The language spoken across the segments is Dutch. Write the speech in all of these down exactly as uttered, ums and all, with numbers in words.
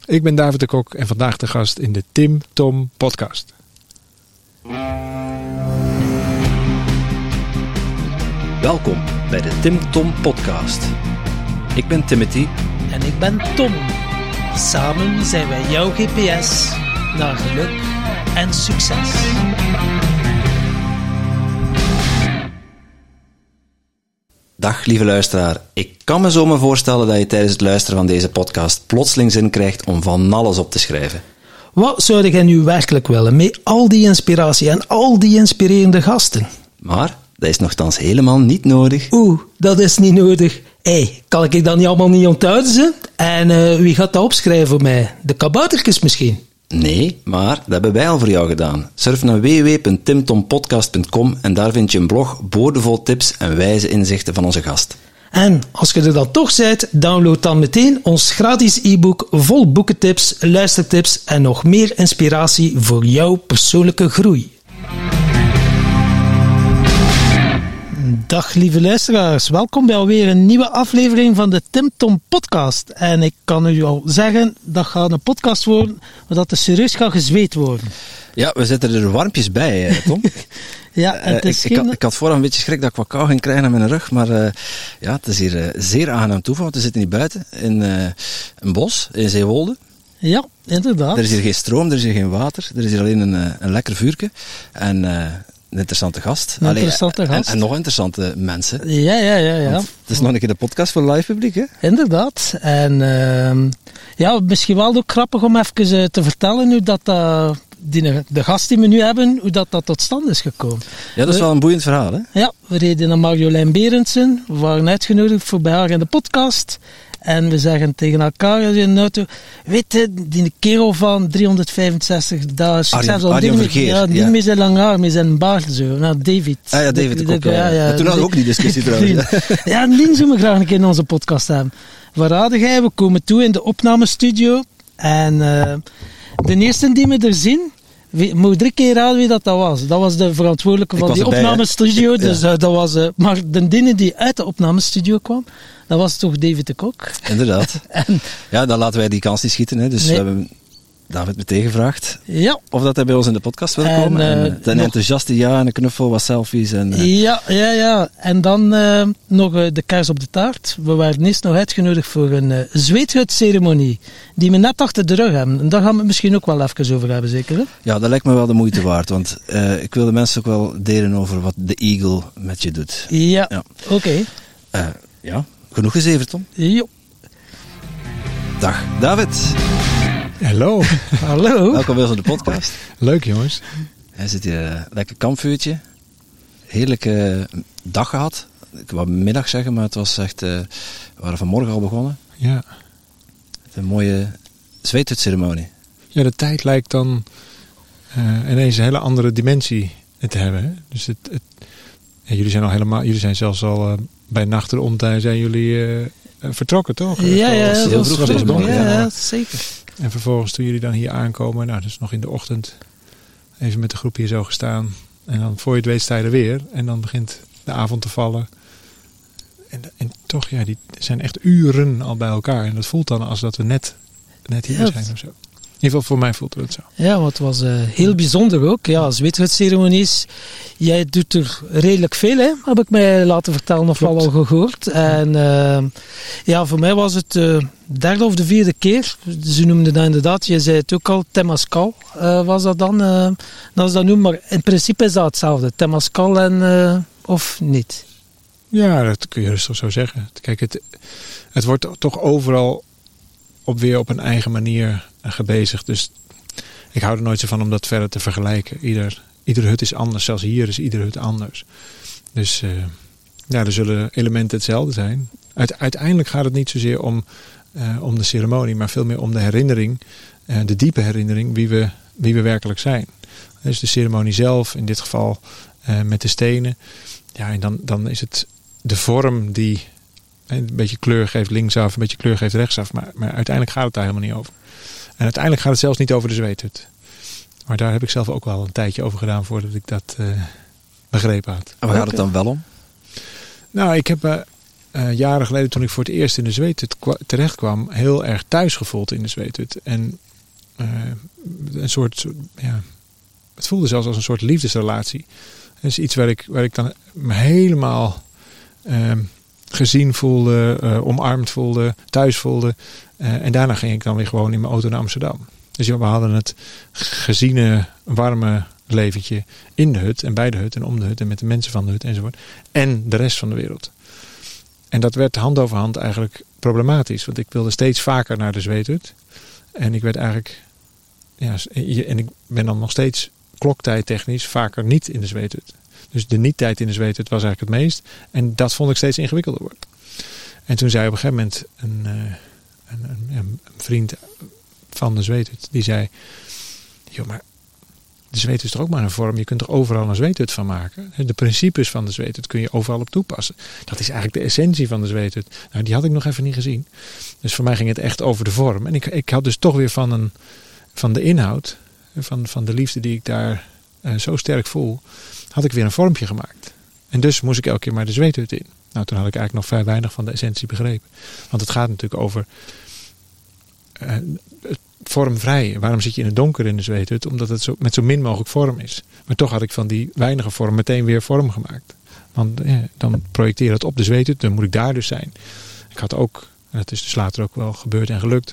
Ik ben David de Kok en vandaag de gast in de Tim Tom podcast. Welkom bij de Tim Tom podcast. Ik ben Timothy. En ik ben Tom. Samen zijn wij jouw G P S naar geluk en succes. Dag lieve luisteraar. Ik kan me zo maar voorstellen dat je tijdens het luisteren van deze podcast plotseling zin krijgt om van alles op te schrijven. Wat zou jij nu werkelijk willen met al die inspiratie en al die inspirerende gasten? Maar dat is nogthans helemaal niet nodig. Oeh, dat is niet nodig. Hé, hey, kan ik dat niet allemaal niet onthouden? Ze? En uh, wie gaat dat opschrijven voor mij? De kaboutertjes misschien? Nee, maar dat hebben wij al voor jou gedaan. Surf naar w w w punt tim tom podcast punt com en daar vind je een blog boordevol tips en wijze inzichten van onze gast. En als je er dan toch bent, download dan meteen ons gratis e-book vol boekentips, luistertips en nog meer inspiratie voor jouw persoonlijke groei. Dag lieve luisteraars, welkom bij alweer een nieuwe aflevering van de Tim Tom podcast. En ik kan u al zeggen, dat gaat een podcast worden, waar er serieus gaat gezweet worden. Ja, we zitten er warmpjes bij, Tom. Ja, het is uh, ik, geen... ik, had, ik had vooraf een beetje schrik dat ik wat kou ging krijgen aan mijn rug, maar uh, ja, het is hier uh, zeer aangenaam toeval, want we zitten hier buiten in uh, een bos in Zeewolde. Ja, inderdaad. Er is hier geen stroom, er is hier geen water, er is hier alleen een, uh, een lekker vuurtje en... Uh, Een interessante gast. Een Allee, interessante gast. En, en nog interessante mensen. Ja, ja, ja. ja. Want het is nog een keer de podcast voor live publiek, hè? Inderdaad. En uh, ja, misschien wel ook grappig om even uh, te vertellen hoe dat, uh, die, de gast die we nu hebben, hoe dat, dat tot stand is gekomen. Ja, dat is wel een boeiend verhaal, hè? Ja, we reden naar Marjolein Berendsen. We waren uitgenodigd voor bij haar in de podcast. En we zeggen tegen elkaar in de auto, weet je, die kerel van driehonderdvijfenzestig dagen, Arjen, Arjen Vergeer. Ja, niet ja. met zijn lang haar, met zijn baard zo. Nou, David. Ah ja, David de, de, de, ja, ja, ja, toen hadden we ook die discussie trouwens. Ja, die zouden we graag een keer in onze podcast hebben. Waar hadden jij? We komen toe in de opnamestudio. En uh, de eerste die we er zien, we, moet drie keer raden wie dat, dat was. Dat was de verantwoordelijke van die erbij, opnamestudio. Dus ja. uh, dat was, uh, maar de dine die uit de opnamestudio kwam, dat was toch David de Kok. Inderdaad. en, ja, dan laten wij die kans niet schieten. Hè. Dus nee. we hebben David meteen gevraagd ja. of dat hij bij ons in de podcast wil en, komen. Uh, en een nog... enthousiaste ja en een knuffel, wat selfies. En, uh... Ja, ja, ja. En dan uh, nog uh, de kaars op de taart. We waren eerst nog uitgenodigd voor een uh, zweethutceremonie die we net achter de rug hebben. En daar gaan we het misschien ook wel even over hebben, zeker? Hè? Ja, dat lijkt me wel de moeite waard. Want uh, ik wil de mensen ook wel delen over wat de Eagle met je doet. Ja, ja. oké. Okay. Uh, ja, genoeg gezeverd, Tom. Jo. Dag, David. Hallo. Hallo. Welkom bij ons op de podcast. Leuk, jongens. Hij zit hier, uh, lekker kampvuurtje. Heerlijke uh, dag gehad. Ik wou middag zeggen, maar het was echt... Uh, we waren vanmorgen al begonnen. Ja. Een mooie zweethutceremonie. Ja, de tijd lijkt dan uh, ineens een hele andere dimensie te hebben. Hè? Dus het, het, ja, jullie zijn al helemaal... Jullie zijn zelfs al uh, bij nacht erom zijn jullie uh, vertrokken, toch? Ja, ja, heel dat vroeg. vroeg vroeg ja, ja, zeker. En vervolgens toen jullie dan hier aankomen, nou dus nog in de ochtend even met de groep hier zo gestaan. En dan voor je het weet sta je er weer. En dan begint de avond te vallen. En, en toch, ja, die zijn echt uren al bij elkaar. En dat voelt dan als dat we net, net hier ja, zijn of zo. In ieder geval voor mij voelt het zo. Ja, want het was uh, heel bijzonder ook. Ja, zweethutceremonies. Jij doet er redelijk veel, hè? Heb ik mij laten vertellen of wel al gehoord. En uh, ja, voor mij was het de uh, derde of de vierde keer. Ze noemden dat inderdaad, je zei het ook al, Temazcal uh, was dat dan. Uh, dat is dat noemen, maar in principe is dat hetzelfde. Temazcal en, uh, of niet? Ja, dat kun je rustig zo zeggen. Kijk, het, het wordt toch overal op weer op een eigen manier gebezigd. Dus ik hou er nooit zo van om dat verder te vergelijken. Ieder, iedere hut is anders. Zelfs hier is iedere hut anders. Dus uh, ja, er zullen elementen hetzelfde zijn. Uite- uiteindelijk gaat het niet zozeer om, uh, om de ceremonie, maar veel meer om de herinnering, uh, de diepe herinnering wie we, wie we werkelijk zijn. Dus de ceremonie zelf, in dit geval uh, met de stenen. Ja, en dan, dan is het de vorm die een beetje kleur geeft linksaf, een beetje kleur geeft rechtsaf. Maar, maar uiteindelijk gaat het daar helemaal niet over. En uiteindelijk gaat het zelfs niet over de zweethut. Maar daar heb ik zelf ook wel een tijdje over gedaan voordat ik dat uh, begrepen had. En waar gaat het dan wel om? Nou, ik heb uh, uh, jaren geleden, toen ik voor het eerst in de zweethut kwa- terecht kwam, heel erg thuis gevoeld in de zweethut. En uh, een soort, ja, het voelde zelfs als een soort liefdesrelatie. Dat is iets waar ik, waar ik dan me helemaal uh, gezien voelde, uh, omarmd voelde, thuis voelde. Uh, en daarna ging ik dan weer gewoon in mijn auto naar Amsterdam. Dus ja, we hadden het geziene, warme leventje in de hut en bij de hut en om de hut en met de mensen van de hut enzovoort. En de rest van de wereld. En dat werd hand over hand eigenlijk problematisch. Want ik wilde steeds vaker naar de zweethut. En ik werd eigenlijk, ja, en ik ben dan nog steeds kloktijdtechnisch vaker niet in de zweethut. Dus de niet-tijd in de zweethut was eigenlijk het meest. En dat vond ik steeds ingewikkelder worden. En toen zei op een gegeven moment een, een, een, een vriend van de zweethut, die zei, joh, maar de zweethut is toch ook maar een vorm. Je kunt er overal een zweethut van maken. De principes van de zweethut kun je overal op toepassen. Dat is eigenlijk de essentie van de zweethut. Nou, die had ik nog even niet gezien. Dus voor mij ging het echt over de vorm. En ik, ik had dus toch weer van, een, van de inhoud, van, van de liefde die ik daar uh, zo sterk voel, had ik weer een vormpje gemaakt. En dus moest ik elke keer maar de zweethut in. Nou, toen had ik eigenlijk nog vrij weinig van de essentie begrepen. Want het gaat natuurlijk over uh, vormvrij. Waarom zit je in het donker in de zweethut? Omdat het zo, met zo min mogelijk vorm is. Maar toch had ik van die weinige vorm meteen weer vorm gemaakt. Want ja, dan projecteer je het op de zweethut. Dan moet ik daar dus zijn. Ik had ook, en dat is dus later ook wel gebeurd en gelukt,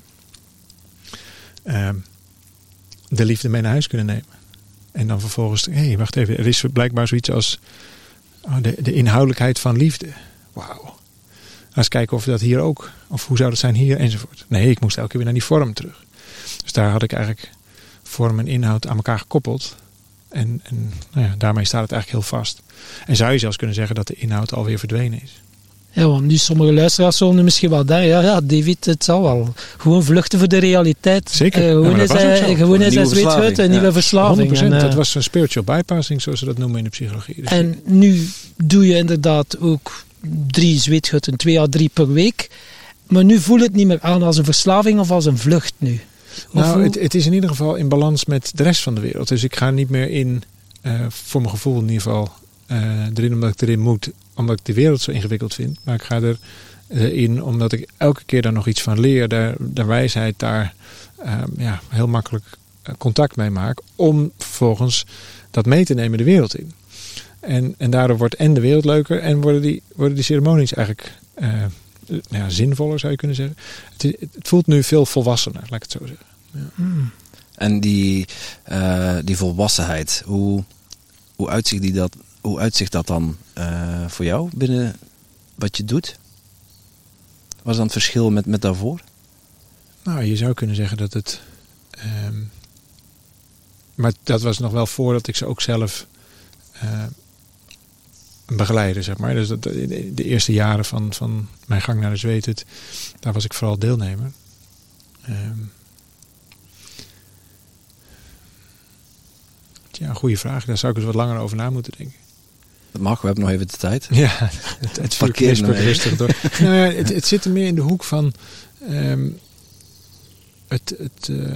uh, de liefde mee naar huis kunnen nemen. En dan vervolgens, hé, hey, wacht even. Er is blijkbaar zoiets als oh, de, de inhoudelijkheid van liefde. Wauw. Eens kijken of dat hier ook, of hoe zou dat zijn hier enzovoort. Nee, ik moest elke keer weer naar die vorm terug. Dus daar had ik eigenlijk vorm en inhoud aan elkaar gekoppeld. En, en nou ja, daarmee staat het eigenlijk heel vast. En zou je zelfs kunnen zeggen dat de inhoud alweer verdwenen is. Ja, want nu sommige luisteraars zullen misschien wel denken, ja, ja, David, het zal wel. Gewoon vluchten voor de realiteit. Zeker. Uh, gewoon ja, is hij, gewoon is hij zweethut, een nieuwe ja. verslaving. honderd procent, en, uh, dat was een spiritual bypassing, zoals ze dat noemen in de psychologie. Dus en nu doe je inderdaad ook drie zweethutten, twee à drie per week. Maar nu voelt het niet meer aan als een verslaving of als een vlucht nu. Nou, het, het is in ieder geval in balans met de rest van de wereld. Dus ik ga niet meer in, uh, voor mijn gevoel in ieder geval, uh, erin omdat ik erin moet, omdat ik de wereld zo ingewikkeld vind. Maar ik ga erin uh, omdat ik elke keer daar nog iets van leer, daar, de wijsheid daar uh, ja, heel makkelijk contact mee maak, om vervolgens dat mee te nemen de wereld in. En, en daardoor wordt en de wereld leuker en worden die, worden die ceremonies eigenlijk uh, ja, zinvoller, zou je kunnen zeggen. Het, het voelt nu veel volwassener, laat ik het zo zeggen. Ja. Hmm. En die, uh, die volwassenheid, hoe, hoe, uitzicht die dat, hoe uitzicht dat dan uh, voor jou binnen wat je doet? Wat is dan het verschil met, met daarvoor? Nou, je zou kunnen zeggen dat het... Um, maar dat was nog wel voordat ik ze ook zelf uh, begeleidde, zeg maar. Dus dat, de, de eerste jaren van, van mijn gang naar de zweethut, daar was ik vooral deelnemer. Um, ja, een goede vraag. Daar zou ik eens wat langer over na moeten denken. Dat mag, we hebben nog even de tijd. Ja, het, het parkeert nog rustig door. Nou ja, het, het zit er meer in de hoek van um, het... het uh,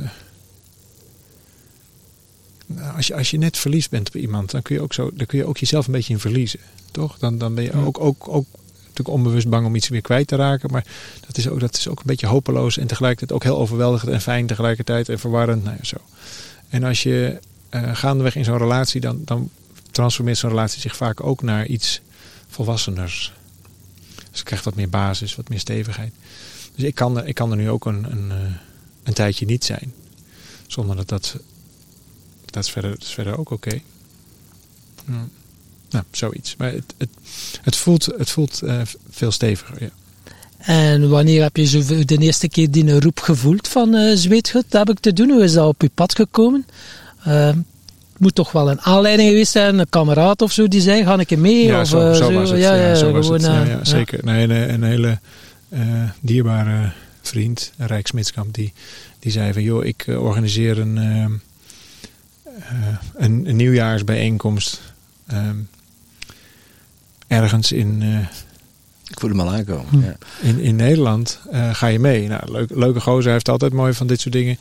nou, als, je, als je net verliefd bent op iemand, dan kun je ook, zo, dan kun je ook jezelf een beetje in verliezen. Toch? Dan, dan ben je ook, ook, ook natuurlijk onbewust bang om iets weer kwijt te raken. Maar dat is ook, dat is ook een beetje hopeloos en tegelijkertijd ook heel overweldigend en fijn tegelijkertijd en verwarrend. Nou ja, zo. En als je uh, gaandeweg in zo'n relatie, dan, dan transformeert zo'n relatie zich vaak ook naar iets volwasseners. Dus je krijgt wat meer basis, wat meer stevigheid. Dus ik kan er, ik kan er nu ook een, een, een tijdje niet zijn. Zonder dat dat... Dat is verder, dat is verder ook oké. Okay. Ja. Nou, zoiets. Maar het, het, het voelt, het voelt uh, veel steviger, ja. En wanneer heb je zo de eerste keer die roep gevoeld van uh, zweethut? Dat heb ik te doen. Hoe is dat op je pad gekomen? Uh, het moet toch wel een aanleiding geweest zijn, een kameraad of zo die zei, ga ik mee? Ja, of, zo, uh, zo zo was het. Ja, ja, ja, zo was gewoon, het. Ja, uh, ja, zeker. Ja. Nee, een, een hele uh, dierbare vriend, Rijk Smitskamp, die, die zei van, joh, ik uh, organiseer een... Uh, Uh, een, een nieuwjaarsbijeenkomst um, ergens in, uh, ik voel hem al aankomen. Hm. Ja. in, in Nederland. Uh, ga je mee? Nou, leuk, leuke gozer, hij heeft altijd mooi van dit soort dingen.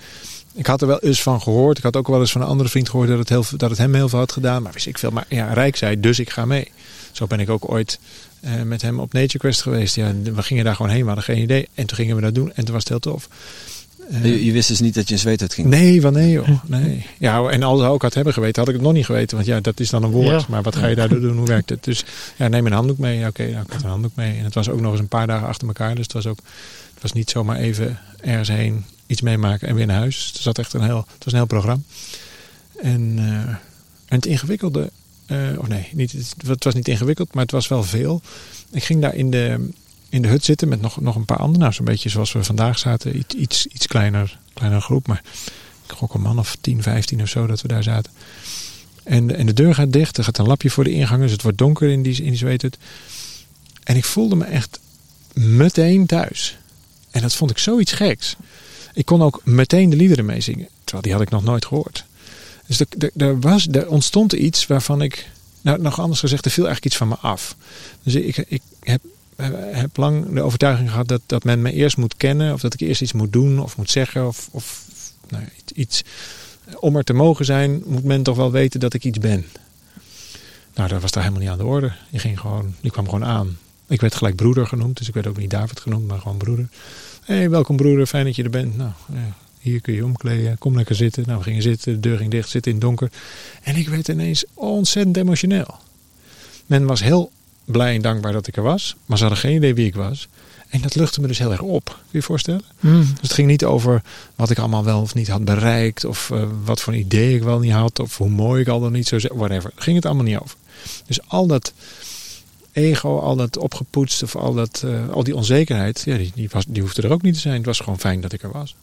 ik had er wel eens van gehoord. Ik had ook wel eens van een andere vriend gehoord dat het, heel, dat het hem heel veel had gedaan. Maar wist ik veel. Maar ja, Rijk zei, dus ik ga mee. Zo ben ik ook ooit uh, met hem op Nature Quest geweest. Ja, we gingen daar gewoon heen, we hadden geen idee. En toen gingen we dat doen en toen was het heel tof. Uh, je, je wist dus niet dat je in Zweetut ging? Nee, van nee joh. Nee. Ja, en als ik ook had hebben geweten, had ik het nog niet geweten. Want ja, dat is dan een woord. Ja. Maar wat ga je daar doen? Hoe werkt het? Dus ja, neem een handdoek mee. Ja, oké, okay, nou, ik had een handdoek mee. En het was ook nog eens een paar dagen achter elkaar. Dus het was ook, het was niet zomaar even ergens heen iets meemaken en weer naar huis. Dus het zat echt een heel, het was een heel programma. En, uh, en het ingewikkelde, uh, of nee, niet, het, het was niet ingewikkeld, maar het was wel veel. Ik ging daar in de, in de hut zitten met nog, nog een paar anderen. Nou, zo'n beetje zoals we vandaag zaten. Iets, iets, iets kleiner, kleiner groep, maar ik gok een man of tien, vijftien of zo dat we daar zaten. En, en de deur gaat dicht, er gaat een lapje voor de ingang, dus het wordt donker in die, in die Zweethut. En ik voelde me echt meteen thuis. En dat vond ik zoiets geks. Ik kon ook meteen de liederen meezingen, terwijl die had ik nog nooit gehoord. Dus er, er, er, was, er ontstond iets waarvan ik, nou nog anders gezegd, er viel eigenlijk iets van me af. Dus ik, ik heb, heb lang de overtuiging gehad dat, dat men me eerst moet kennen, of dat ik eerst iets moet doen, of moet zeggen, of, of nou, iets. Om er te mogen zijn, moet men toch wel weten dat ik iets ben. Nou, dat was daar helemaal niet aan de orde. Je ging gewoon, die kwam gewoon aan. Ik werd gelijk broeder genoemd, dus ik werd ook niet David genoemd, maar gewoon broeder. Hé, hey, welkom broeder, fijn dat je er bent. Nou, ja, hier kun je omkleden, kom lekker zitten. Nou, we gingen zitten, de deur ging dicht, zitten in het donker. En ik werd ineens ontzettend emotioneel. Men was heel blij en dankbaar dat ik er was, maar ze hadden geen idee wie ik was. En dat luchtte me dus heel erg op. Kun je je voorstellen? Mm. Dus het ging niet over wat ik allemaal wel of niet had bereikt. Of uh, wat voor een idee ik wel niet had. Of hoe mooi ik al dan niet zou zijn. Whatever. Daar ging het allemaal niet over. Dus al dat ego, al dat opgepoetst. Of al, dat, uh, al die onzekerheid. Ja, die, die, was, die hoefde er ook niet te zijn. Het was gewoon fijn dat ik er was.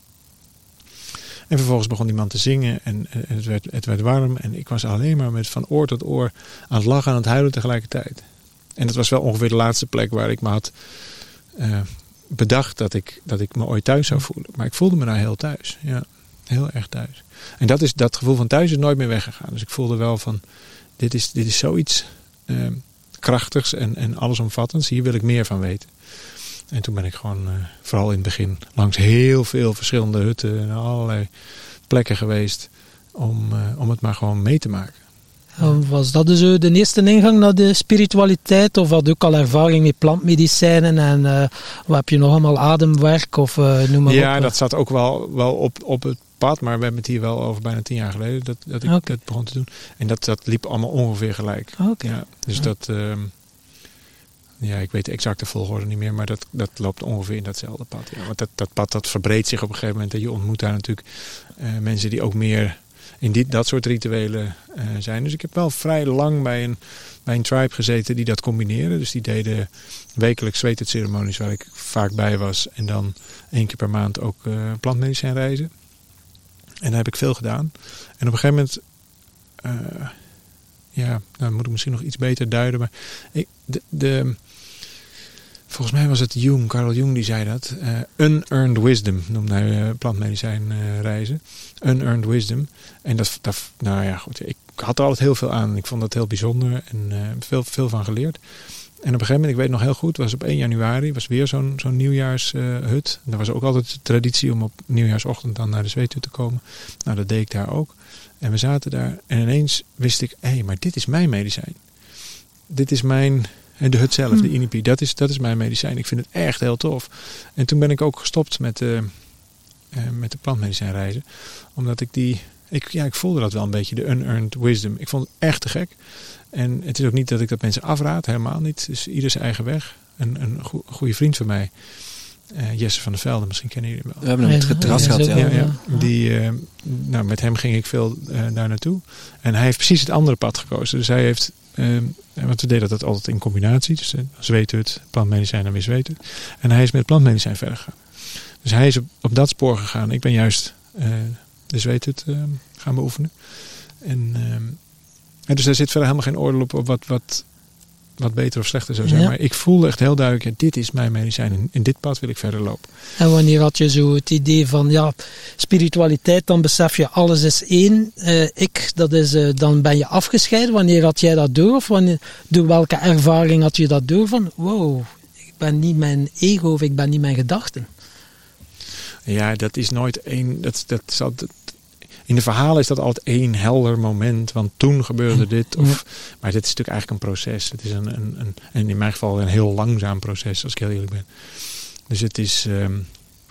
En vervolgens begon die man te zingen. En, en het, werd, het werd warm. En ik was alleen maar met van oor tot oor aan het lachen en aan het huilen tegelijkertijd. En dat was wel ongeveer de laatste plek waar ik me had Uh, bedacht dat ik, dat ik me ooit thuis zou voelen. Maar ik voelde me daar heel thuis. Ja, heel erg thuis. En dat, is, dat gevoel van thuis is nooit meer weggegaan. Dus ik voelde wel van, dit is, dit is zoiets uh, krachtigs en, en allesomvattends. Hier wil ik meer van weten. En toen ben ik gewoon, uh, vooral in het begin, langs heel veel verschillende hutten en allerlei plekken geweest om, uh, om het maar gewoon mee te maken. Was dat dus de eerste ingang naar de spiritualiteit? Of had je ook al ervaring met plantmedicijnen? En uh, wat heb je nog allemaal ademwerk? Of, uh, noem maar ja, op. dat zat ook wel, wel op, op het pad. Maar we hebben het hier wel over bijna tien jaar geleden dat, dat ik okay. dat begon te doen. En dat, dat liep allemaal ongeveer gelijk. Okay. Ja, dus ja. dat... Uh, ja, ik weet de exacte volgorde niet meer. Maar dat, dat loopt ongeveer in datzelfde pad. Ja. Want dat, dat pad dat verbreedt zich op een gegeven moment. En je ontmoet daar natuurlijk uh, mensen die ook meer in die, dat soort rituelen uh, zijn. Dus ik heb wel vrij lang bij een, bij een tribe gezeten die dat combineren. Dus die deden wekelijks Zweethut-ceremonies waar ik vaak bij was. En dan één keer per maand ook uh, plantmedicijnreizen. En daar heb ik veel gedaan. En op een gegeven moment, uh, ja, nou moet ik misschien nog iets beter duiden. Maar ik, de, de, volgens mij was het Jung, Carl Jung die zei dat. Uh, unearned wisdom noemde hij uh, plantmedicijnreizen. Uh, unearned wisdom. En dat, dat, nou ja, goed. Ik had er altijd heel veel aan. Ik vond dat heel bijzonder en uh, veel, veel van geleerd. En op een gegeven moment, ik weet nog heel goed, was op één januari, was weer zo'n, zo'n nieuwjaarshut. Uh, er was ook altijd de traditie om op nieuwjaarsochtend dan naar de Zweethut te komen. Nou, dat deed ik daar ook. En we zaten daar en ineens wist ik, hé, hey, maar dit is mijn medicijn. Dit is mijn, de hut zelf, hmm. de I N I P I, dat is, dat is mijn medicijn. Ik vind het echt heel tof. En toen ben ik ook gestopt met, uh, uh, met de plantmedicijnreizen. Omdat ik die, ik, ja, ik voelde dat wel een beetje, de unearned wisdom. Ik vond het echt te gek. En het is ook niet dat ik dat mensen afraad, helemaal niet. Dus ieder zijn eigen weg. Een, een go- goede vriend van mij, uh, Jesse van der Velde, misschien kennen jullie hem wel. We hebben hem het terras gehad, ja. ja, ja. Die, uh, nou, met hem ging ik veel uh, daar naartoe. En hij heeft precies het andere pad gekozen. Dus hij heeft, uh, want we deden dat altijd in combinatie. Dus uh, Zweethut, plantmedicijn en weer Zweethut. En hij is met plantmedicijn verder gegaan. Dus hij is op, op dat spoor gegaan. Ik ben juist uh, de Zweethut uh, gaan beoefenen. En... Uh, En dus daar zit verder helemaal geen oordeel op, op wat, wat, wat beter of slechter zou zijn. Ja. Maar ik voelde echt heel duidelijk, ja, dit is mijn medicijn. En in dit pad wil ik verder lopen. En wanneer had je zo het idee van, ja, spiritualiteit, dan besef je alles is één. Uh, ik, dat is, uh, dan ben je afgescheiden. Wanneer had jij dat door? Of wanneer, door welke ervaring had je dat door? Van, wow, ik ben niet mijn ego of ik ben niet mijn gedachten. Ja, dat is nooit één... Dat, dat is altijd, in de verhalen is dat altijd één helder moment. Want toen gebeurde dit. Of, ja. Maar dit is natuurlijk eigenlijk een proces. Het is een, een, een, en in mijn geval een heel langzaam proces, als ik heel eerlijk ben. Dus het is... Um,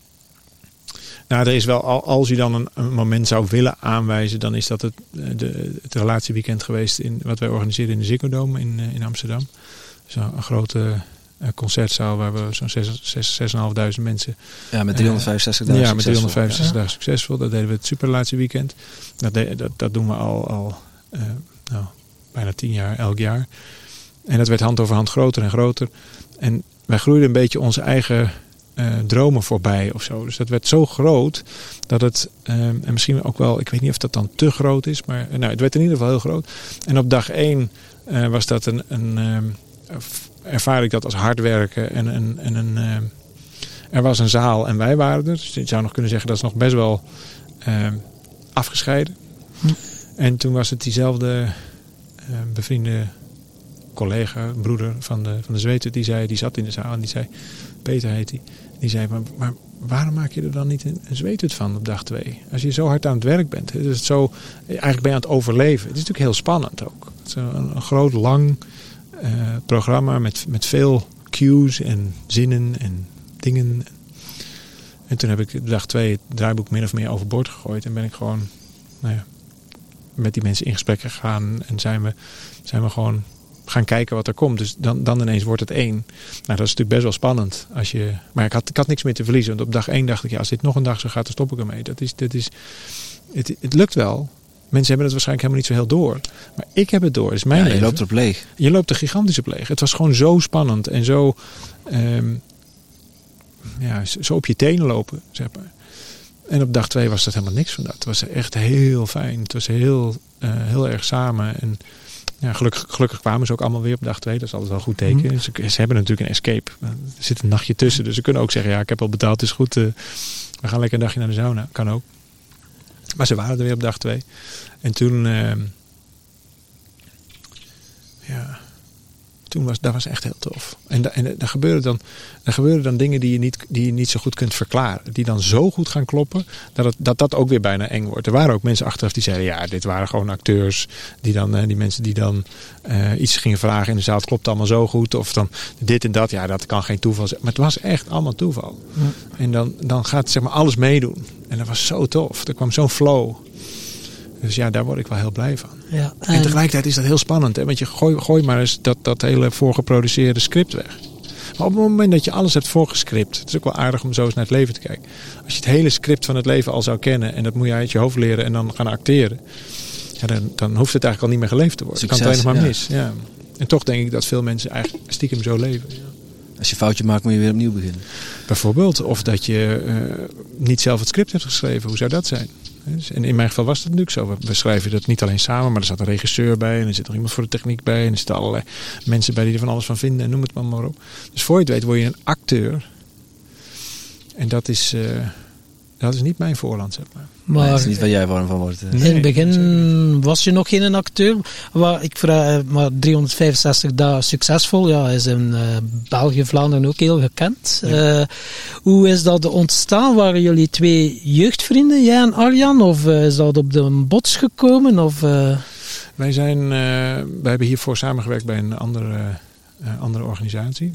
nou, er is wel... Als je dan een, een moment zou willen aanwijzen... dan is dat het, de, het relatieweekend geweest... In, wat wij organiseerden in de Ziggo Dome in, in Amsterdam. Dus een, een grote... Een concertzaal waar we zo'n zes en een half duizend mensen... Ja, met driehonderdvijfenzestig dagen uh, Ja, met driehonderdvijfenzestig ja. dagen succesvol. Dat deden we het superrelatieweekend. Dat, de, dat, dat doen we al, al uh, nou, bijna tien jaar, elk jaar. En dat werd hand over hand groter en groter. En wij groeiden een beetje onze eigen uh, dromen voorbij of zo. Dus dat werd zo groot dat het... Uh, en misschien ook wel... Ik weet niet of dat dan te groot is. Maar nou, het werd in ieder geval heel groot. En op dag één uh, was dat een... een um, ervaar ik dat als hard werken en, en, en een, uh, er was een zaal en wij waren er. Dus je zou nog kunnen zeggen dat is nog best wel uh, afgescheiden. Hm. En toen was het diezelfde uh, bevriende collega, broeder van de, van de Zweedhut, die zei, die zat in de zaal en die zei, Peter heet hij, die, die zei, maar, maar waarom maak je er dan niet een, een Zweedhut van op dag twee? Als je zo hard aan het werk bent. Dus het zo, eigenlijk ben je aan het overleven. Het is natuurlijk heel spannend ook. Het is een, een groot, lang... Uh, programma met, met veel cues en zinnen en dingen. En toen heb ik dag twee het draaiboek min of meer overboord gegooid. En ben ik gewoon nou ja, met die mensen in gesprek gegaan. En zijn we, zijn we gewoon gaan kijken wat er komt. Dus dan, dan ineens wordt het één. Nou, dat is natuurlijk best wel spannend. Als je, maar ik had, ik had niks meer te verliezen. Want op dag één dacht ik, ja, als dit nog een dag zo gaat, dan stop ik ermee. Dat is, dat is, het, het lukt wel. Mensen hebben het waarschijnlijk helemaal niet zo heel door. Maar ik heb het door. Het is mijn ja, leven. Je loopt op leeg. Je loopt er gigantisch op leeg. Het was gewoon zo spannend. En zo, um, ja, zo op je tenen lopen. Zeg maar. En op dag twee was dat helemaal niks van dat. Het was echt heel fijn. Het was heel, uh, heel erg samen. En ja, gelukkig, gelukkig kwamen ze ook allemaal weer op dag twee. Dat is altijd wel een goed teken. Mm. Ze, ze hebben natuurlijk een escape. Er zit een nachtje tussen. Dus ze kunnen ook zeggen, ja, ik heb al betaald. Het is goed. Uh, we gaan lekker een dagje naar de sauna. Kan ook. Maar ze waren er weer op dag twee. En toen... Uh, ja... Toen was, dat was echt heel tof. En, da, en daar gebeuren dan, daar gebeuren dan dingen die je, niet, die je niet zo goed kunt verklaren. Die dan zo goed gaan kloppen, dat, het, dat dat ook weer bijna eng wordt. Er waren ook mensen achteraf die zeiden, ja, dit waren gewoon acteurs. Die, dan, die mensen die dan uh, iets gingen vragen in de zaal. Het klopt allemaal zo goed. Of dan dit en dat. Ja, dat kan geen toeval zijn. Maar het was echt allemaal toeval. Ja. En dan, dan gaat zeg maar alles meedoen. En dat was zo tof. Er kwam zo'n flow. Dus ja, daar word ik wel heel blij van. Ja, en... en tegelijkertijd is dat heel spannend. Hè? Want je gooi, gooi maar eens dat, dat hele voorgeproduceerde script weg. Maar op het moment dat je alles hebt voorgescript. Het is ook wel aardig om zo eens naar het leven te kijken. Als je het hele script van het leven al zou kennen. En dat moet je uit je hoofd leren en dan gaan acteren. Ja, dan, dan hoeft het eigenlijk al niet meer geleefd te worden. Succes, kan het alleen nog maar ja. mis. Ja. En toch denk ik dat veel mensen eigenlijk stiekem zo leven. Ja. Als je foutje maakt moet je weer opnieuw beginnen. Bijvoorbeeld. Of dat je uh, niet zelf het script hebt geschreven. Hoe zou dat zijn? En in mijn geval was dat natuurlijk zo. We schrijven dat niet alleen samen, maar er zat een regisseur bij. En er zit nog iemand voor de techniek bij. En er zitten allerlei mensen bij die er van alles van vinden. En noem het maar, maar op. Dus voor je het weet word je een acteur. En dat is, uh, dat is niet mijn voorland, zeg maar. Maar dat is niet waar jij warm van wordt. Nee, in het begin was je nog geen acteur. Maar ik vraag, maar driehonderdvijfenzestig dagen succesvol. Ja, is in uh, België, Vlaanderen ook heel gekend. Ja. Uh, hoe is dat ontstaan? Waren jullie twee jeugdvrienden, jij en Arjan? Of uh, is dat op de bots gekomen? Of, uh... Wij zijn, uh, wij hebben hiervoor samengewerkt bij een andere, uh, andere organisatie.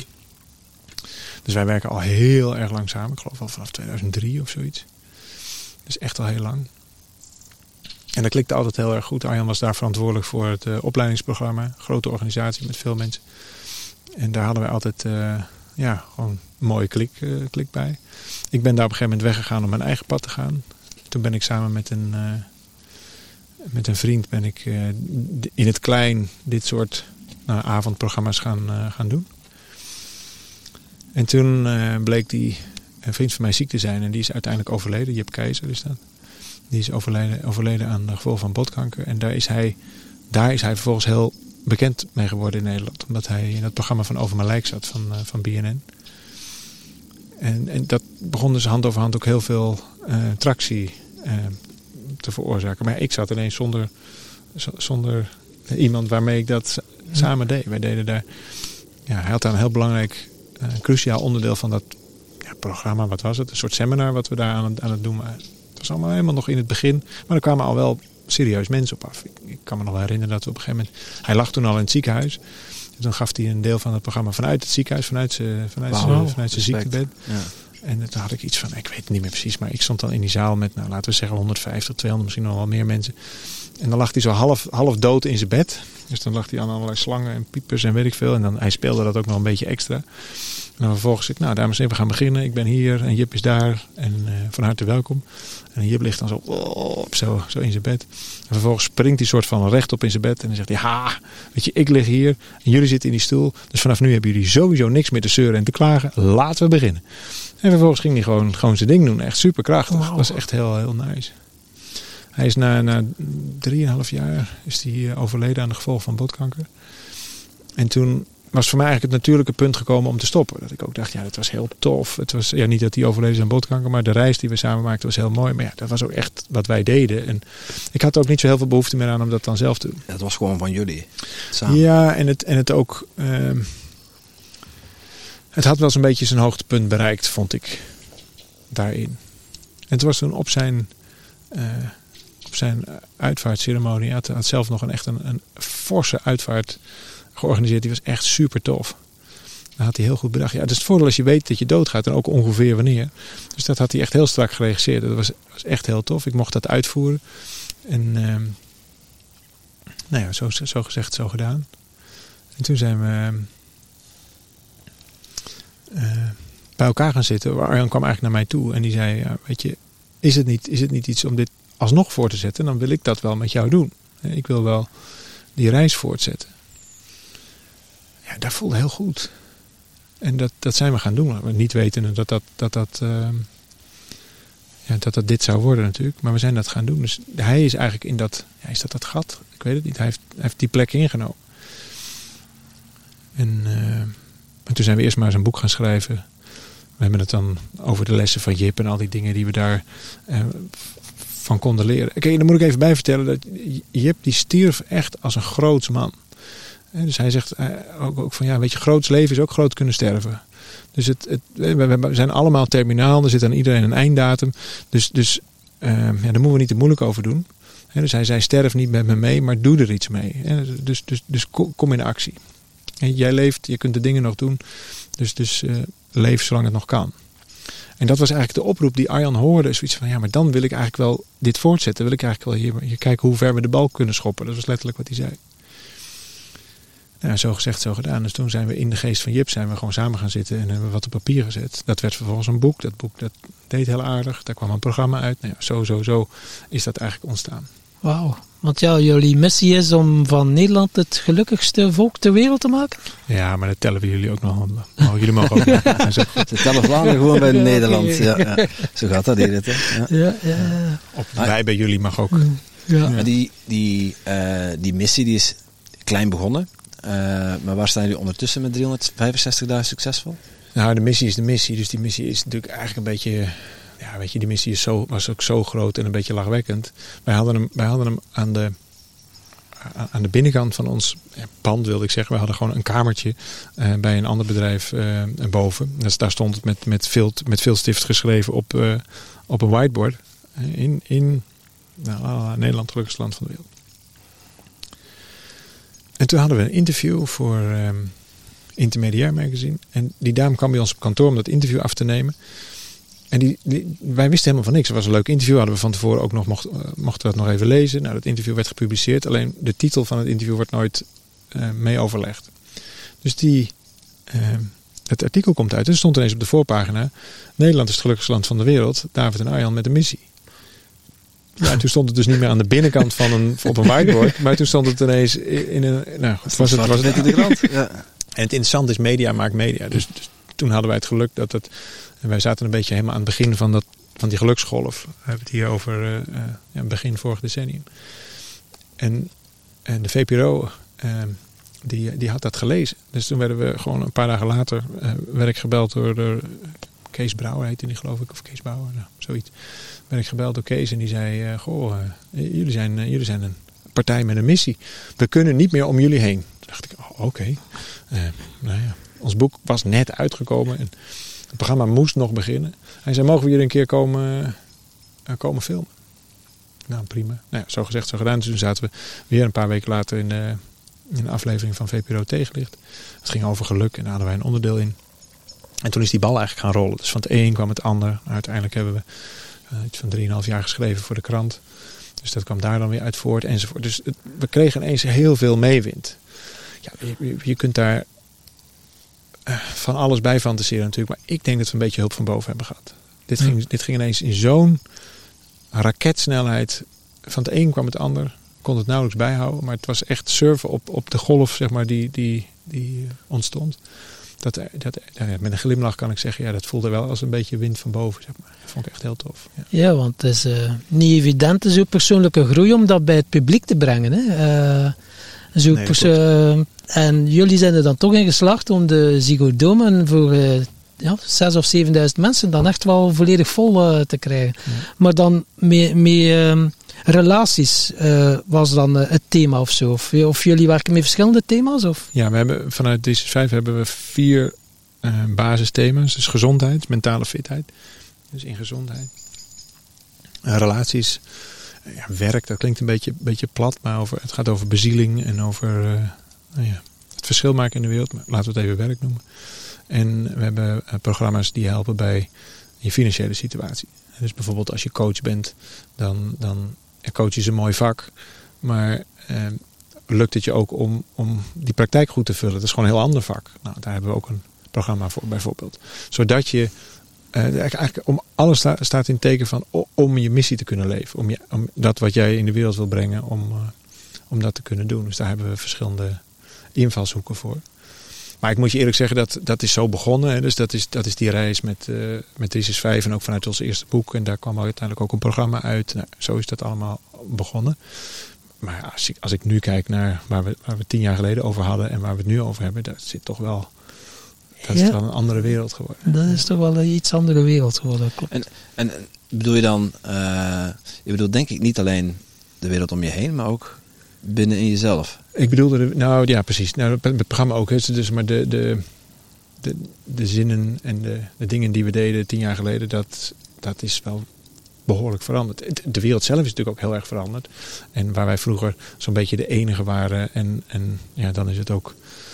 Dus wij werken al heel erg lang samen. Ik geloof al vanaf tweeduizend drie of zoiets. Dus echt al heel lang. En dat klikte altijd heel erg goed. Arjan was daar verantwoordelijk voor het uh, opleidingsprogramma. Grote organisatie met veel mensen. En daar hadden wij altijd uh, ja, gewoon een mooie klik, uh, klik bij. Ik ben daar op een gegeven moment weggegaan om mijn eigen pad te gaan. Toen ben ik samen met een, uh, met een vriend ben ik, uh, in het klein dit soort uh, avondprogramma's gaan, uh, gaan doen. En toen uh, bleek die een vriend van mij ziek te zijn. En die is uiteindelijk overleden. Jip Keizer is dat. Die is overleden, overleden aan de gevolgen van botkanker. En daar is, hij, daar is hij vervolgens heel bekend mee geworden in Nederland. Omdat hij in het programma van Over Mijn Lijk zat van, uh, van B N N. En, en dat begon dus hand over hand ook heel veel uh, tractie uh, te veroorzaken. Maar ik zat ineens zonder, zonder iemand waarmee ik dat samen deed. Wij deden daar... Ja, hij had daar een heel belangrijk, uh, cruciaal onderdeel van dat programma, wat was het? Een soort seminar wat we daar aan het, aan het doen waren. Het was allemaal helemaal nog in het begin. Maar er kwamen al wel serieus mensen op af. Ik, ik kan me nog wel herinneren dat we op een gegeven moment... Hij lag toen al in het ziekenhuis. En toen gaf hij een deel van het programma vanuit het ziekenhuis, vanuit zijn vanuit wow, zijn, vanuit zijn ziektebed. Ja. En toen had ik iets van, ik weet het niet meer precies, maar ik stond dan in die zaal met, nou, laten we zeggen honderdvijftig, tweehonderd, misschien nog wel meer mensen. En dan lag hij zo half, half dood in zijn bed. Dus dan lag hij aan allerlei slangen en piepers en weet ik veel. En dan, hij speelde dat ook nog een beetje extra. En dan vervolgens zei ik, nou dames en heren, we gaan beginnen. Ik ben hier en Jip is daar. En uh, van harte welkom. En Jip ligt dan zo, oh, zo, zo in zijn bed. En vervolgens springt hij soort van rechtop in zijn bed. En dan zegt hij, ha, weet je, ik lig hier. En jullie zitten in die stoel. Dus vanaf nu hebben jullie sowieso niks meer te zeuren en te klagen. Laten we beginnen. En vervolgens ging hij gewoon, gewoon zijn ding doen. Echt super krachtig. Wow. Dat was echt heel, heel nice. Hij is na, na drieënhalf jaar is hij overleden aan de gevolgen van botkanker. En toen was voor mij eigenlijk het natuurlijke punt gekomen om te stoppen. Dat ik ook dacht, ja, dat was heel tof. Het was ja, niet dat hij overleden is aan botkanker, maar de reis die we samen maakten was heel mooi. Maar ja, dat was ook echt wat wij deden. En ik had ook niet zo heel veel behoefte meer aan om dat dan zelf te doen. Ja, het was gewoon van jullie samen. Ja, en het, en het ook... Uh, het had wel eens een beetje zijn hoogtepunt bereikt, vond ik, daarin. En het was toen op zijn... Uh, op zijn uitvaartceremonie. Hij had, had zelf nog een echt een, een forse uitvaart georganiseerd. Die was echt super tof. Dan had hij heel goed bedacht. Ja, het is het voordeel als je weet dat je doodgaat en ook ongeveer wanneer. Dus dat had hij echt heel strak geregisseerd. Dat was, was echt heel tof. Ik mocht dat uitvoeren. En uh, nou ja, zo, zo gezegd, zo gedaan. En toen zijn we uh, bij elkaar gaan zitten. Arjan kwam eigenlijk naar mij toe en die zei, ja, weet je, is het niet, is het niet iets om dit alsnog voor te zetten? Dan wil ik dat wel met jou doen. Ik wil wel die reis voortzetten. Ja, dat voelde heel goed. En dat, dat zijn we gaan doen. We niet weten dat dat, dat, dat, uh, ja, dat dat dit zou worden natuurlijk. Maar we zijn dat gaan doen. Dus hij is eigenlijk in dat... Ja, is dat dat gat? Ik weet het niet. Hij heeft, hij heeft die plek ingenomen. En, uh, en toen zijn we eerst maar eens een boek gaan schrijven. We hebben het dan over de lessen van Jip en al die dingen die we daar uh, van konden leren. Kijk, dan moet ik even bij vertellen dat Jip die stierf echt als een groots man. Dus hij zegt ook, ook van ja, weet je, groots leven is ook groot kunnen sterven. Dus het, het, we zijn allemaal terminaal, er zit aan iedereen een einddatum. Dus, dus uh, ja, daar moeten we niet te moeilijk over doen. Dus hij zei, sterf niet met me mee, maar doe er iets mee. Dus, dus, dus kom in actie. Jij leeft, je kunt de dingen nog doen. Dus, dus uh, leef zolang het nog kan. En dat was eigenlijk de oproep die Arjan hoorde. Zoiets van, ja, maar dan wil ik eigenlijk wel dit voortzetten. Wil ik eigenlijk wel hier, hier kijken hoe ver we de bal kunnen schoppen. Dat was letterlijk wat hij zei. Nou, zo gezegd, zo gedaan. Dus toen zijn we in de geest van Jip zijn we gewoon samen gaan zitten en hebben we wat op papier gezet. Dat werd vervolgens een boek. Dat boek dat deed heel aardig. Daar kwam een programma uit. Nou ja, zo, zo, zo is dat eigenlijk ontstaan. Wauw. Want ja, jullie missie is om van Nederland het gelukkigste volk ter wereld te maken? Ja, maar dat tellen we jullie ook nog. Oh, jullie mogen ook nog. Ze tellen Vlaanderen gewoon bij Nederland. Ja, ja. Zo gaat dat hier. Hè? Ja. Ja, ja, ja. Op, wij bij jullie mag ook. Ja. Maar die, die, uh, die missie die is klein begonnen. Uh, maar waar staan jullie ondertussen met driehonderdvijfenzestig dagen succesvol? Nou, de missie is de missie. Dus die missie is natuurlijk eigenlijk een beetje... Ja, weet je, die missie is zo, was ook zo groot en een beetje lachwekkend. Wij hadden hem, wij hadden hem aan, de, aan de binnenkant van ons pand, wilde ik zeggen. We hadden gewoon een kamertje uh, bij een ander bedrijf uh, boven. Dus daar stond het met, met, vilt, met viltstift geschreven op, uh, op een whiteboard. In, in nou, Nederland, gelukkigste land van de wereld. En toen hadden we een interview voor um, Intermediair Magazine. En die dame kwam bij ons op kantoor om dat interview af te nemen. En die, die, wij wisten helemaal van niks. Het was een leuk interview. Hadden we van tevoren ook nog mocht, uh, mochten we dat nog even lezen. Nou, dat interview werd gepubliceerd. Alleen de titel van het interview wordt nooit uh, mee overlegd. Dus die, uh, het artikel komt uit. En stond ineens op de voorpagina. Nederland is het gelukkigste land van de wereld. David en Arjan met een missie. Ja, toen stond het dus niet meer aan de binnenkant van een, op een whiteboard. Maar toen stond het ineens in een... Nou, het was het, was het in de krant. Ja. En het interessante is, media maakt media. Dus, dus toen hadden wij het geluk dat het... En wij zaten een beetje helemaal aan het begin van, dat, van die geluksgolf. We hebben het hier over uh, uh, ja, begin vorig decennium. En, en de V P R O, uh, die, die had dat gelezen. Dus toen werden we gewoon een paar dagen later... Uh, werd ik gebeld door, door Kees Brouwer, heette die geloof ik. Of Kees Brouwer, nou, zoiets. Werd ik gebeld door Kees en die zei... Uh, goh, uh, jullie, zijn, uh, jullie zijn een partij met een missie. We kunnen niet meer om jullie heen. Toen dacht ik, oh, oké. Okay. Uh, nou ja, ons boek was net uitgekomen en... Het programma moest nog beginnen. Hij zei, mogen we hier een keer komen, uh, komen filmen? Nou, prima. Nou ja, zo gezegd, zo gedaan. Dus toen zaten we weer een paar weken later in, uh, in een aflevering van V P R O Tegenlicht. Het ging over geluk en daar hadden wij een onderdeel in. En toen is die bal eigenlijk gaan rollen. Dus van het een kwam het ander. Nou, uiteindelijk hebben we uh, iets van drieënhalf jaar geschreven voor de krant. Dus dat kwam daar dan weer uit voort enzovoort. Dus het, we kregen ineens heel veel meewind. Ja, je, je kunt daar uh, van alles bij fantaseren natuurlijk. Maar ik denk dat we een beetje hulp van boven hebben gehad. Dit ging, dit ging ineens in zo'n raketsnelheid. Van het een kwam het ander. Kon het nauwelijks bijhouden. Maar het was echt surfen op, op de golf, zeg maar, die, die, die ontstond. Dat, dat, met een glimlach kan ik zeggen, ja, dat voelde wel als een beetje wind van boven. Zeg maar. Dat vond ik echt heel tof. Ja, ja want het is uh, niet evident, zo'n persoonlijke groei, om dat bij het publiek te brengen. Hè. Uh, zo nee, pers- uh, en jullie zijn er dan toch in geslaagd om de Ziggo Dome voor uh, ja, zes of zevenduizend mensen dan echt wel volledig vol uh, te krijgen. Ja. Maar dan met, met uh, relaties uh, was dan uh, het thema of zo? Of, of jullie werken met verschillende thema's? Of? Ja, we hebben vanuit D zesenzestig hebben we vier uh, basisthema's. Dus gezondheid, mentale fitheid. Dus in gezondheid. Uh, relaties. Uh, ja, werk, dat klinkt een beetje, beetje plat. Maar over, het gaat over bezieling en over uh, nou ja, het verschil maken in de wereld. Maar laten we het even werk noemen. En we hebben uh, programma's die helpen bij je financiële situatie. Dus bijvoorbeeld als je coach bent, dan, dan coach is een mooi vak. Maar uh, lukt het je ook om, om die praktijk goed te vullen? Dat is gewoon een heel ander vak. Nou, daar hebben we ook een programma voor bijvoorbeeld. Zodat je, uh, eigenlijk om alles sta, staat in het teken van om je missie te kunnen leven. Om, je, om dat wat jij in de wereld wil brengen, om, uh, om dat te kunnen doen. Dus daar hebben we verschillende invalshoeken voor. Maar ik moet je eerlijk zeggen, dat, dat is zo begonnen. Hè. Dus dat is, dat is die reis met, uh, met drie zes vijf en ook vanuit ons eerste boek. En daar kwam uiteindelijk ook een programma uit. Nou, zo is dat allemaal begonnen. Maar als ik, als ik nu kijk naar waar we, waar we tien jaar geleden over hadden en waar we het nu over hebben, dat zit toch wel, dat ja. is wel een andere wereld geworden. Dat is toch wel een iets andere wereld geworden. En, en bedoel je dan, uh, je bedoelt denk ik niet alleen de wereld om je heen, maar ook binnen in jezelf? Ik bedoelde, nou ja, precies. Nou, het programma ook. Hè, dus maar de, de, de, de zinnen en de, de dingen die we deden tien jaar geleden, dat, dat is wel behoorlijk veranderd. De wereld zelf is natuurlijk ook heel erg veranderd. En waar wij vroeger zo'n beetje de enige waren. En, en ja, dan is het ook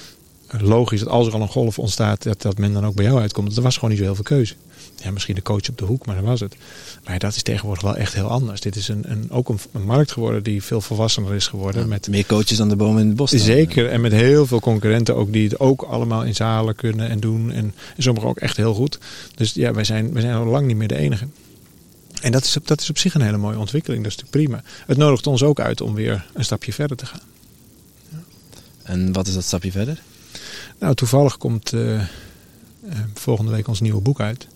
logisch dat als er al een golf ontstaat, dat, dat men dan ook bij jou uitkomt. Er was gewoon niet zo heel veel keuze. Ja, misschien de coach op de hoek, maar dat was het. Maar dat is tegenwoordig wel echt heel anders. Dit is een, een, ook een, een markt geworden die veel volwassener is geworden. Ja, met meer coaches dan de bomen in het bos. Zeker, en met heel veel concurrenten ook die het ook allemaal in zalen kunnen en doen. En, en sommigen ook echt heel goed. Dus ja, wij zijn, wij zijn al lang niet meer de enige. En dat is, dat is op zich een hele mooie ontwikkeling. Dat is natuurlijk prima. Het nodigt ons ook uit om weer een stapje verder te gaan. Ja. En wat is dat stapje verder? Nou, toevallig komt uh, uh, volgende week ons nieuwe boek uit.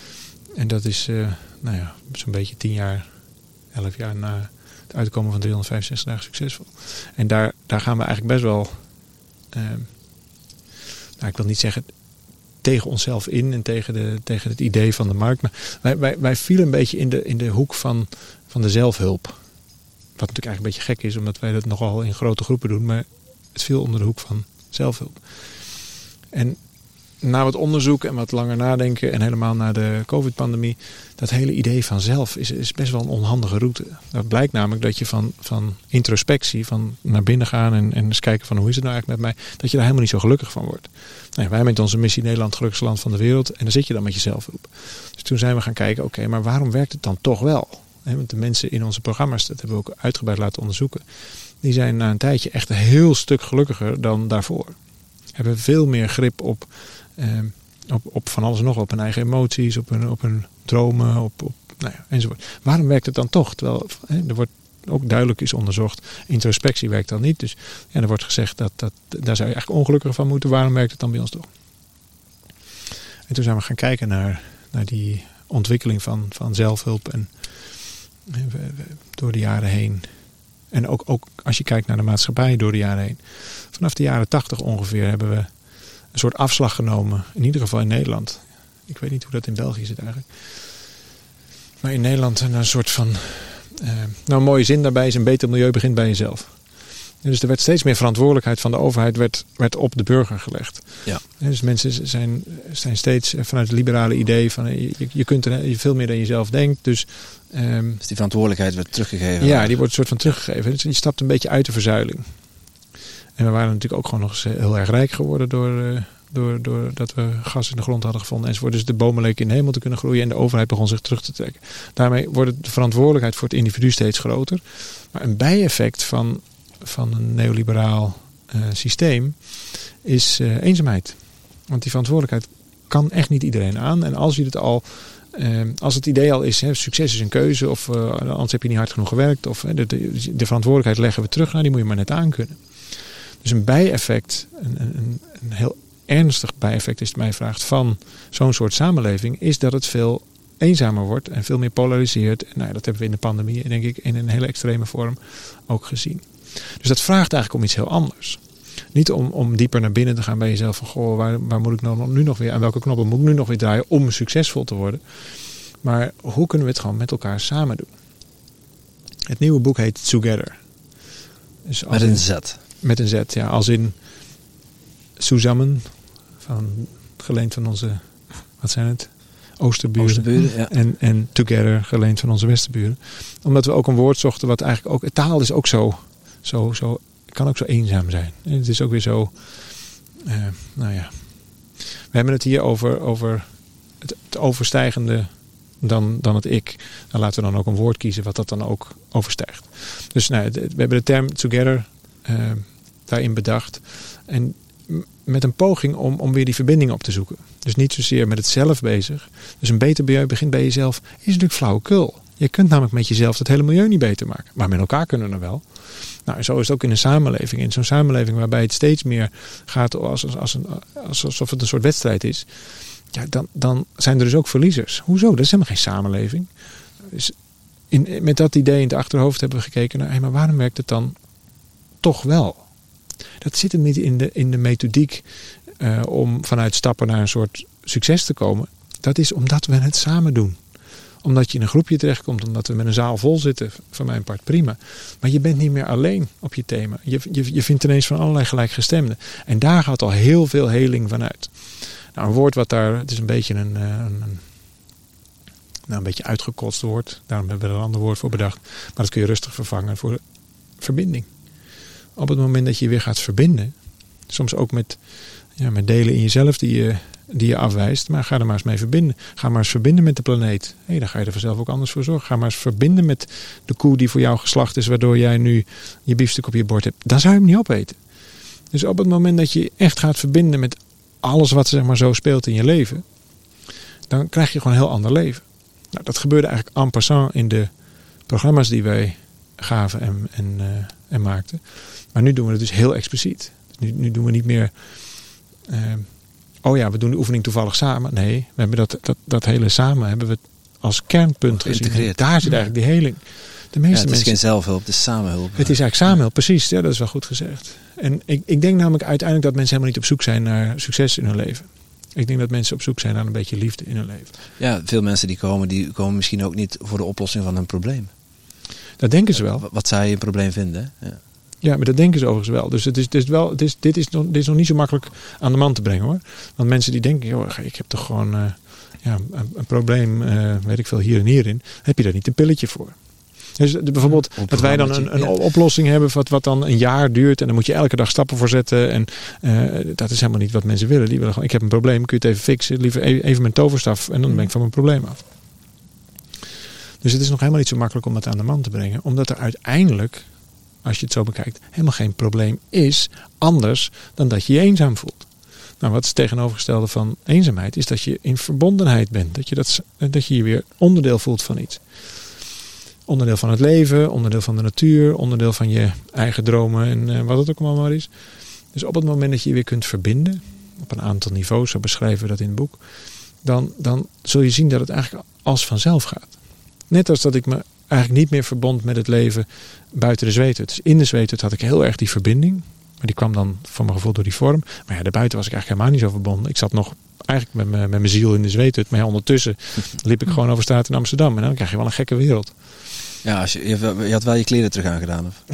En dat is, uh, nou ja, zo'n beetje tien jaar, elf jaar na het uitkomen van driehonderdvijfenzestig dagen succesvol. En daar, daar gaan we eigenlijk best wel, uh, nou, ik wil niet zeggen tegen onszelf in en tegen, de, tegen het idee van de markt. Maar wij, wij, wij vielen een beetje in de, in de hoek van, van de zelfhulp. Wat natuurlijk eigenlijk een beetje gek is, omdat wij dat nogal in grote groepen doen. Maar het viel onder de hoek van zelfhulp. En na wat onderzoek en wat langer nadenken en helemaal na de COVID-pandemie, dat hele idee van zelf is, is best wel een onhandige route. Dat blijkt namelijk dat je van, van introspectie, van naar binnen gaan en, en eens kijken van hoe is het nou eigenlijk met mij, dat je daar helemaal niet zo gelukkig van wordt. Nou, wij hebben met onze missie Nederland het gelukkigste land van de wereld en dan zit je dan met je zelfhulp. Dus toen zijn we gaan kijken, oké, okay, maar waarom werkt het dan toch wel? He, want de mensen in onze programma's, dat hebben we ook uitgebreid laten onderzoeken, die zijn na een tijdje echt een heel stuk gelukkiger dan daarvoor. Hebben veel meer grip op Uh, op, op van alles nog, op hun eigen emoties, op hun, op hun dromen, op, op, nou ja, enzovoort. Waarom werkt het dan toch? Terwijl hè, er wordt ook duidelijk is onderzocht, introspectie werkt dan niet. Dus ja, er wordt gezegd dat, dat daar zou je eigenlijk ongelukkiger van moeten. Waarom werkt het dan bij ons toch? En toen zijn we gaan kijken naar, naar die ontwikkeling van, van zelfhulp en we, we, door de jaren heen. En ook, ook als je kijkt naar de maatschappij door de jaren heen. Vanaf de jaren tachtig ongeveer hebben we een soort afslag genomen. In ieder geval in Nederland. Ik weet niet hoe dat in België zit eigenlijk. Maar in Nederland een soort van Uh, nou, een mooie zin daarbij is: een beter milieu begint bij jezelf. En dus er werd steeds meer verantwoordelijkheid van de overheid werd, werd op de burger gelegd. Ja. En dus mensen zijn, zijn steeds vanuit het liberale idee van je, je kunt er veel meer dan je zelf denkt. Dus, um, dus die verantwoordelijkheid werd teruggegeven. Ja, die wordt een soort van teruggegeven. Dus die stapt een beetje uit de verzuiling. En we waren natuurlijk ook gewoon nog eens heel erg rijk geworden door, uh, door, door dat we gas in de grond hadden gevonden enzovoort. Dus de bomen leken in de hemel te kunnen groeien en de overheid begon zich terug te trekken. Daarmee wordt de verantwoordelijkheid voor het individu steeds groter. Maar een bijeffect van, van een neoliberaal uh, systeem is uh, eenzaamheid. Want die verantwoordelijkheid kan echt niet iedereen aan. En als je het al, uh, als het idee al is, hè, succes is een keuze, of uh, anders heb je niet hard genoeg gewerkt, of uh, de, de, de verantwoordelijkheid leggen we terug, nou, die moet je maar net aankunnen. Dus een bijeffect, een, een, een heel ernstig bijeffect is het mij vraagt van zo'n soort samenleving, is dat het veel eenzamer wordt en veel meer polariseert. En nou ja, dat hebben we in de pandemie, denk ik, in een hele extreme vorm ook gezien. Dus dat vraagt eigenlijk om iets heel anders. Niet om, om dieper naar binnen te gaan bij jezelf van goh, waar, waar moet ik nou nu nog weer, aan welke knoppen moet ik nu nog weer draaien om succesvol te worden. Maar hoe kunnen we het gewoon met elkaar samen doen? Het nieuwe boek heet Together. Dus met een in, Z. Met een Z, ja. Als in zusammen, van, geleend van onze, wat zijn het? Oosterburen. Oosterburen, ja. En, en together, geleend van onze westerburen. Omdat we ook een woord zochten wat eigenlijk ook... Taal is ook zo... zo, zo kan ook zo eenzaam zijn. En het is ook weer zo... Uh, nou ja... We hebben het hier over, over het, het overstijgende dan, dan het ik. Dan laten we dan ook een woord kiezen wat dat dan ook overstijgt. Dus nou, we hebben de term together uh, daarin bedacht. En met een poging om, om weer die verbinding op te zoeken. Dus niet zozeer met het zelf bezig. Dus een beter milieu begint bij jezelf is natuurlijk flauwekul. Je kunt namelijk met jezelf het hele milieu niet beter maken. Maar met elkaar kunnen we er wel. Nou, en zo is het ook in een samenleving. In zo'n samenleving waarbij het steeds meer gaat als, als, als een, als, alsof het een soort wedstrijd is. Ja, dan, dan zijn er dus ook verliezers. Hoezo? Dat is helemaal geen samenleving. Dus in, met dat idee in het achterhoofd hebben we gekeken naar, hey, maar waarom werkt het dan toch wel? Dat zit hem niet in de, in de methodiek uh, om vanuit stappen naar een soort succes te komen. Dat is omdat we het samen doen. Omdat je in een groepje terechtkomt, omdat we met een zaal vol zitten, van mijn part prima. Maar je bent niet meer alleen op je thema. Je, je, je vindt ineens van allerlei gelijkgestemden. En daar gaat al heel veel heling van uit. Nou, een woord wat daar, het is een beetje een, een, een, nou, een beetje uitgekotst woord. Daarom hebben we er een ander woord voor bedacht. Maar dat kun je rustig vervangen voor verbinding. Op het moment dat je weer gaat verbinden, soms ook met, ja, met delen in jezelf die je, die je afwijst, maar ga er maar eens mee verbinden. Ga maar eens verbinden met de planeet. Hey, dan ga je er vanzelf ook anders voor zorgen. Ga maar eens verbinden met de koe die voor jou geslacht is, waardoor jij nu je biefstuk op je bord hebt. Dan zou je hem niet opeten. Dus op het moment dat je echt gaat verbinden met alles wat zeg maar zo speelt in je leven, dan krijg je gewoon een heel ander leven. Nou, dat gebeurde eigenlijk en passant in de programma's die wij gaven en, en, uh, en maakten. Maar nu doen we het dus heel expliciet. Nu, nu doen we niet meer Uh, oh ja, we doen de oefening toevallig samen. Nee, we hebben dat, dat, dat hele samen hebben we als kernpunt gezien. Daar zit eigenlijk die heling. De meeste ja, het is mensen, geen zelfhulp, het is samenhulp. Het is eigenlijk samenhulp, precies. Ja, dat is wel goed gezegd. En ik, ik denk namelijk uiteindelijk dat mensen helemaal niet op zoek zijn naar succes in hun leven. Ik denk dat mensen op zoek zijn naar een beetje liefde in hun leven. Ja, veel mensen die komen, die komen misschien ook niet voor de oplossing van hun probleem. Dat denken ze wel. Wat zij een probleem vinden. Ja. Ja, maar dat denken ze overigens wel. Dus het is, het is wel, het is, dit, is nog, dit is nog niet zo makkelijk aan de man te brengen hoor. Want mensen die denken, joh, ik heb toch gewoon uh, ja, een, een probleem, uh, weet ik veel, hier en hierin. Heb je daar niet een pilletje voor? Dus de, bijvoorbeeld Op dat wij dan een, een ja. oplossing hebben wat, wat dan een jaar duurt. En dan moet je elke dag stappen voor zetten. En uh, dat is helemaal niet wat mensen willen. Die willen gewoon, ik heb een probleem, kun je het even fixen? Liever even mijn toverstaf en dan ben ik van mijn probleem af. Dus het is nog helemaal niet zo makkelijk om dat aan de man te brengen. Omdat er uiteindelijk, als je het zo bekijkt, helemaal geen probleem is anders dan dat je je eenzaam voelt. Nou, wat is het tegenovergestelde van eenzaamheid? Is dat je in verbondenheid bent. Dat je, dat, dat je je weer onderdeel voelt van iets. Onderdeel van het leven, onderdeel van de natuur, onderdeel van je eigen dromen en uh, wat het ook allemaal maar is. Dus op het moment dat je je weer kunt verbinden, op een aantal niveaus, zo beschrijven we dat in het boek, dan, dan zul je zien dat het eigenlijk als vanzelf gaat. Net als dat ik me eigenlijk niet meer verbond met het leven buiten de zweethut. Dus in de zweethut had ik heel erg die verbinding. Maar die kwam dan voor mijn gevoel door die vorm. Maar ja, daarbuiten was ik eigenlijk helemaal niet zo verbonden. Ik zat nog eigenlijk met, me, met mijn ziel in de zweethut. Maar ja, ondertussen liep ik gewoon over straat in Amsterdam. En dan krijg je wel een gekke wereld. Ja, als je, je, je had wel je kleren terug aangedaan. Of?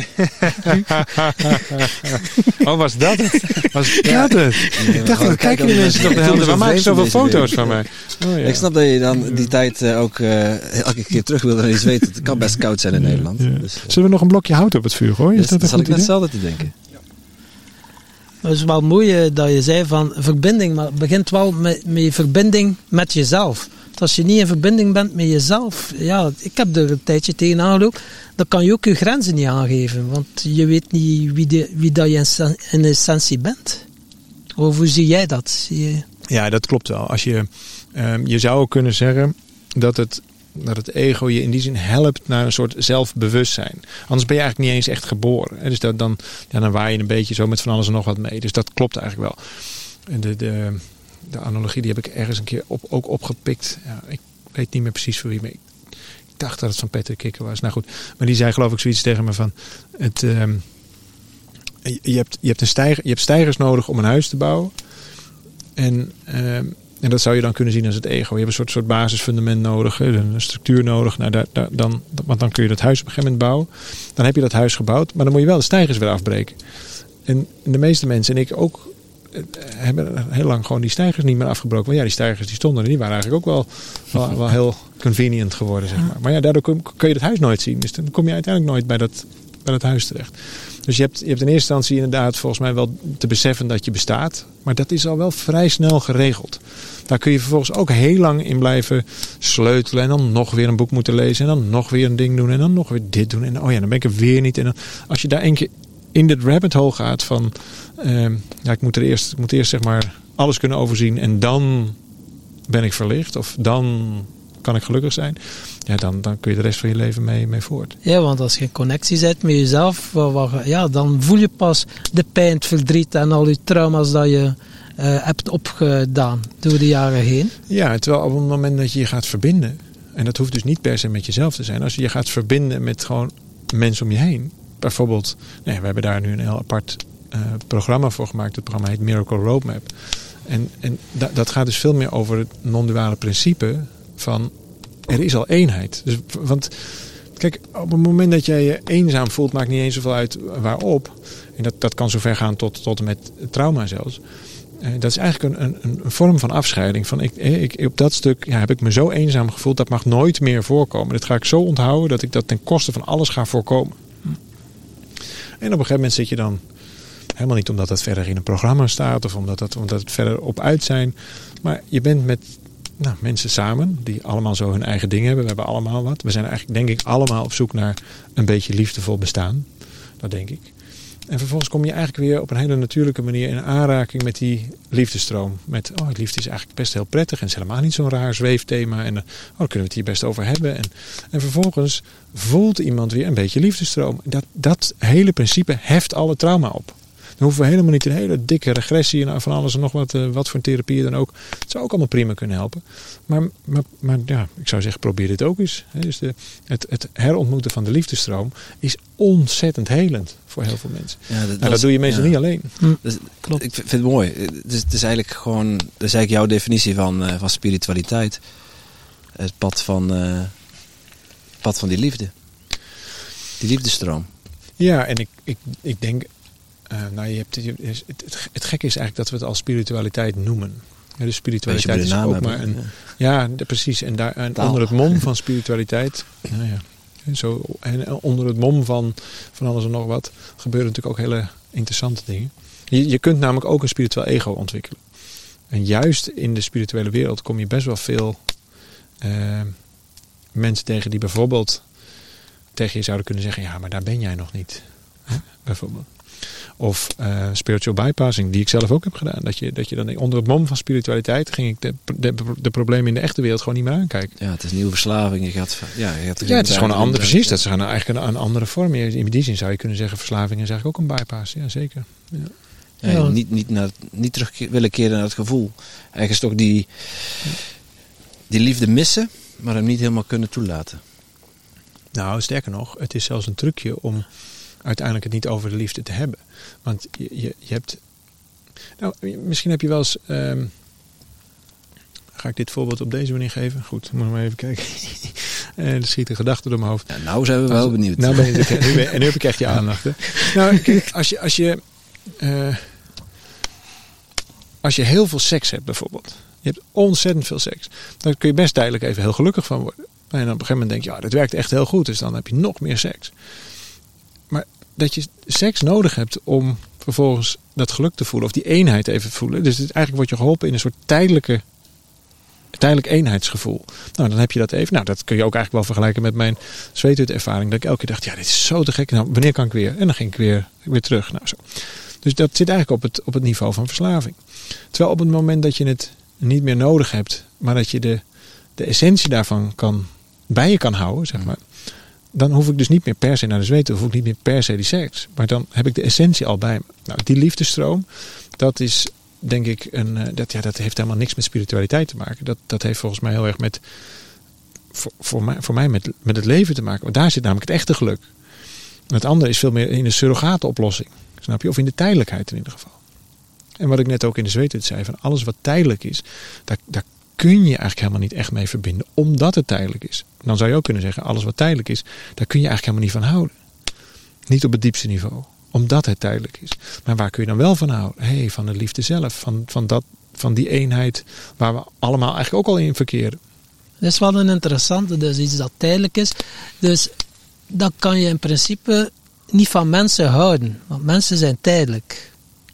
Oh, was dat het? Was Ja. dat het? Ik dacht, dat kijken die mensen toch de helft. Waar maken ze zoveel foto's van mij? Oh, ja. Ik snap dat je dan die tijd uh, ook uh, elke keer terug wilde. En je weet, het kan best koud zijn in Nederland. Ja. Dus, uh, Zullen we nog een blokje hout op het vuur gooien? dus, Is dat dan een zat ik goed net idee? hetzelfde te denken. Het is wel mooi uh, dat je zei van verbinding, maar het begint wel met, met je verbinding met jezelf. Dus als je niet in verbinding bent met jezelf, ja, ik heb er een tijdje tegenaan gelopen, dan kan je ook je grenzen niet aangeven, want je weet niet wie, de, wie dat je in, in essentie bent. Of hoe zie jij dat? Zie je... Ja, dat klopt wel. Als je, um, je zou ook kunnen zeggen dat het, dat het ego je in die zin helpt naar een soort zelfbewustzijn. Anders ben je eigenlijk niet eens echt geboren. Hè? Dus dat, dan, ja, dan waai je een beetje zo met van alles en nog wat mee. Dus dat klopt eigenlijk wel. En de, de, de analogie die heb ik ergens een keer op, ook opgepikt. Ja, ik weet niet meer precies voor wie. Maar ik, ik dacht dat het van Peter Kikker was. Nou goed, maar die zei geloof ik zoiets tegen me van... Het, um, je, je, hebt, je, hebt een stijger, je hebt stijgers nodig om een huis te bouwen. En... Um, En dat zou je dan kunnen zien als het ego. Je hebt een soort, soort basisfundament nodig, een structuur nodig. Nou, daar, daar, dan, want dan kun je dat huis op een gegeven moment bouwen. Dan heb je dat huis gebouwd, maar dan moet je wel de stijgers weer afbreken. En de meeste mensen, en ik ook, hebben heel lang gewoon die stijgers niet meer afgebroken. Want ja, die stijgers die stonden er, die waren eigenlijk ook wel, wel, wel heel convenient geworden, zeg maar. Maar ja, daardoor kun, kun je dat huis nooit zien. Dus dan kom je uiteindelijk nooit bij dat, bij dat huis terecht. Dus je hebt, je hebt in eerste instantie inderdaad volgens mij wel te beseffen dat je bestaat. Maar dat is al wel vrij snel geregeld. Daar kun je vervolgens ook heel lang in blijven sleutelen. En dan nog weer een boek moeten lezen. En dan nog weer een ding doen. En dan nog weer dit doen. En oh ja, dan ben ik er weer niet. En dan, als je daar een keer in dit rabbit hole gaat van... Uh, ja, ik moet er eerst, ik moet eerst zeg maar alles kunnen overzien. En dan ben ik verlicht. Of dan kan ik gelukkig zijn. Ja, dan, dan kun je de rest van je leven mee, mee voort. Ja, want als je in connectie bent met jezelf, wat, wat, ja, dan voel je pas de pijn, het verdriet en al je trauma's dat je uh, hebt opgedaan door de jaren heen. Ja, terwijl op het moment dat je je gaat verbinden, en dat hoeft dus niet per se met jezelf te zijn, als je je gaat verbinden met gewoon mensen om je heen. Bijvoorbeeld, nee, we hebben daar nu een heel apart uh, programma voor gemaakt. Het programma heet Miracle Roadmap. En, en da, dat gaat dus veel meer over het non-duale principe van... Er is al eenheid. Dus, want kijk, op het moment dat jij je eenzaam voelt, maakt niet eens zoveel uit waarop. En dat, dat kan zover gaan tot, tot en met trauma zelfs. Uh, dat is eigenlijk een, een, een vorm van afscheiding. Van ik, ik, op dat stuk ja, heb ik me zo eenzaam gevoeld, dat mag nooit meer voorkomen. Dat ga ik zo onthouden dat ik dat ten koste van alles ga voorkomen. Hm. En op een gegeven moment zit je dan, helemaal niet omdat dat verder in een programma staat of omdat, dat, omdat het verder op uit zijn. Maar je bent met... Nou, mensen samen, die allemaal zo hun eigen dingen hebben. We hebben allemaal wat. We zijn eigenlijk, denk ik, allemaal op zoek naar een beetje liefdevol bestaan. Dat denk ik. En vervolgens kom je eigenlijk weer op een hele natuurlijke manier in aanraking met die liefdestroom. Met, oh, liefde is eigenlijk best heel prettig. En het is helemaal niet zo'n raar zweefthema. En oh, dan kunnen we het hier best over hebben. En, en vervolgens voelt iemand weer een beetje liefdestroom. Dat, dat hele principe heft alle trauma op. Dan hoeven we helemaal niet een hele dikke regressie en van alles en nog wat, uh, wat voor therapie dan ook. Het zou ook allemaal prima kunnen helpen. Maar, maar, maar ja, ik zou zeggen, probeer dit ook eens. He, dus de, het, het herontmoeten van de liefdesstroom is ontzettend helend voor heel veel mensen. Ja, dat, nou, dat, dat doe je meestal ja. niet alleen. Hm. Dus, klopt. Ik vind het mooi. Het is, het is eigenlijk gewoon, dat is eigenlijk jouw definitie van, uh, van spiritualiteit. Het pad van, uh, het pad van die liefde. Die liefdesstroom. Ja, en ik, ik, ik denk... Uh, nou, je hebt, je, het, het, het gekke is eigenlijk dat we het als spiritualiteit noemen. Ja, dus spiritualiteit is ook hebben, maar een... Ja, ja precies. En, daar, en onder het mom van spiritualiteit... Nou ja, en zo, en onder het mom van, van alles en nog wat... gebeuren natuurlijk ook hele interessante dingen. Je, je kunt namelijk ook een spiritueel ego ontwikkelen. En juist in de spirituele wereld kom je best wel veel... Uh, mensen tegen die bijvoorbeeld... tegen je zouden kunnen zeggen... ja, maar daar ben jij nog niet. Huh? Bijvoorbeeld. Of uh, spiritual bypassing, die ik zelf ook heb gedaan. Dat je, dat je dan onder het mom van spiritualiteit ging ik de, de, de problemen in de echte wereld gewoon niet meer aankijken. Ja, het is een nieuwe verslaving. Je gaat, ja, je gaat ja, het is gewoon een andere, precies. Dat is gewoon eigenlijk een, een andere vorm. In die zin zou je kunnen zeggen, verslaving is eigenlijk ook een bypass. Ja, zeker. Ja. Ja, ja. Niet, niet, naar, niet terug willen keren naar het gevoel. Eigenlijk toch die, die liefde missen, maar hem niet helemaal kunnen toelaten. Nou, sterker nog, het is zelfs een trucje om uiteindelijk het niet over de liefde te hebben. Want je, je, je hebt... Nou, misschien heb je wel eens... Um, ga ik dit voorbeeld op deze manier geven? Goed, moet ik maar even kijken. En er schiet een gedachte door mijn hoofd. Ja, nou zijn we wel als, benieuwd. Nou ben je, nu ben, en nu heb ik echt je aandacht. Hè. Nou, kijk, als je, als je, uh, als je heel veel seks hebt bijvoorbeeld. Je hebt ontzettend veel seks. Dan kun je best tijdelijk even heel gelukkig van worden. En dan op een gegeven moment denk je, ja, dat werkt echt heel goed. Dus dan heb je nog meer seks. Maar dat je seks nodig hebt om vervolgens dat geluk te voelen. Of die eenheid even te voelen. Dus eigenlijk word je geholpen in een soort tijdelijke, tijdelijk eenheidsgevoel. Nou, dan heb je dat even. Nou, dat kun je ook eigenlijk wel vergelijken met mijn zweethutervaring. Dat ik elke keer dacht, ja, dit is zo te gek. Nou, wanneer kan ik weer? En dan ging ik weer, weer terug. Nou, zo. Dus dat zit eigenlijk op het, op het niveau van verslaving. Terwijl op het moment dat je het niet meer nodig hebt, maar dat je de, de essentie daarvan kan, bij je kan houden, zeg maar. Dan hoef ik dus niet meer per se naar de zweet, hoef ik niet meer per se die seks. Maar dan heb ik de essentie al bij me. Nou, die liefdesstroom, dat is denk ik een, dat, ja, dat heeft helemaal niks met spiritualiteit te maken. Dat, dat heeft volgens mij heel erg met, voor, voor mij, voor mij met, met het leven te maken. Want daar zit namelijk het echte geluk. En het andere is veel meer in de surrogaatoplossing. Snap je? Of in de tijdelijkheid in ieder geval. En wat ik net ook in de zweethut zei, van alles wat tijdelijk is, daar, daar kun je eigenlijk helemaal niet echt mee verbinden, omdat het tijdelijk is. Dan zou je ook kunnen zeggen, alles wat tijdelijk is, daar kun je eigenlijk helemaal niet van houden. Niet op het diepste niveau, omdat het tijdelijk is. Maar waar kun je dan wel van houden? Hé, hey, van de liefde zelf, van, van, dat, van die eenheid waar we allemaal eigenlijk ook al in verkeren. Dat is wel een interessante, dus iets dat tijdelijk is. Dus dan kan je in principe niet van mensen houden, want mensen zijn tijdelijk.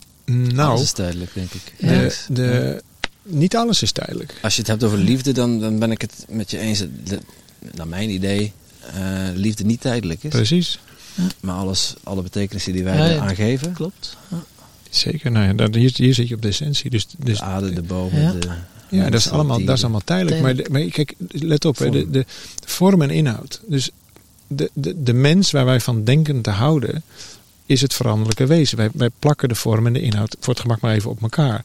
Nou, alles is tijdelijk, denk ik. Ja. De, de, niet alles is tijdelijk. Als je het hebt over liefde, dan, dan ben ik het met je eens. De, naar mijn idee, uh, liefde niet tijdelijk is. Precies. Ja. Maar alles, alle betekenissen die wij ja, ja, aangeven. Klopt. Ja. Zeker. Nou ja, hier, hier zit je op de essentie. Dus, dus, de aarde, de bomen, ja. de... Ja, dat is, allemaal, dat is allemaal tijdelijk. Maar, de, maar kijk, let op. Vorm. De, de, de vorm en inhoud. Dus de, de, de mens waar wij van denken te houden, is het veranderlijke wezen. Wij, wij plakken de vorm en de inhoud voor het gemak maar even op elkaar.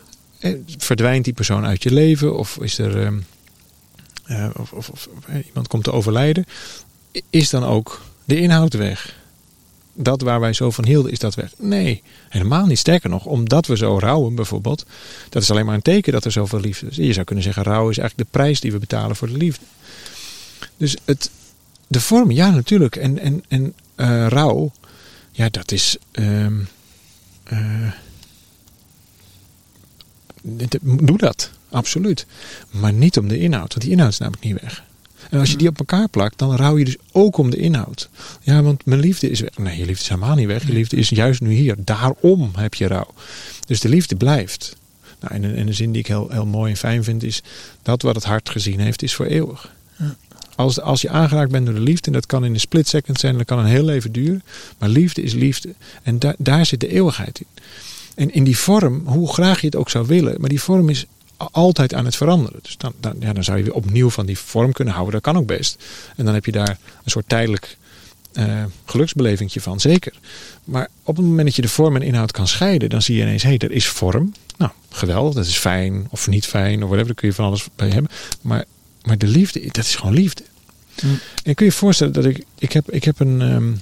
Verdwijnt die persoon uit je leven? Of is er um, uh, of, of, of uh, iemand komt te overlijden? Is dan ook de inhoud weg? Dat waar wij zo van hielden, is dat weg? Nee, helemaal niet. Sterker nog, omdat we zo rouwen bijvoorbeeld, dat is alleen maar een teken dat er zoveel liefde is. Je zou kunnen zeggen, rouw is eigenlijk de prijs die we betalen voor de liefde. Dus het, de vorm, ja natuurlijk. En, en, en uh, rouw, ja dat is... Um, uh, doe dat, absoluut. Maar niet om de inhoud, want die inhoud is namelijk niet weg. En als je die op elkaar plakt, dan rouw je dus ook om de inhoud. Ja, want mijn liefde is weg. Nee, je liefde is helemaal niet weg. Je liefde is juist nu hier. Daarom heb je rouw. Dus de liefde blijft. Nou, en, en een zin die ik heel, heel mooi en fijn vind is, dat wat het hart gezien heeft, is voor eeuwig. Ja. Als, als je aangeraakt bent door de liefde, en dat kan in een split second zijn, dat kan een heel leven duren. Maar liefde is liefde. En da, daar zit de eeuwigheid in. En in die vorm, hoe graag je het ook zou willen, maar die vorm is altijd aan het veranderen. Dus dan, dan, ja, dan zou je weer opnieuw van die vorm kunnen houden. Dat kan ook best. En dan heb je daar een soort tijdelijk uh, geluksbelevingje van. Zeker. Maar op het moment dat je de vorm en inhoud kan scheiden, dan zie je ineens, hé, hey, er is vorm. Nou, geweldig. Dat is fijn of niet fijn of whatever. Daar kun je van alles bij hebben. Maar, maar de liefde, dat is gewoon liefde. Mm. En kun je je voorstellen dat ik, ik heb, ik heb een, um,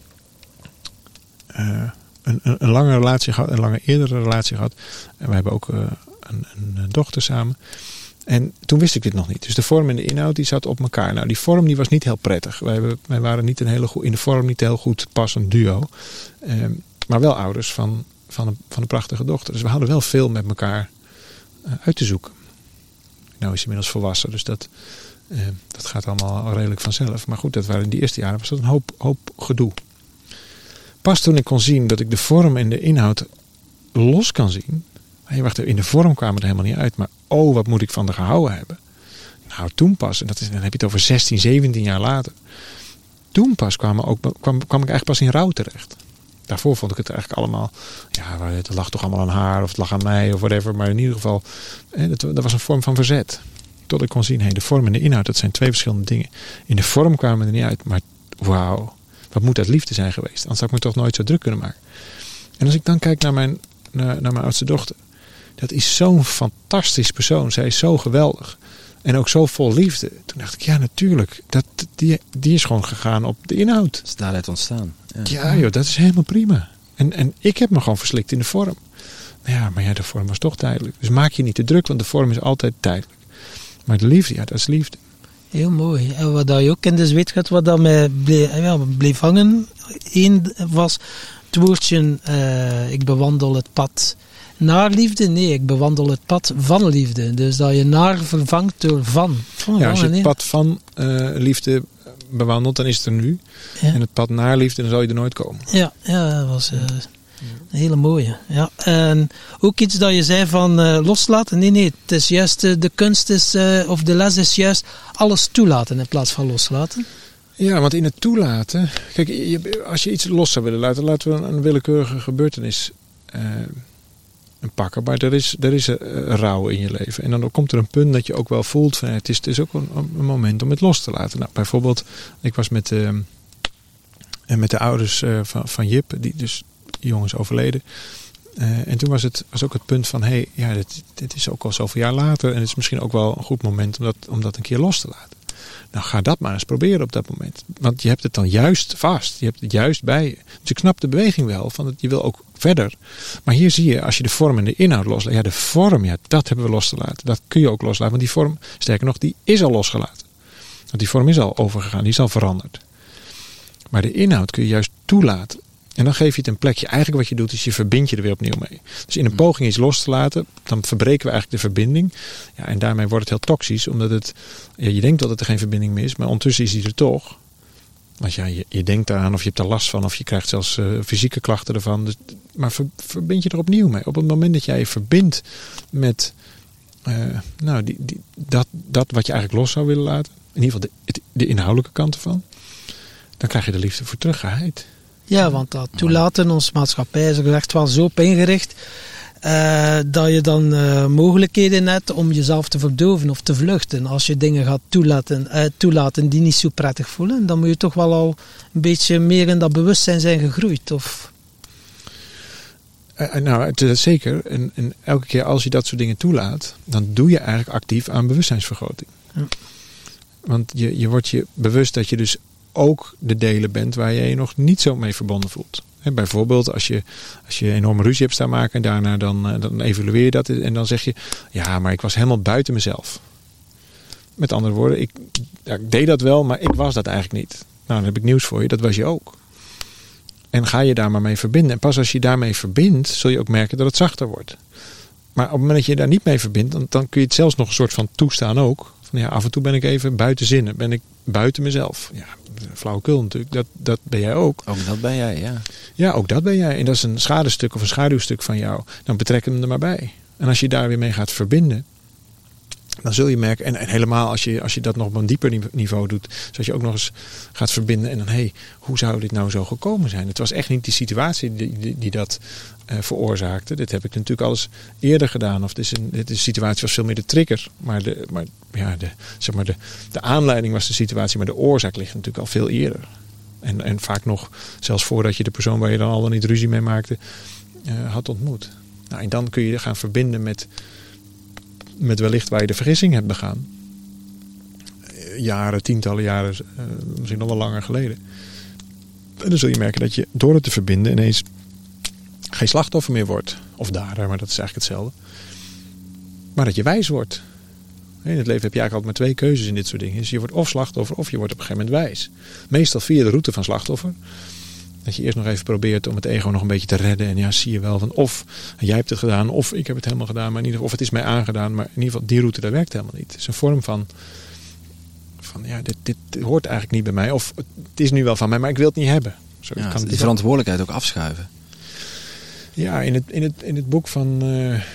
uh, een, een, een lange relatie gehad, een lange eerdere relatie gehad. En we hebben ook uh, Een, een dochter samen. En toen wist ik dit nog niet. Dus de vorm en de inhoud die zat op elkaar. Nou, die vorm die was niet heel prettig. Wij, hebben, wij waren niet een hele goed, in de vorm niet heel goed passend duo. Um, maar wel ouders van, van, een, van een prachtige dochter. Dus we hadden wel veel met elkaar uh, uit te zoeken. Nou is ze inmiddels volwassen. Dus dat, uh, dat gaat allemaal redelijk vanzelf. Maar goed, dat waren in die eerste jaren was dat een hoop, hoop gedoe. Pas toen ik kon zien dat ik de vorm en de inhoud los kan zien. Hey, wacht, in de vorm kwamen er helemaal niet uit. Maar oh, wat moet ik van haar gehouden hebben. Nou, toen pas. En dat is, dan heb je het over zestien, zeventien jaar later. Toen pas kwam, ook, kwam, kwam ik eigenlijk pas in rouw terecht. Daarvoor vond ik het eigenlijk allemaal... Ja, het lag toch allemaal aan haar. Of het lag aan mij. Of whatever. Maar in ieder geval... Eh, dat, dat was een vorm van verzet. Tot ik kon zien. Hey, de vorm en de inhoud. Dat zijn twee verschillende dingen. In de vorm kwamen we er niet uit. Maar wauw. Wat moet dat liefde zijn geweest. Anders had ik me toch nooit zo druk kunnen maken. En als ik dan kijk naar mijn, naar, naar mijn oudste dochter. Dat is zo'n fantastisch persoon. Zij is zo geweldig. En ook zo vol liefde. Toen dacht ik, ja natuurlijk. Dat, die, die is gewoon gegaan op de inhoud. Dat is daaruit ontstaan. Ja, ja joh, dat is helemaal prima. En, en ik heb me gewoon verslikt in de vorm. Ja, maar ja, de vorm was toch tijdelijk. Dus maak je niet te druk, want de vorm is altijd tijdelijk. Maar de liefde, ja, dat is liefde. Heel mooi. En wat dat je ook in de zweet gaat, wat dat mij bleef, ja, bleef hangen, één was het woordje, uh, ik bewandel het pad naar liefde. Nee, ik bewandel het pad van liefde. Dus dat je naar vervangt door van. Oh, ja, als je het het pad van uh, liefde bewandelt, dan is het er nu. Ja. En het pad naar liefde, dan zal je er nooit komen. Ja, ja dat was uh, een hele mooie. Ja. En ook iets dat je zei van uh, loslaten. Nee, nee, het is juist uh, de kunst is, uh, of de les is juist alles toelaten in plaats van loslaten. Ja, want in het toelaten... Kijk, je, als je iets los zou willen laten, laten we een, een willekeurige gebeurtenis uh, pakken. Maar er is, er is uh, rouw in je leven. En dan komt er een punt dat je ook wel voelt van... Het is, het is ook een, een moment om het los te laten. Nou, bijvoorbeeld, ik was met, uh, met de ouders uh, van, van Jip, die dus die jongens overleden. Uh, en toen was het was ook het punt van... Hé, hey, ja, dit, dit is ook al zoveel jaar later. En het is misschien ook wel een goed moment om dat, om dat een keer los te laten. Nou, ga dat maar eens proberen op dat moment. Want je hebt het dan juist vast. Je hebt het juist bij je. Dus ik snap de beweging wel. Van het, je wil ook verder. Maar hier zie je, als je de vorm en de inhoud loslaat. Ja, de vorm, ja, dat hebben we los te laten. Dat kun je ook loslaten. Want die vorm, sterker nog, die is al losgelaten. Want die vorm is al overgegaan. Die is al veranderd. Maar de inhoud kun je juist toelaten. En dan geef je het een plekje. Eigenlijk wat je doet, is je verbindt je er weer opnieuw mee. Dus in een poging iets los te laten, dan verbreken we eigenlijk de verbinding. Ja, en daarmee wordt het heel toxisch. Omdat het, ja, je denkt dat er geen verbinding meer is, maar ondertussen is die er toch. Want ja, je, je denkt eraan of je hebt er last van, of je krijgt zelfs uh, fysieke klachten ervan. Dus, maar ver, verbind je er opnieuw mee. Op het moment dat jij je verbindt met uh, nou, die, die, dat, dat wat je eigenlijk los zou willen laten. In ieder geval de, de inhoudelijke kant ervan. Dan krijg je de liefde voor terug geheid. Ja, want dat toelaten, onze maatschappij is er echt wel zo op ingericht uh, dat je dan uh, mogelijkheden hebt om jezelf te verdoven of te vluchten. Als je dingen gaat toelaten, uh, toelaten die niet zo prettig voelen, dan moet je toch wel al een beetje meer in dat bewustzijn zijn gegroeid. Of... Uh, nou, het is zeker. En, en elke keer als je dat soort dingen toelaat, dan doe je eigenlijk actief aan bewustzijnsvergroting. Ja. Want je, je wordt je bewust dat je dus ook de delen bent waar je je nog niet zo mee verbonden voelt. He, bijvoorbeeld als je, als je enorme ruzie hebt staan maken en daarna dan, dan evalueer je dat en dan zeg je, ja, maar ik was helemaal buiten mezelf. Met andere woorden, ik, ja, ik deed dat wel, maar ik was dat eigenlijk niet. Nou, dan heb ik nieuws voor je, dat was je ook. En ga je daar maar mee verbinden. En pas als je daarmee verbindt, zul je ook merken dat het zachter wordt. Maar op het moment dat je daar niet mee verbindt, dan, dan kun je het zelfs nog een soort van toestaan ook. Van ja, af en toe ben ik even buiten zinnen, ben ik buiten mezelf. Ja, flauwekul natuurlijk, dat, dat ben jij ook. Ook dat ben jij, ja. Ja, ook dat ben jij. En dat is een schadestuk of een schaduwstuk van jou. Dan betrek hem er maar bij. En als je daar weer mee gaat verbinden, dan zul je merken, en, en helemaal als je, als je dat nog op een dieper niveau doet, zodat je ook nog eens gaat verbinden en dan, hé, hey, hoe zou dit nou zo gekomen zijn? Het was echt niet die situatie die, die, die dat uh, veroorzaakte. Dit heb ik natuurlijk al eens eerder gedaan. Of dit is een, dit is, de situatie was veel meer de trigger. Maar, de, maar, ja, de, zeg maar de, de aanleiding was de situatie, maar de oorzaak ligt natuurlijk al veel eerder. En, en vaak nog, zelfs voordat je de persoon waar je dan al dan niet ruzie mee maakte, uh, had ontmoet. Nou, en dan kun je gaan verbinden met met wellicht waar je de vergissing hebt begaan. Jaren, tientallen jaren, uh, misschien nog wel langer geleden. En dan zul je merken dat je door het te verbinden ineens geen slachtoffer meer wordt. Of dader, maar dat is eigenlijk hetzelfde. Maar dat je wijs wordt. In het leven heb je eigenlijk altijd maar twee keuzes in dit soort dingen. Dus je wordt of slachtoffer of je wordt op een gegeven moment wijs. Meestal via de route van slachtoffer. Dat je eerst nog even probeert om het ego nog een beetje te redden. En ja, zie je wel van of jij hebt het gedaan, of ik heb het helemaal gedaan. Maar in ieder geval, of het is mij aangedaan. Maar in ieder geval, die route, dat werkt helemaal niet. Het is een vorm van, van ja, dit, dit hoort eigenlijk niet bij mij. Of het is nu wel van mij, maar ik wil het niet hebben. Zo, ja, kan die het verantwoordelijkheid ook afschuiven. Ja, in het, in het, in het boek van uh, uh,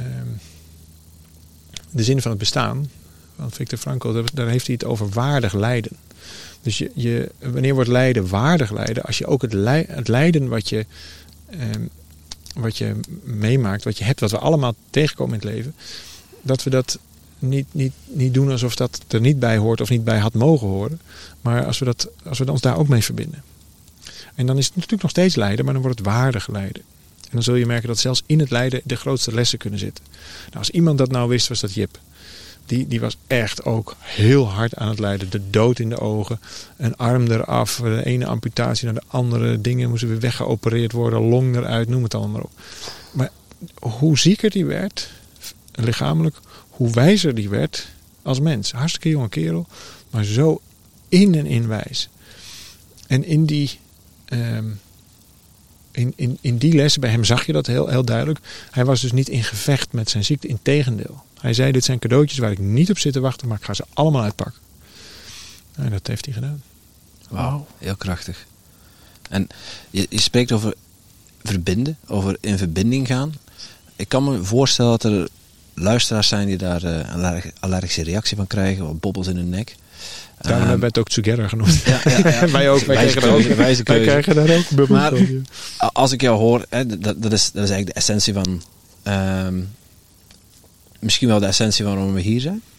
De Zin van het Bestaan, van Viktor Frankl, daar heeft hij het over waardig lijden. Dus je, je, wanneer wordt lijden waardig lijden? Als je ook het, lij, het lijden wat je, eh, wat je meemaakt, wat je hebt, wat we allemaal tegenkomen in het leven, dat we dat niet, niet, niet doen alsof dat er niet bij hoort of niet bij had mogen horen. Maar als we, dat, als we ons daar ook mee verbinden. En dan is het natuurlijk nog steeds lijden, maar dan wordt het waardig lijden. En dan zul je merken dat zelfs in het lijden de grootste lessen kunnen zitten. Nou, als iemand dat nou wist, was dat Jip. Die, die was echt ook heel hard aan het lijden. De dood in de ogen. Een arm eraf. De ene amputatie naar de andere. Dingen moesten weer weggeopereerd worden. Long eruit. Noem het allemaal maar op. Maar hoe zieker die werd. Lichamelijk. Hoe wijzer die werd. Als mens. Hartstikke jonge kerel. Maar zo in en in wijs. En in die, um, in, in, in die lessen, bij hem zag je dat heel, heel duidelijk. Hij was dus niet in gevecht met zijn ziekte. Integendeel. Hij zei, dit zijn cadeautjes waar ik niet op zit te wachten, maar ik ga ze allemaal uitpakken. En dat heeft hij gedaan. Wauw, heel krachtig. En je, je spreekt over verbinden, over in verbinding gaan. Ik kan me voorstellen dat er luisteraars zijn die daar uh, een allergische reactie van krijgen, of bobbels in hun nek. Daarom um, hebben we het ook Together genoemd. Ja, ja, ja. wij ook, wij, krijgen daar ook, wij krijgen daar ook bubbels maar, van. Ja. Als ik jou hoor, hè, dat, dat, is, dat is eigenlijk de essentie van... Um, misschien wel de essentie waarom we hier zijn.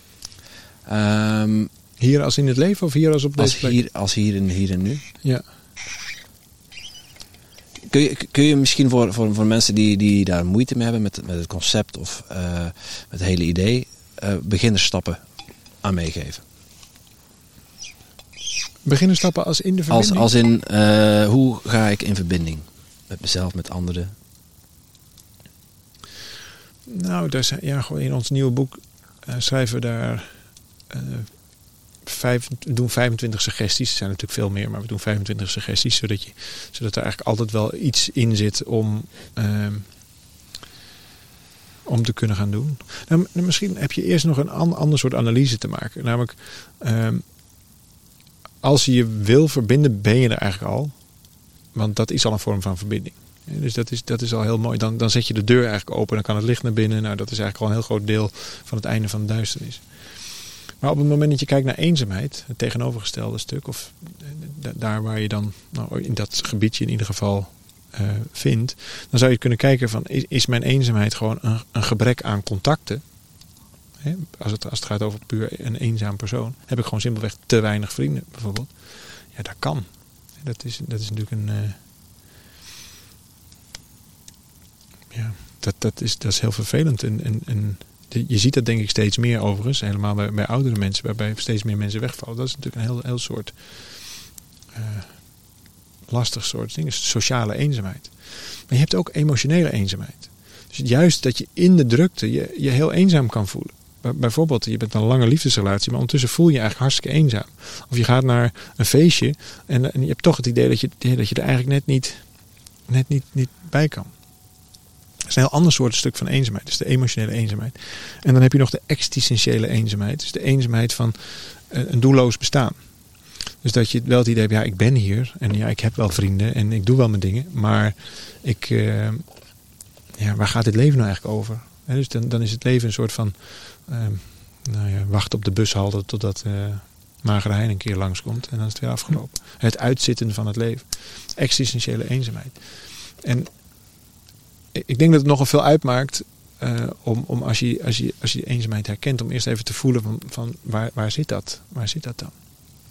Um, hier als in het leven of hier als op deze als plek? Hier, als hier en, hier en nu. Ja. Kun je, kun je misschien voor, voor, voor mensen die, die daar moeite mee hebben met, met het concept of uh, met het hele idee, uh, beginnersstappen aan meegeven? Beginnersstappen als in de verbinding? Als, als in, uh, hoe ga ik in verbinding? Met mezelf, met anderen? Nou, daar zijn, ja, gewoon in ons nieuwe boek uh, schrijven we daar... Uh, Vijf, we doen vijfentwintig suggesties. Er zijn natuurlijk veel meer, maar we doen vijfentwintig suggesties. Zodat, je, zodat er eigenlijk altijd wel iets in zit om, um, om te kunnen gaan doen. Nou, misschien heb je eerst nog een an, ander soort analyse te maken. Namelijk, um, als je je wil verbinden, ben je er eigenlijk al. Want dat is al een vorm van verbinding. Dus dat is, dat is al heel mooi. Dan, dan zet je de deur eigenlijk open. Dan kan het licht naar binnen. Nou, dat is eigenlijk al een heel groot deel van het einde van de duisternis. Maar op het moment dat je kijkt naar eenzaamheid, het tegenovergestelde stuk, of d- daar waar je dan nou, in dat gebiedje in ieder geval uh, vindt, dan zou je kunnen kijken van, is, is mijn eenzaamheid gewoon een, een gebrek aan contacten? Hè? Als, het, als het gaat over puur een eenzaam persoon, heb ik gewoon simpelweg te weinig vrienden bijvoorbeeld. Ja, dat kan. Dat is, dat is natuurlijk een... Uh, ja, dat, dat, is, dat is heel vervelend en... en, en je ziet dat denk ik steeds meer overigens. Helemaal bij, bij oudere mensen. Waarbij steeds meer mensen wegvallen. Dat is natuurlijk een heel, heel soort... Uh, lastig soort ding. Sociale eenzaamheid. Maar je hebt ook emotionele eenzaamheid. Dus juist dat je in de drukte je, je heel eenzaam kan voelen. Bijvoorbeeld, je bent een lange liefdesrelatie. Maar ondertussen voel je je eigenlijk hartstikke eenzaam. Of je gaat naar een feestje. En, en je hebt toch het idee dat je, dat je er eigenlijk net niet, net niet, niet bij kan. Dat is een heel ander soort stuk van eenzaamheid. Dus de emotionele eenzaamheid. En dan heb je nog de existentiële eenzaamheid. Dus de eenzaamheid van uh, een doelloos bestaan. Dus dat je wel het idee hebt, ja, ik ben hier. En ja, ik heb wel vrienden. En ik doe wel mijn dingen. Maar ik, uh, ja, waar gaat dit leven nou eigenlijk over? He, dus dan, dan is het leven een soort van... Uh, nou ja, wacht op de bushalte totdat uh, Magere Hein een keer langskomt. En dan is het weer afgelopen. Het uitzitten van het leven. Existentiële eenzaamheid. En... Ik denk dat het nogal veel uitmaakt uh, om, om als, je, als, je, als je eenzaamheid herkent, om eerst even te voelen van, van waar, waar zit dat? Waar zit dat dan?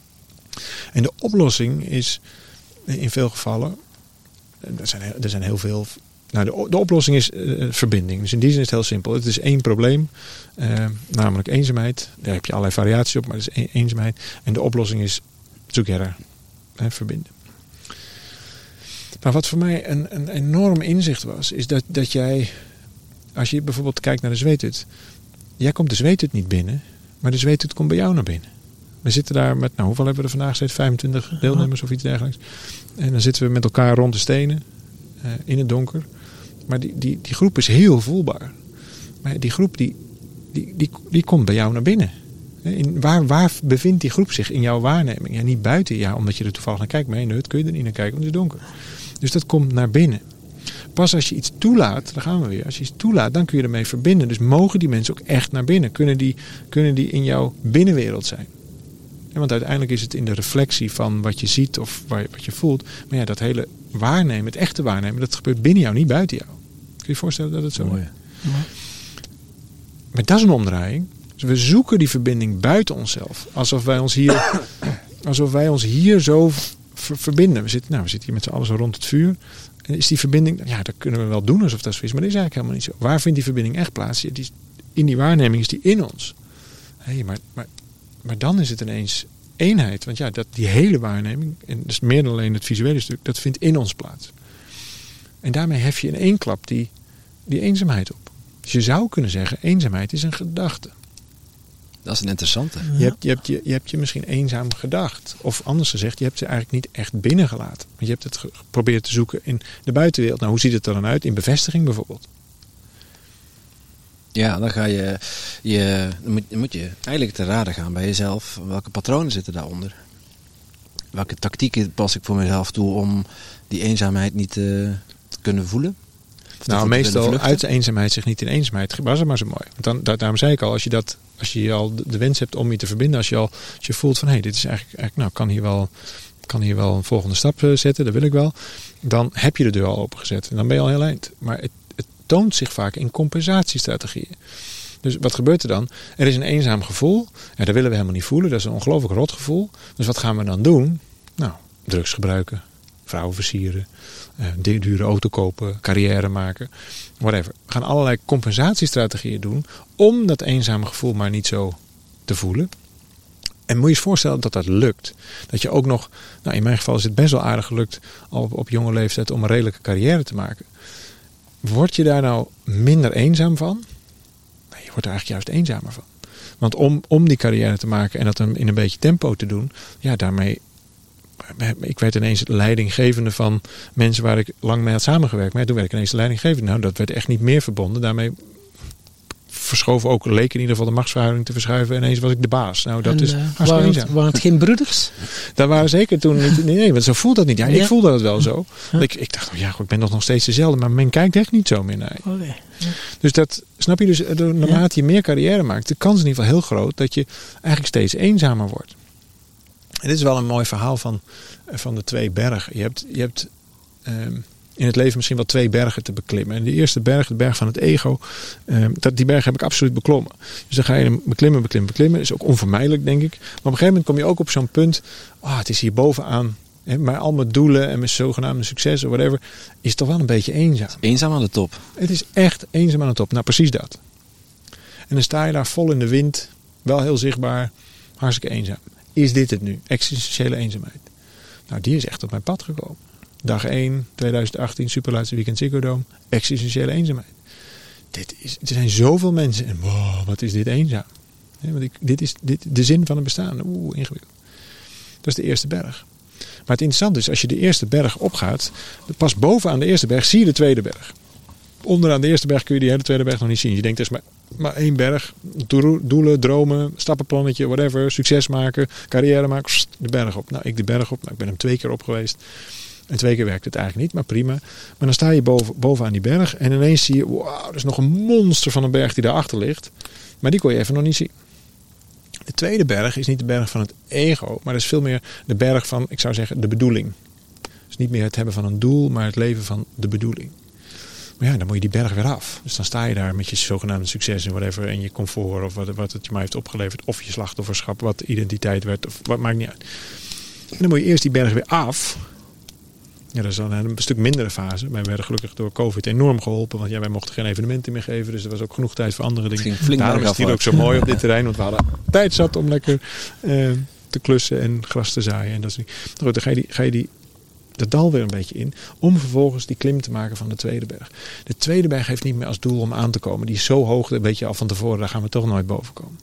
En de oplossing is in veel gevallen, er zijn, er zijn heel veel. Nou, de, de oplossing is uh, verbinding. Dus in die zin is het heel simpel. Het is één probleem, uh, namelijk eenzaamheid. Daar heb je allerlei variaties op, maar het is eenzaamheid. En de oplossing is together, hè, verbinden. Maar wat voor mij een, een enorm inzicht was, is dat, dat jij, als je bijvoorbeeld kijkt naar de zweethut, jij komt de zweethut niet binnen, maar de zweethut komt bij jou naar binnen. We zitten daar met, nou hoeveel hebben we er vandaag gezeten? vijfentwintig deelnemers of iets dergelijks. En dan zitten we met elkaar rond de stenen, uh, in het donker. Maar die, die, die groep is heel voelbaar. Maar die groep die, die, die, die komt bij jou naar binnen. In, waar, waar bevindt die groep zich in jouw waarneming? Ja, niet buiten, ja, omdat je er toevallig naar kijkt. Maar in de hut kun je er niet naar kijken, want het is donker. Dus dat komt naar binnen. Pas als je iets toelaat, daar gaan we weer. Als je iets toelaat, dan kun je ermee verbinden. Dus mogen die mensen ook echt naar binnen? Kunnen die, kunnen die in jouw binnenwereld zijn? Ja, want uiteindelijk is het in de reflectie van wat je ziet of wat je voelt. Maar ja, dat hele waarnemen, het echte waarnemen, dat gebeurt binnen jou, niet buiten jou. Kun je je voorstellen dat het zo is? Ja. Maar dat is een omdraaiing. Dus we zoeken die verbinding buiten onszelf. Alsof wij ons hier, alsof wij ons hier zo ver, verbinden. We zitten, nou, we zitten hier met z'n allen zo rond het vuur. En is die verbinding, ja, dat kunnen we wel doen alsof dat zo is. Maar dat is eigenlijk helemaal niet zo. Waar vindt die verbinding echt plaats? Ja, die is, in die waarneming is die in ons. Hey, maar, maar, maar dan is het ineens eenheid. Want ja, dat, die hele waarneming, en dus meer dan alleen het visuele stuk, dat vindt in ons plaats. En daarmee hef je in één klap die, die eenzaamheid op. Dus je zou kunnen zeggen, eenzaamheid is een gedachte. Dat is een interessante. Je, hebt, je, hebt, je, je hebt je misschien eenzaam gedacht. Of anders gezegd, je hebt ze eigenlijk niet echt binnengelaten. Want je hebt het geprobeerd te zoeken in de buitenwereld. Nou, hoe ziet het er dan uit? In bevestiging bijvoorbeeld. Ja, dan ga je, je dan moet, dan moet je eigenlijk te raden gaan bij jezelf. Welke patronen zitten daaronder? Welke tactieken pas ik voor mezelf toe om die eenzaamheid niet te, te kunnen voelen? Nou, meestal uit de eenzaamheid zich niet in eenzaamheid. Was het maar zo mooi. Want dan, daar, daarom zei ik al, als je, dat, als je al de, de wens hebt om je te verbinden, als je al als je voelt van hé, hey, dit is eigenlijk, eigenlijk nou, kan hier wel, kan hier wel een volgende stap uh, zetten, dat wil ik wel. Dan heb je de deur al opengezet en dan ben je al heel eind. Maar het, het toont zich vaak in compensatiestrategieën. Dus wat gebeurt er dan? Er is een eenzaam gevoel. Ja, dat willen we helemaal niet voelen. Dat is een ongelooflijk rot gevoel. Dus wat gaan we dan doen? Nou, drugs gebruiken, vrouwen versieren, uh, dure auto kopen, carrière maken, whatever. We gaan allerlei compensatiestrategieën doen om dat eenzame gevoel maar niet zo te voelen. En moet je je voorstellen dat dat lukt. Dat je ook nog, nou in mijn geval is het best wel aardig gelukt op, op jonge leeftijd om een redelijke carrière te maken. Word je daar nou minder eenzaam van? Nee, je wordt er eigenlijk juist eenzamer van. Want om, om die carrière te maken en dat in een beetje tempo te doen, ja, daarmee. Ik werd ineens leidinggevende van mensen waar ik lang mee had samengewerkt. Maar toen werd ik ineens de leidinggevende. Nou, dat werd echt niet meer verbonden. Daarmee verschoof ook, leek in ieder geval de machtsverhouding te verschuiven. En ineens was ik de baas. Nou, dat en, is uh, hartstikke waren, eenzaam. het, waren het geen broeders? Dat waren zeker toen niet. Nee, want zo voelt dat niet. Ja, ik Ja. voelde dat wel zo. Ja. Ik, ik dacht, oh ja, goed, ik ben nog steeds dezelfde. Maar men kijkt echt niet zo meer naar je. Okay. Ja. Dus dat, snap je? Dus naarmate je meer carrière maakt, de kans is in ieder geval heel groot dat je eigenlijk steeds eenzamer wordt. En dit is wel een mooi verhaal van, van de twee bergen. Je hebt, je hebt um, in het leven misschien wel twee bergen te beklimmen. En de eerste berg, de berg van het ego, um, dat, die berg heb ik absoluut beklommen. Dus dan ga je hem beklimmen, beklimmen, beklimmen. Dat is ook onvermijdelijk, denk ik. Maar op een gegeven moment kom je ook op zo'n punt. Oh, het is hier bovenaan. Hè, maar al mijn doelen en mijn zogenaamde succes of whatever, is toch wel een beetje eenzaam. Eenzaam aan de top. Het is echt eenzaam aan de top. Nou, precies dat. En dan sta je daar vol in de wind. Wel heel zichtbaar. Hartstikke eenzaam. Is dit het nu? Existentiële eenzaamheid. Nou, die is echt op mijn pad gekomen. Dag één, twintig achttien, superlaatste weekend Ziggo Dome. Existentiële eenzaamheid. Dit is, er zijn zoveel mensen. En wow, wat is dit eenzaam. Nee, want ik, dit is dit, de zin van het bestaan. Oeh, ingewikkeld. Dat is de eerste berg. Maar het interessante is, als je de eerste berg opgaat, pas bovenaan de eerste berg zie je de tweede berg. Onderaan de eerste berg kun je die hele tweede berg nog niet zien. Je denkt, er is maar, maar één berg. Doelen, dromen, stappenplannetje, whatever. Succes maken, carrière maken. Pst, de berg op. Nou, ik de berg op. Nou, ik ben hem twee keer op geweest. En twee keer werkt het eigenlijk niet, maar prima. Maar dan sta je boven, bovenaan die berg. En ineens zie je, wauw, er is nog een monster van een berg die daarachter ligt. Maar die kon je even nog niet zien. De tweede berg is niet de berg van het ego. Maar dat is veel meer de berg van, ik zou zeggen, de bedoeling. Dus niet meer het hebben van een doel, maar het leven van de bedoeling. Maar ja, dan moet je die berg weer af. Dus dan sta je daar met je zogenaamde succes en whatever. En je comfort of wat, wat het je maar heeft opgeleverd. Of je slachtofferschap, wat identiteit werd. Of wat maakt niet uit. En dan moet je eerst die berg weer af. Ja, dat is dan een stuk mindere fase. Wij werden gelukkig door COVID enorm geholpen. Want ja, wij mochten geen evenementen meer geven. Dus er was ook genoeg tijd voor andere dingen. Daarom is het hier ook zo mooi op dit terrein. Want we hadden tijd zat om lekker uh, te klussen en gras te zaaien. En dat is niet. Goed, dan ga je die... Ga je die dat dal weer een beetje in, om vervolgens die klim te maken van de tweede berg. De tweede berg heeft niet meer als doel om aan te komen. Die is zo hoog, dat weet je al van tevoren, daar gaan we toch nooit boven komen.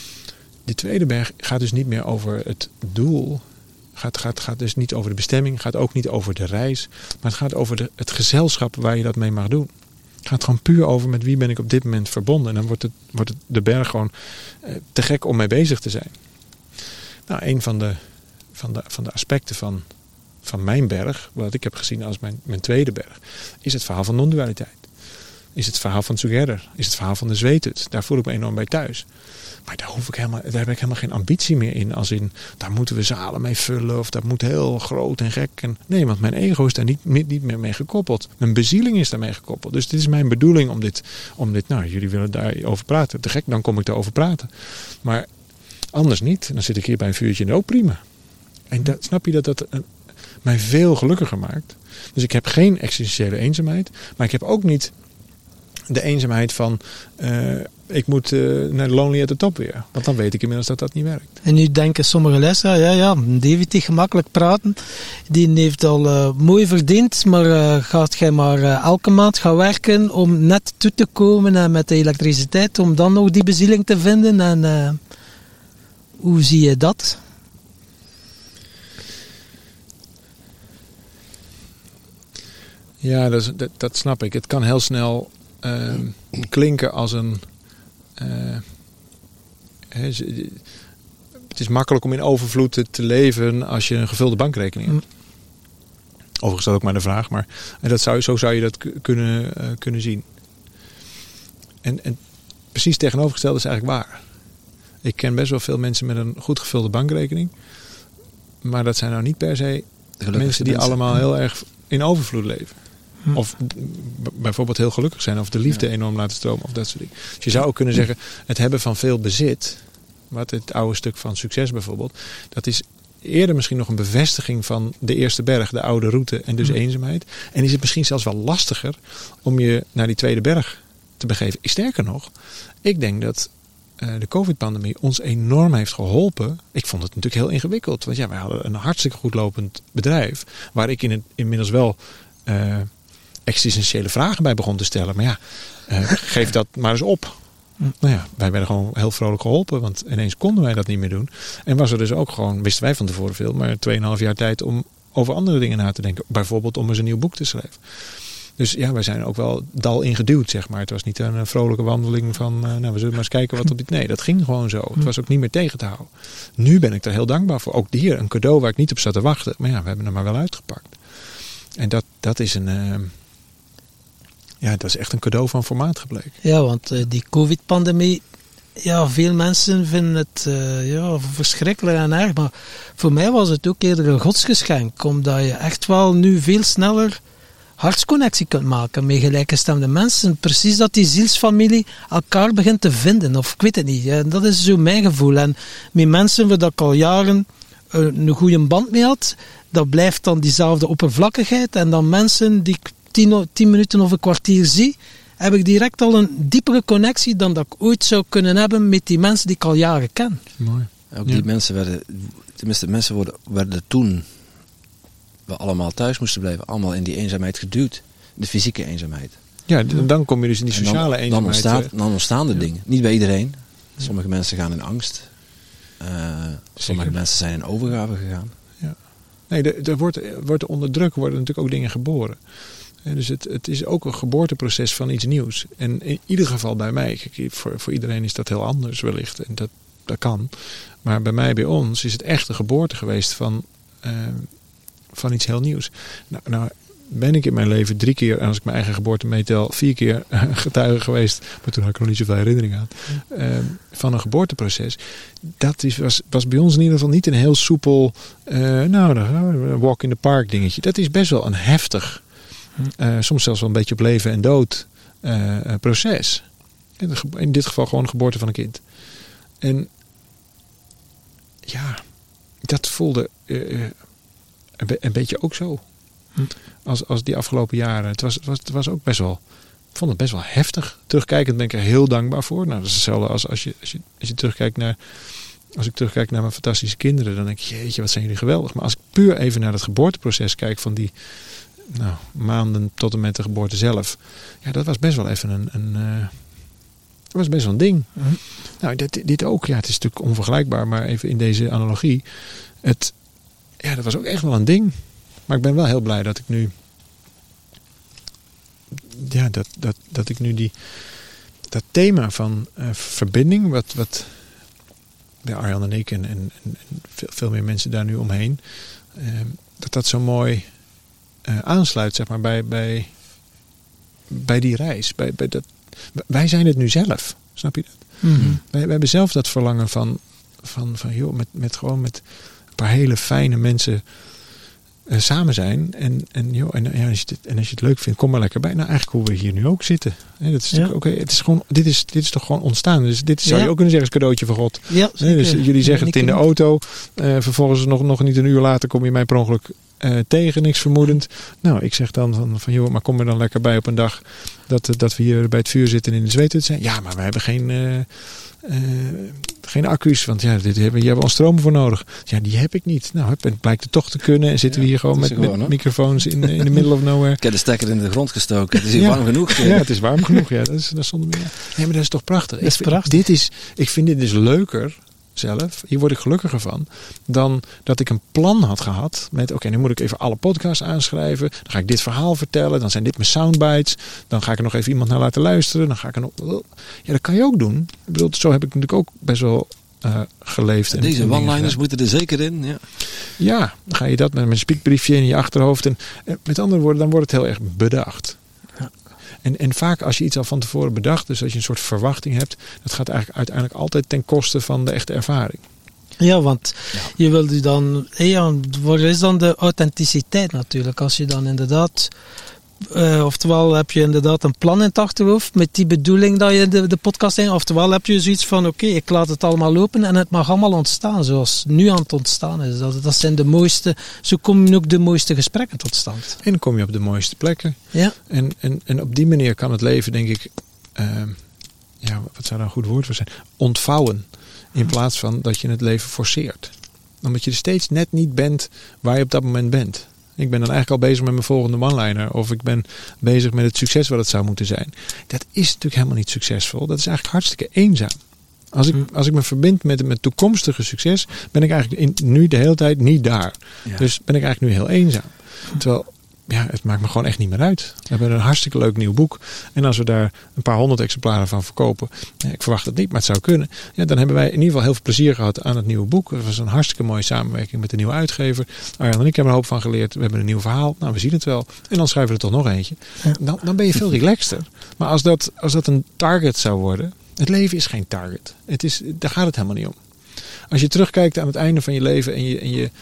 De tweede berg gaat dus niet meer over het doel, gaat, gaat, gaat dus niet over de bestemming, gaat ook niet over de reis, maar het gaat over de, het gezelschap waar je dat mee mag doen. Het gaat gewoon puur over met wie ben ik op dit moment verbonden. En dan wordt, het, wordt het, de berg gewoon eh, te gek om mee bezig te zijn. Nou, een van de, van de, van de aspecten van van mijn berg, wat ik heb gezien als mijn, mijn tweede berg, is het verhaal van non-dualiteit. Is het verhaal van Together. Is het verhaal van de zweethut. Daar voel ik me enorm bij thuis. Maar daar, hoef ik helemaal, daar heb ik helemaal geen ambitie meer in. Als in, daar moeten we zalen mee vullen. Of dat moet heel groot en gek. En, nee, want mijn ego is daar niet, niet meer mee gekoppeld. Mijn bezieling is daarmee gekoppeld. Dus dit is mijn bedoeling om dit, om dit nou, jullie willen daarover praten. Te gek, dan kom ik daarover praten. Maar anders niet. Dan zit ik hier bij een vuurtje en ook prima. En dat, snap je dat dat een, mij veel gelukkiger maakt. Dus ik heb geen existentiële eenzaamheid. Maar ik heb ook niet de eenzaamheid van uh, ik moet uh, naar de Lonely at the Top weer. Want dan weet ik inmiddels dat dat niet werkt. En nu denken sommige luisteraars, ja ja, David die gemakkelijk praten. Die heeft al uh, mooi verdiend, maar uh, gaat jij maar uh, elke maand gaan werken om net toe te komen en met de elektriciteit, om dan nog die bezieling te vinden. En uh, hoe zie je dat? Ja, dat, is, dat, dat snap ik. Het kan heel snel uh, klinken als een... Uh, he, het is makkelijk om in overvloed te, te leven als je een gevulde bankrekening hebt. Mm. Overigens is dat ook maar de vraag. Maar en dat zou, zo zou je dat k- kunnen, uh, kunnen zien. En, en precies tegenovergesteld is eigenlijk waar. Ik ken best wel veel mensen met een goed gevulde bankrekening. Maar dat zijn nou niet per se mensen die mensen. allemaal heel erg in overvloed leven. Hm. Of b- bijvoorbeeld heel gelukkig zijn. Of de liefde ja. enorm laten stromen. Of dat soort dingen. Dus je zou ook kunnen zeggen. Het hebben van veel bezit. Wat het oude stuk van succes bijvoorbeeld. Dat is eerder misschien nog een bevestiging van de eerste berg. De oude route. En dus hm. eenzaamheid. En is het misschien zelfs wel lastiger. Om je naar die tweede berg te begeven. Sterker nog. Ik denk dat uh, de COVID-pandemie ons enorm heeft geholpen. Ik vond het natuurlijk heel ingewikkeld. Want ja, wij hadden een hartstikke goed lopend bedrijf. Waar ik in het, inmiddels wel... Uh, existentiële vragen bij begon te stellen. Maar ja, uh, geef dat maar eens op. Nou ja, wij werden gewoon heel vrolijk geholpen. Want ineens konden wij dat niet meer doen. En was er dus ook gewoon, wisten wij van tevoren veel, maar tweeënhalf jaar tijd om over andere dingen na te denken. Bijvoorbeeld om eens een nieuw boek te schrijven. Dus ja, wij zijn ook wel dal ingeduwd, zeg maar. Het was niet een vrolijke wandeling van, uh, nou, we zullen maar eens kijken wat op dit... Nee, dat ging gewoon zo. Het was ook niet meer tegen te houden. Nu ben ik er heel dankbaar voor. Ook hier, een cadeau waar ik niet op zat te wachten. Maar ja, we hebben er maar wel uitgepakt. En dat, dat is een... Uh, ja, dat is echt een cadeau van formaat gebleken. Ja, want uh, die COVID-pandemie... Ja, veel mensen vinden het uh, ja, verschrikkelijk en erg. Maar voor mij was het ook eerder een godsgeschenk. Omdat je echt wel nu veel sneller hartsconnectie kunt maken met gelijkgestemde mensen. Precies dat die zielsfamilie elkaar begint te vinden. Of ik weet het niet. Ja, dat is zo mijn gevoel. En met mensen waar ik al jaren uh, een goede band mee had... dat blijft dan diezelfde oppervlakkigheid. En dan mensen die ik tien, tien minuten of een kwartier zie... heb ik direct al een diepere connectie dan dat ik ooit zou kunnen hebben met die mensen die ik al jaren ken. Mooi. Ook die ja. mensen werden, tenminste mensen worden, werden toen we allemaal thuis moesten blijven, allemaal in die eenzaamheid geduwd. De fysieke eenzaamheid. Ja, dan kom je dus in die sociale dan, eenzaamheid. Dan, ontstaat, dan ontstaan de ja. dingen. Niet bij iedereen. Sommige ja. mensen gaan in angst. Uh, sommige mensen zijn in overgave gegaan. Ja. Nee, er, er wordt, wordt onder druk worden natuurlijk ook dingen geboren. En dus het, het is ook een geboorteproces van iets nieuws. En in ieder geval bij mij, kijk, voor, voor iedereen is dat heel anders wellicht. En dat, dat kan. Maar bij mij, bij ons, is het echt een geboorte geweest van, uh, van iets heel nieuws. Nou, nou ben ik in mijn leven drie keer, en als ik mijn eigen geboorte meetel, vier keer uh, getuige geweest. Maar toen had ik nog niet zoveel herinnering aan. Uh, van een geboorteproces. Dat is, was, was bij ons in ieder geval niet een heel soepel, uh, nou, een walk in the park dingetje. Dat is best wel een heftig... Uh, soms zelfs wel een beetje op leven en dood uh, proces. In dit geval gewoon de geboorte van een kind. En ja, dat voelde uh, een, be- een beetje ook zo. Hm. Als, als die afgelopen jaren. Het was, het, was, het was ook best wel, ik vond het best wel heftig. Terugkijkend ben ik er heel dankbaar voor. Nou, dat is hetzelfde als als je, als je, als je terugkijkt naar... Als ik terugkijk naar mijn fantastische kinderen, dan denk ik, jeetje, wat zijn jullie geweldig. Maar als ik puur even naar het geboorteproces kijk van die... Nou, maanden tot en met de geboorte zelf. Ja, dat was best wel even een... een uh, dat was best wel een ding. Mm-hmm. Nou, dit, dit ook. Ja, het is natuurlijk onvergelijkbaar. Maar even in deze analogie. Het, ja, dat was ook echt wel een ding. Maar ik ben wel heel blij dat ik nu... Ja, dat, dat, dat ik nu die... Dat thema van uh, verbinding... Wat, wat bij Arjan en ik en, en, en veel, veel meer mensen daar nu omheen... Uh, dat dat zo mooi... Uh, aansluit, zeg maar, bij, bij, bij die reis. Bij, bij dat, wij zijn het nu zelf. Snap je dat? Mm-hmm. Wij, wij hebben zelf dat verlangen van, van, van joh, met, met gewoon met een paar hele fijne mensen uh, samen zijn. En, en, joh, en, ja, als je het, en als je het leuk vindt, kom maar lekker bij. Nou, eigenlijk hoe we hier nu ook zitten. Hè, dat is ja. Oké, het is gewoon, dit is, dit is toch gewoon ontstaan. Dus dit zou ja. je ook kunnen zeggen, is cadeautje van God. Ja, hè, dus jullie zeggen het in de auto. Uh, vervolgens nog, nog niet een uur later kom je mij per ongeluk Uh, tegen, niks vermoedend. Nou, ik zeg dan van, van joh, maar kom er dan lekker bij op een dag dat, dat we hier bij het vuur zitten en in de zweethut zijn. Ja, maar we hebben geen, uh, uh, geen accu's, want ja, dit hebben, hier hebben we al stroom voor nodig. Ja, die heb ik niet. Nou, het blijkt het toch te kunnen en zitten ja, we hier gewoon met, gewoon, met microfoons in, in the middle of nowhere. Ik heb de stekker in de grond gestoken. Het is hier ja. warm genoeg. Ja, het is warm genoeg. Ja, dat is, dat is zonder meer. Nee, maar dat is toch prachtig. Dat is ik, prachtig. Dit is, ik vind dit dus leuker zelf. Hier word ik gelukkiger van. Dan dat ik een plan had gehad. Met oké, okay, nu moet ik even alle podcasts aanschrijven. Dan ga ik dit verhaal vertellen. Dan zijn dit mijn soundbites. Dan ga ik er nog even iemand naar laten luisteren. Dan ga ik er nog... Ja, dat kan je ook doen. Ik bedoel, zo heb ik natuurlijk ook best wel uh, geleefd. En deze one-liners moeten er zeker in. Ja. ja, dan ga je dat met een spiekbriefje in je achterhoofd. En, en met andere woorden, dan wordt het heel erg bedacht. Ja. En, en vaak als je iets al van tevoren bedacht, dus als je een soort verwachting hebt, dat gaat eigenlijk uiteindelijk altijd ten koste van de echte ervaring. Ja, want ja. je wilt u dan, ja, wat is dan de authenticiteit natuurlijk? Als je dan inderdaad, uh, oftewel heb je inderdaad een plan in het achterhoofd met die bedoeling dat je de, de podcast in, oftewel heb je zoiets van oké, okay, ik laat het allemaal lopen en het mag allemaal ontstaan zoals nu aan het ontstaan is. Dat, dat zijn de mooiste, zo komen ook de mooiste gesprekken tot stand. En dan kom je op de mooiste plekken. Ja. En, en, en op die manier kan het leven, denk ik, uh, ja, wat zou daar een goed woord voor zijn? Ontvouwen. In plaats van dat je het leven forceert. Omdat je er steeds net niet bent waar je op dat moment bent. Ik ben dan eigenlijk al bezig met mijn volgende one-liner. Of ik ben bezig met het succes wat het zou moeten zijn. Dat is natuurlijk helemaal niet succesvol. Dat is eigenlijk hartstikke eenzaam. Als ik, als ik me verbind met mijn toekomstige succes, ben ik eigenlijk in, nu de hele tijd niet daar. Ja. Dus ben ik eigenlijk nu heel eenzaam. Terwijl, ja, het maakt me gewoon echt niet meer uit. We hebben een hartstikke leuk nieuw boek. En als we daar een paar honderd exemplaren van verkopen, ja, ik verwacht het niet, maar het zou kunnen. Ja, dan hebben wij in ieder geval heel veel plezier gehad aan het nieuwe boek. Het was een hartstikke mooie samenwerking met de nieuwe uitgever. Arjan en ik hebben er een hoop van geleerd. We hebben een nieuw verhaal. Nou, we zien het wel. En dan schrijven we er toch nog eentje. Dan, dan ben je veel relaxter. Maar als dat, als dat een target zou worden, het leven is geen target. Het is, daar gaat het helemaal niet om. Als je terugkijkt aan het einde van je leven en je, en je,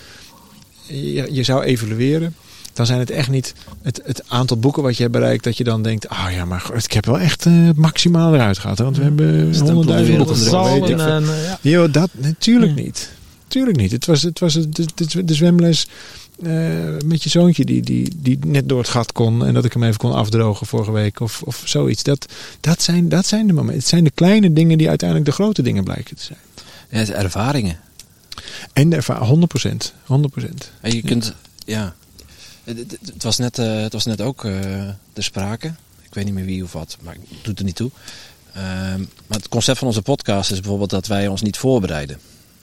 je, je zou evalueren, dan zijn het echt niet het, het aantal boeken wat je hebt bereikt, dat je dan denkt, ah oh ja, maar ik heb wel echt uh, maximaal eruit gehad. Want we hebben honderdduizend boeken gedrukt. En, uh, ja. Yo, dat natuurlijk ja. niet. Tuurlijk niet. Het was, het was de, de, de zwemles uh, met je zoontje die, die, die net door het gat kon en dat ik hem even kon afdrogen vorige week of, of zoiets. Dat, dat, zijn, dat zijn de momenten. Het zijn de kleine dingen die uiteindelijk de grote dingen blijken te zijn. Ja, het is ervaringen. En de ervaring, honderd procent. honderd procent. En je kunt, ja... ja. Het, het, het, was net, uh, het was net ook uh, ter sprake. Ik weet niet meer wie of wat, maar het doet er niet toe. Uh, maar het concept van onze podcast is bijvoorbeeld dat wij ons niet voorbereiden.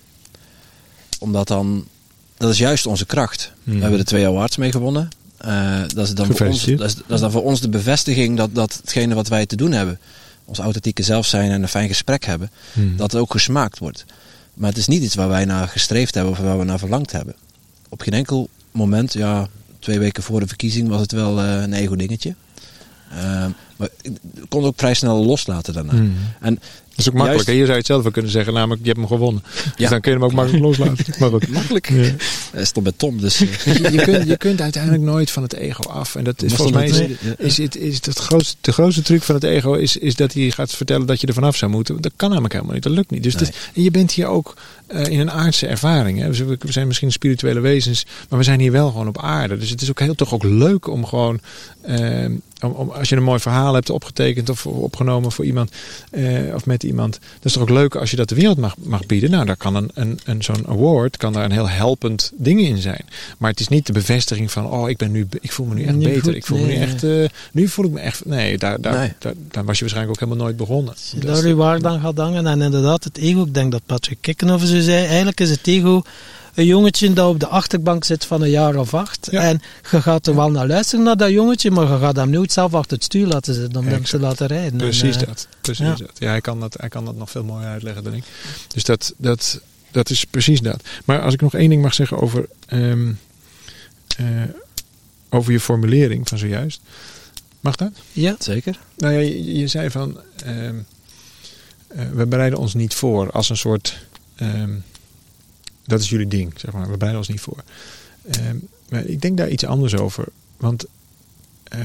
Omdat dan, dat is juist onze kracht. Hmm. We hebben er twee awards mee gewonnen. Uh, dat, is dan voor ons, dat, is, dat is dan voor ons de bevestiging dat, dat hetgene wat wij te doen hebben, ons authentieke zelf zijn en een fijn gesprek hebben, hmm. dat het ook gesmaakt wordt. Maar het is niet iets waar wij naar gestreefd hebben of waar we naar verlangd hebben. Op geen enkel moment, ja... Twee weken voor de verkiezing was het wel uh, een ego-dingetje. Uh, maar ik kon het ook vrij snel loslaten daarna. Mm. En dat is ook makkelijk. Juist... Hier zou je het zelf wel kunnen zeggen. Namelijk, je hebt hem gewonnen. Ja. Dus dan kun je hem ook makkelijk loslaten. Maar goed. Makkelijk. Ja. Dat is toch bij Tom. Dus. je, je, kunt, je kunt uiteindelijk nooit van het ego af. En dat is volgens mij is, is, is, is het grootste, de grootste truc van het ego is, is dat hij gaat vertellen dat je er vanaf zou moeten. Dat kan namelijk helemaal niet. Dat lukt niet. Dus nee. dat, en je bent hier ook uh, in een aardse ervaring. Hè. We zijn misschien spirituele wezens, maar we zijn hier wel gewoon op aarde. Dus het is ook heel toch ook leuk om gewoon... Uh, Om, om, als je een mooi verhaal hebt opgetekend of opgenomen voor iemand uh, of met iemand, dat is toch ook leuk als je dat de wereld mag, mag bieden. Nou, daar kan een, een, een zo'n award kan daar een heel helpend ding in zijn. Maar het is niet de bevestiging van, oh, ik ben nu, ik voel me nu echt niet beter. Goed, ik voel nee, me nu echt, uh, nu voel ik me echt, nee, daar, daar, nee. daar, daar was je waarschijnlijk ook helemaal nooit begonnen. Als je daar je waarde aan gaat hangen en inderdaad het ego, ik denk dat Patrick Kikkenhoff zo zei, eigenlijk is het ego een jongetje dat op de achterbank zit van een jaar of acht. Ja. En je gaat er wel naar luisteren naar dat jongetje, maar je gaat hem nooit zelf achter het stuur laten zitten om hem te laten rijden. Precies en, uh, dat. Precies ja. dat. Ja, hij kan dat, hij kan dat nog veel mooier uitleggen dan ik. Dus dat, dat, dat is precies dat. Maar als ik nog één ding mag zeggen over, um, uh, over je formulering van zojuist. Mag dat? Ja, zeker. Nou ja, je, je zei van, um, uh, we bereiden ons niet voor als een soort... Um, Dat is jullie ding, zeg maar. We bereiden ons niet voor. Uh, maar ik denk daar iets anders over. Want uh,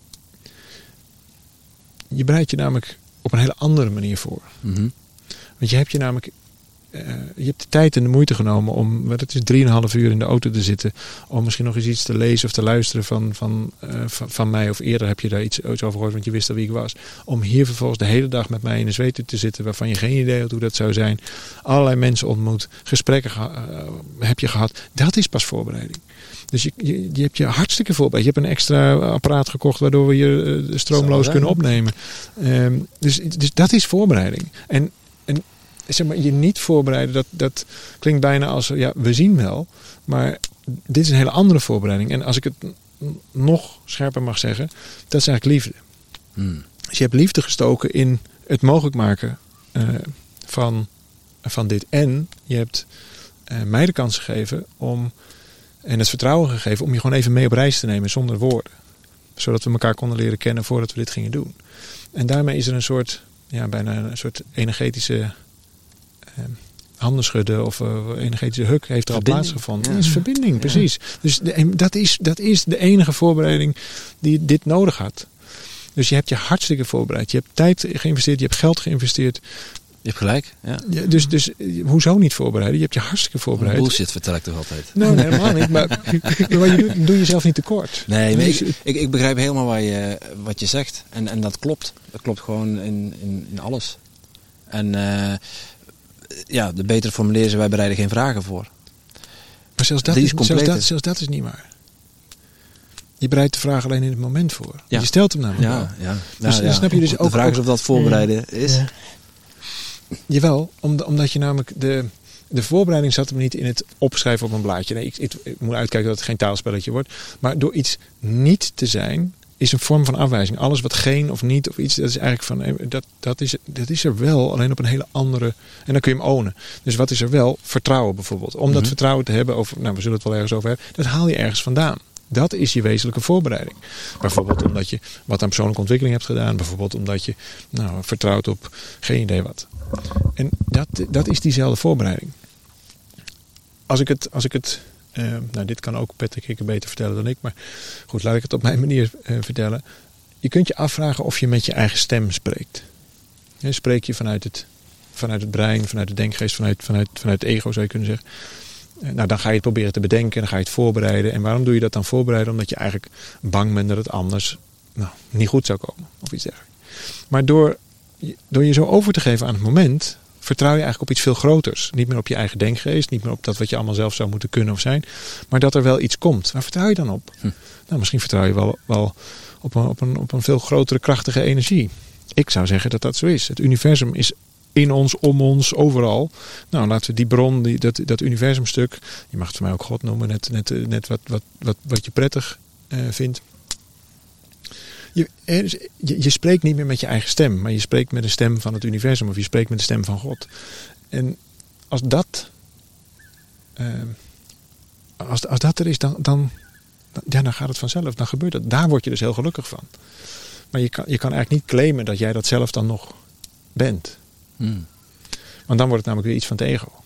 je bereidt je namelijk op een hele andere manier voor. Mm-hmm. Want je hebt je namelijk... Uh, je hebt de tijd en de moeite genomen om... Het is drieënhalf uur in de auto te zitten. Om misschien nog eens iets te lezen of te luisteren van, van, uh, van, van mij. Of eerder heb je daar iets, iets over gehoord, want je wist al wie ik was. Om hier vervolgens de hele dag met mij in de zweet te zitten. Waarvan je geen idee had hoe dat zou zijn. Allerlei mensen ontmoet. Gesprekken geha- uh, heb je gehad. Dat is pas voorbereiding. Dus je, je, je hebt je hartstikke voorbereid. Je hebt een extra apparaat gekocht waardoor we je uh, stroomloos kunnen opnemen. Um, dus, dus dat is voorbereiding. En, en zeg maar, je niet voorbereiden, dat, dat klinkt bijna als, ja, we zien wel. Maar dit is een hele andere voorbereiding. En als ik het nog scherper mag zeggen, dat is eigenlijk liefde. Hmm. Dus je hebt liefde gestoken in het mogelijk maken uh, van, van dit. En je hebt uh, mij de kans gegeven om, en het vertrouwen gegeven om je gewoon even mee op reis te nemen zonder woorden. Zodat we elkaar konden leren kennen voordat we dit gingen doen. En daarmee is er een soort, ja, bijna een soort energetische uh, handenschudden of uh, energetische huk heeft er al plaatsgevonden. Ja. Dat is verbinding, ja. Precies. Dus de, dat, is, dat is de enige voorbereiding die dit nodig had. Dus je hebt je hartstikke voorbereid. Je hebt tijd geïnvesteerd, je hebt geld geïnvesteerd. Je hebt gelijk. Ja. Ja, dus, dus hoezo niet voorbereiden? Je hebt je hartstikke voorbereid. Bullshit vertel ik toch altijd. Nou, nee, helemaal niet. Maar, maar je doet, doe jezelf niet tekort. Nee, maar ik, ik, ik begrijp helemaal wat je, wat je zegt. En, en dat klopt. Dat klopt gewoon in, in, in alles. En uh, ja, de betere formuleer is, wij bereiden geen vragen voor. Maar zelfs dat, Die is, is zelfs, dat, zelfs dat is niet waar. Je bereidt de vraag alleen in het moment voor. Ja. Je stelt hem namelijk ja, wel. Ja, dus, nou, ja. Snap je dus de ook, vraag is ook, of dat voorbereiden ja. is. Ja. Jawel, omdat je namelijk de, de voorbereiding zat hem niet in het opschrijven op een blaadje. Nee, ik, ik, ik moet uitkijken dat het geen taalspelletje wordt. Maar door iets niet te zijn, is een vorm van afwijzing. Alles wat geen of niet of iets, dat is eigenlijk van, dat, dat, is, dat is er wel, alleen op een hele andere. En dan kun je hem ownen. Dus wat is er wel? Vertrouwen bijvoorbeeld. Om mm-hmm. dat vertrouwen te hebben, over, nou we zullen het wel ergens over hebben, dat haal je ergens vandaan. Dat is je wezenlijke voorbereiding. Bijvoorbeeld omdat je wat aan persoonlijke ontwikkeling hebt gedaan. Bijvoorbeeld omdat je nou, vertrouwt op geen idee wat. En dat, dat is diezelfde voorbereiding. Als ik het... Als ik het uh, nou, dit kan ook Patrick Kikker beter vertellen dan ik. Maar goed, laat ik het op mijn manier uh, vertellen. Je kunt je afvragen of je met je eigen stem spreekt. Ja, spreek je vanuit het, vanuit het brein, vanuit de denkgeest, vanuit, vanuit, vanuit het ego zou je kunnen zeggen. Nou, dan ga je het proberen te bedenken, dan ga je het voorbereiden. En waarom doe je dat dan voorbereiden? Omdat je eigenlijk bang bent dat het anders nou, niet goed zou komen. Of iets dergelijks. Maar door, door je zo over te geven aan het moment, vertrouw je eigenlijk op iets veel groters. Niet meer op je eigen denkgeest, niet meer op dat wat je allemaal zelf zou moeten kunnen of zijn. Maar dat er wel iets komt. Waar vertrouw je dan op? Hm. Nou, misschien vertrouw je wel, wel op, een, op, een, op een veel grotere krachtige energie. Ik zou zeggen dat dat zo is. Het universum is in ons, om ons, overal. Nou, laten we die bron, die, dat, dat universumstuk, je mag het voor mij ook God noemen, net, net, net wat, wat, wat, wat je prettig uh, vindt. Je, je, je spreekt niet meer met je eigen stem, maar je spreekt met de stem van het universum of je spreekt met de stem van God. En als dat, uh, als, als dat er is, dan, dan, ja, dan gaat het vanzelf, dan gebeurt het. Daar word je dus heel gelukkig van. Maar je kan, je kan eigenlijk niet claimen dat jij dat zelf dan nog bent. Hmm. Want dan wordt het namelijk weer iets van het ego.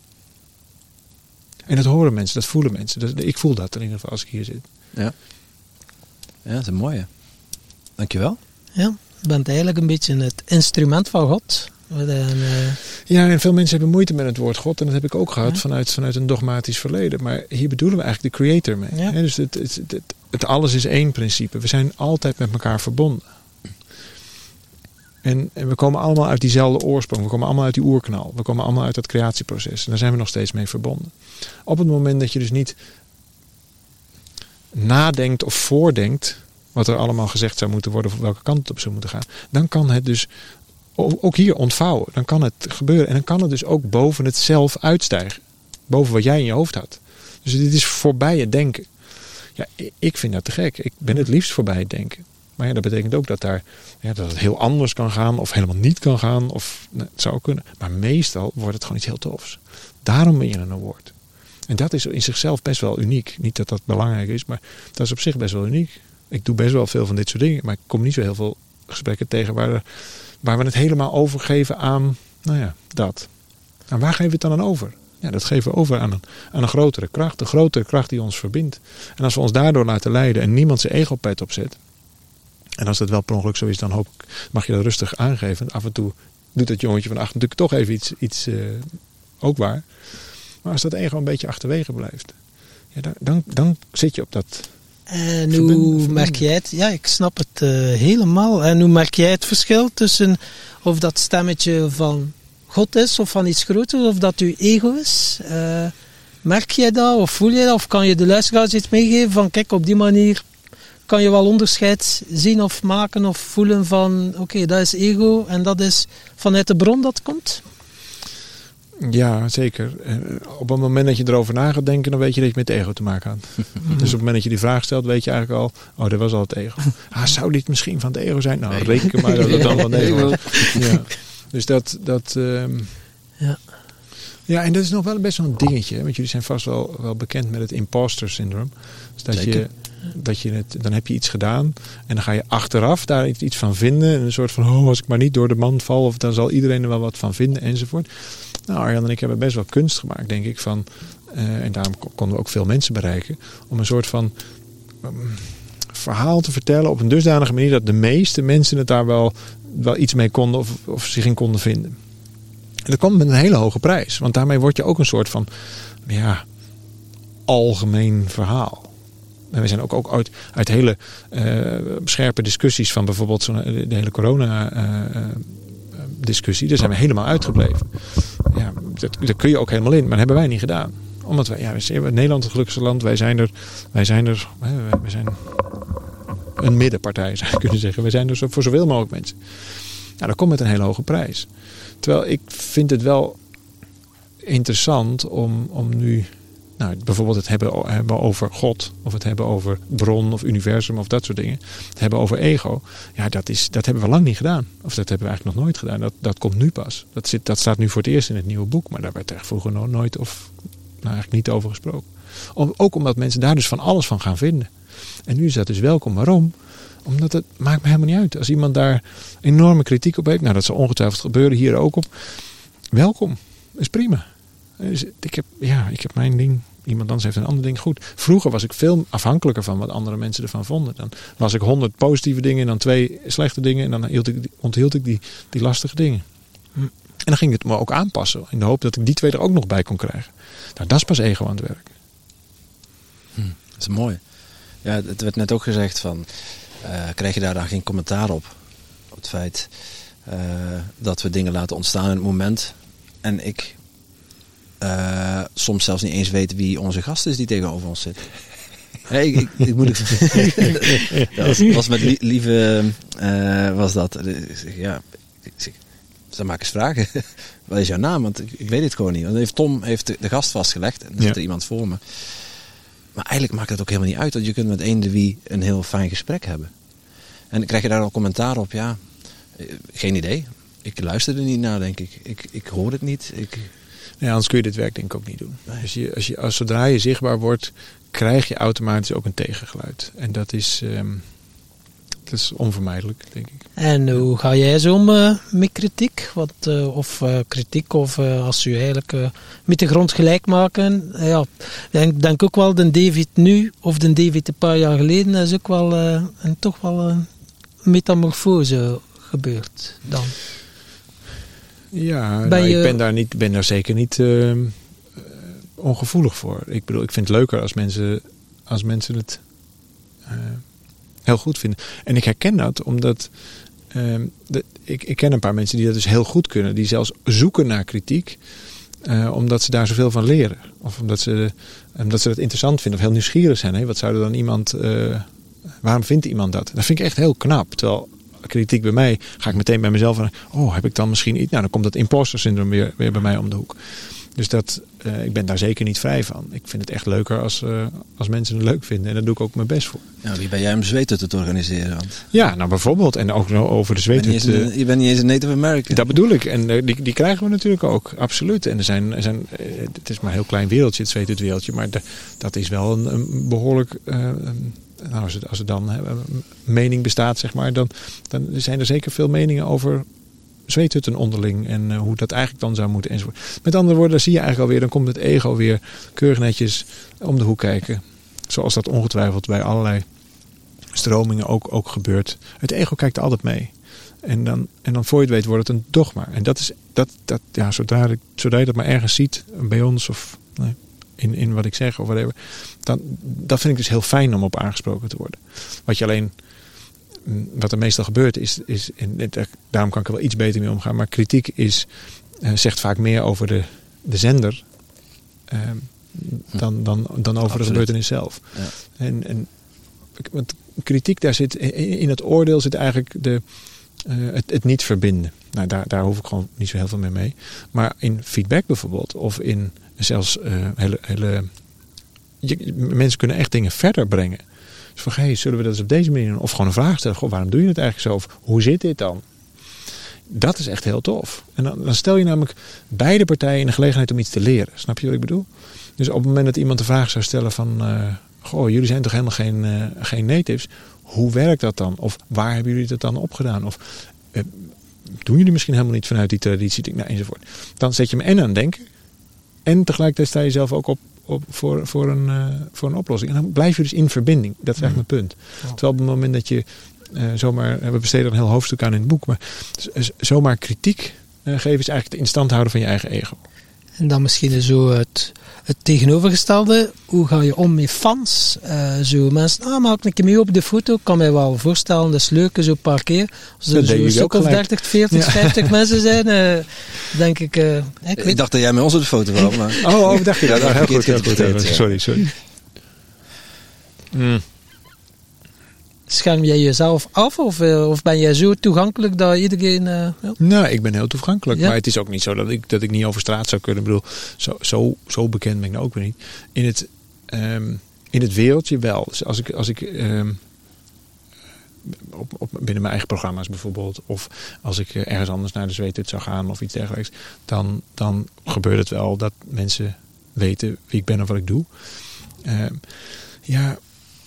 En dat horen mensen, dat voelen mensen. Dat, ik voel dat in ieder geval als ik hier zit. Ja, ja dat is een mooie. Dankjewel. Ja, je bent eigenlijk een beetje het instrument van God. En, uh... Ja, en veel mensen hebben moeite met het woord God. En dat heb ik ook gehad ja. vanuit, vanuit een dogmatisch verleden. Maar hier bedoelen we eigenlijk de creator mee. Ja. He, dus het, het, het, het alles is één principe. We zijn altijd met elkaar verbonden. En, en we komen allemaal uit diezelfde oorsprong. We komen allemaal uit die oerknal. We komen allemaal uit dat creatieproces. En daar zijn we nog steeds mee verbonden. Op het moment dat je dus niet nadenkt of voordenkt wat er allemaal gezegd zou moeten worden of welke kant het op zou moeten gaan, dan kan het dus ook hier ontvouwen. Dan kan het gebeuren. En dan kan het dus ook boven het zelf uitstijgen. Boven wat jij in je hoofd had. Dus dit is voorbij het denken. Ja, ik vind dat te gek. Ik ben het liefst voorbij het denken. Maar ja, dat betekent ook dat, daar, ja, dat het heel anders kan gaan of helemaal niet kan gaan. Of nou, het zou kunnen. Maar meestal wordt het gewoon iets heel tofs. Daarom ben je een award. En dat is in zichzelf best wel uniek. Niet dat dat belangrijk is, maar dat is op zich best wel uniek. Ik doe best wel veel van dit soort dingen. Maar ik kom niet zo heel veel gesprekken tegen waar, er, waar we het helemaal overgeven aan, nou ja, dat. En waar geven we het dan aan over? Ja, dat geven we over aan een, aan een grotere kracht. Een grotere kracht die ons verbindt. En als we ons daardoor laten leiden en niemand zijn ego-pet opzet. En als dat wel per ongeluk zo is, dan hoop ik, mag je dat rustig aangeven. Af en toe doet dat jongetje van achter natuurlijk toch even iets, iets uh, ook waar. Maar als dat ego een beetje achterwege blijft, ja, dan, dan, dan zit je op dat. En hoe merk jij het? Ja, ik snap het uh, helemaal. En hoe merk jij het verschil tussen of dat stemmetje van God is of van iets groters, of dat uw ego is? Uh, merk jij dat of voel je dat? Of kan je de luisteraars iets meegeven van kijk, op die manier kan je wel onderscheid zien of maken of voelen van oké, okay, dat is ego en dat is vanuit de bron dat komt? Ja, zeker. En op het moment dat je erover na gaat denken, dan weet je dat je met ego te maken had. Dus op het moment dat je die vraag stelt, weet je eigenlijk al, oh, dat was al het ego. Ah, zou dit misschien van het ego zijn? Nou, reken maar dat het dan van het ego was. Ja. Dus dat... dat um... ja. Ja, en dat is nog wel best wel een dingetje. Hè? Want jullie zijn vast wel, wel bekend met het imposter syndroom. Dus dat Zeker. je, dat je het, dan heb je iets gedaan en dan ga je achteraf daar iets van vinden. En een soort van, oh, als ik maar niet door de mand val, of dan zal iedereen er wel wat van vinden enzovoort. Nou, Arjan en ik hebben best wel kunst gemaakt, denk ik. Van, uh, en daarom konden we ook veel mensen bereiken. Om een soort van um, verhaal te vertellen op een dusdanige manier dat de meeste mensen het daar wel, wel iets mee konden of, of zich in konden vinden. En dat komt met een hele hoge prijs. Want daarmee word je ook een soort van ja, algemeen verhaal. En we zijn ook, ook uit, uit hele uh, scherpe discussies van bijvoorbeeld zo'n, de hele corona uh, discussie. Daar zijn we helemaal uitgebleven. Ja, dat, daar kun je ook helemaal in. Maar dat hebben wij niet gedaan. Omdat wij, ja, we zijn Nederland het gelukkigste land. Wij zijn er, wij zijn er, wij zijn een middenpartij zou je kunnen zeggen. Wij zijn er zo, voor zoveel mogelijk mensen. Nou, dat komt met een hele hoge prijs. Terwijl ik vind het wel interessant om, om nu nou, bijvoorbeeld het hebben, hebben over God. Of het hebben over bron of universum of dat soort dingen. Het hebben over ego. Ja, dat, is, dat hebben we lang niet gedaan. Of dat hebben we eigenlijk nog nooit gedaan. Dat, dat komt nu pas. Dat, zit, dat staat nu voor het eerst in het nieuwe boek. Maar daar werd er vroeger nog nooit of nou, eigenlijk niet over gesproken. Om, ook omdat mensen daar dus van alles van gaan vinden. En nu is dat dus welkom. Waarom? Omdat het maakt me helemaal niet uit. Als iemand daar enorme kritiek op heeft. Nou, dat zal ongetwijfeld gebeuren. Hier ook op. Welkom. Is prima. Dus ik heb, ja, ik heb mijn ding. Iemand anders heeft een ander ding. Goed. Vroeger was ik veel afhankelijker van wat andere mensen ervan vonden. Dan was ik honderd positieve dingen en dan twee slechte dingen. En dan hield ik, onthield ik die, die lastige dingen. Hm. En dan ging ik het me ook aanpassen. In de hoop dat ik die twee er ook nog bij kon krijgen. Nou, dat is pas ego aan het werk. Hm, dat is mooi. Ja, het werd net ook gezegd van... Uh, krijg je daar dan geen commentaar op? Op het feit uh, dat we dingen laten ontstaan in het moment. En ik uh, soms zelfs niet eens weet wie onze gast is die tegenover ons zit. Hey, ik, ik, ik moet ik, dat was, was met lieve uh, was dat. Ik zeg, ja, ik zeg, dan maak eens vragen. Wat is jouw naam? Want ik, ik weet het gewoon niet. Want heeft Tom heeft de, de gast vastgelegd en er zit er iemand voor me. Maar eigenlijk maakt het ook helemaal niet uit. Want je kunt met eender wie een heel fijn gesprek hebben. En dan krijg je daar al commentaar op. Ja, geen idee. Ik luister er niet naar, denk ik. Ik, ik hoor het niet. Ik... Ja, anders kun je dit werk denk ik ook niet doen. Nee. Als je, als je, als zodra je zichtbaar wordt, krijg je automatisch ook een tegengeluid. En dat is, um, dat is onvermijdelijk, denk ik. En hoe ga jij zo om uh, met kritiek? Wat, uh, of uh, kritiek, of uh, als je eigenlijk uh, met de grond gelijk maken. Uh, ja, ik denk, denk ook wel de David nu, of de David een paar jaar geleden, is ook wel uh, een, toch wel een metamorfose gebeurd dan. Ja, ben nou, je... ik ben daar, niet, ben daar zeker niet uh, uh, ongevoelig voor. Ik bedoel, ik vind het leuker als mensen, als mensen het uh, heel goed vinden. En ik herken dat omdat uh, de, ik, ik ken een paar mensen die dat dus heel goed kunnen. Die zelfs zoeken naar kritiek. Uh, omdat ze daar zoveel van leren. Of omdat ze, omdat ze dat interessant vinden. Of heel nieuwsgierig zijn. Hè? Wat zou er dan iemand... Uh, waarom vindt iemand dat? Dat vind ik echt heel knap. Terwijl... kritiek bij mij, ga ik meteen bij mezelf van, oh, heb ik dan misschien iets? Nou, dan komt dat imposter syndroom weer, weer bij mij om de hoek. Dus dat, uh, ik ben daar zeker niet vrij van. Ik vind het echt leuker als, uh, als mensen het leuk vinden. En daar doe ik ook mijn best voor. Ja, wie ben jij om zweethut te organiseren? Want... Ja, nou bijvoorbeeld. En ook over de zweethut. Je, uh, je bent niet eens een Native American. Dat bedoel ik. En uh, die, die krijgen we natuurlijk ook. Absoluut. En er zijn, er zijn, uh, het is maar een heel klein wereldje, het zweethutwereldje. Maar de, dat is wel een, een behoorlijk... Uh, een, Nou, als, het, als er dan hè, een mening bestaat, zeg maar, dan, dan zijn er zeker veel meningen over zweethutten onderling en uh, hoe dat eigenlijk dan zou moeten enzovoort. Met andere woorden, daar zie je eigenlijk alweer, dan komt het ego weer keurig netjes om de hoek kijken. Zoals dat ongetwijfeld bij allerlei stromingen ook, ook gebeurt. Het ego kijkt er altijd mee. En dan, en dan voor je het weet wordt het een dogma. En dat is, dat, dat, ja, zodra, zodra je dat maar ergens ziet, bij ons of... Nee, In, in wat ik zeg of whatever. Dan, dat vind ik dus heel fijn om op aangesproken te worden. Wat je alleen, wat er meestal gebeurt is, is en daarom kan ik er wel iets beter mee omgaan. Maar kritiek is, uh, zegt vaak meer over de, de zender uh, dan, dan, dan over Absoluut. de gebeurtenis zelf. Ja. En, en want kritiek, daar zit in het oordeel zit eigenlijk de, uh, het, het niet verbinden. Nou, daar, daar hoef ik gewoon niet zo heel veel mee mee. Maar in feedback bijvoorbeeld, of in zelfs uh, hele... hele je, mensen kunnen echt dingen verder brengen. Dus van, hey, zullen we dat eens op deze manier doen? Of gewoon een vraag stellen. Goh, waarom doe je het eigenlijk zo? Of hoe zit dit dan? Dat is echt heel tof. En dan, dan stel je namelijk beide partijen in de gelegenheid om iets te leren. Snap je wat ik bedoel? Dus op het moment dat iemand de vraag zou stellen van... Uh, goh, jullie zijn toch helemaal geen, uh, geen natives? Hoe werkt dat dan? Of waar hebben jullie dat dan opgedaan? Of uh, doen jullie misschien helemaal niet vanuit die traditie? Nou, enzovoort. Dan zet je hem en aan het denken. En tegelijkertijd sta je zelf ook op, op voor, voor, een, uh, voor een oplossing. En dan blijf je dus in verbinding. Dat is eigenlijk mijn punt. Oh. Terwijl op het moment dat je uh, zomaar... We besteden er een heel hoofdstuk aan in het boek. Maar z- zomaar kritiek uh, geven is eigenlijk het in stand houden van je eigen ego. En dan misschien zo het, het tegenovergestelde. Hoe ga je om met fans? Uh, zo mensen, ah, maak een keer mee op de foto. Ik kan mij wel voorstellen, dat is leuk, zo een paar keer. Als er zo een stuk of dertig, veertig, ja. vijftig mensen zijn, uh, denk ik... Uh, ik, ik weet... dacht dat jij met ons op de foto wou, maar... Oh, oh dacht je dat? Ja, heel goed, heel goed. Ja. Sorry, sorry. Mm. Scherm jij jezelf af of, uh, of ben jij zo toegankelijk dat iedereen... Uh, ja? Nou, ik ben heel toegankelijk. Ja. Maar het is ook niet zo dat ik, dat ik niet over straat zou kunnen. Ik bedoel, zo, zo, zo bekend ben ik nou ook weer niet. In het, um, in het wereldje wel. Dus als ik, als ik um, op, op, binnen mijn eigen programma's bijvoorbeeld... of als ik ergens anders naar de zweethut zou gaan of iets dergelijks... dan, dan gebeurt het wel dat mensen weten wie ik ben of wat ik doe. Um, ja...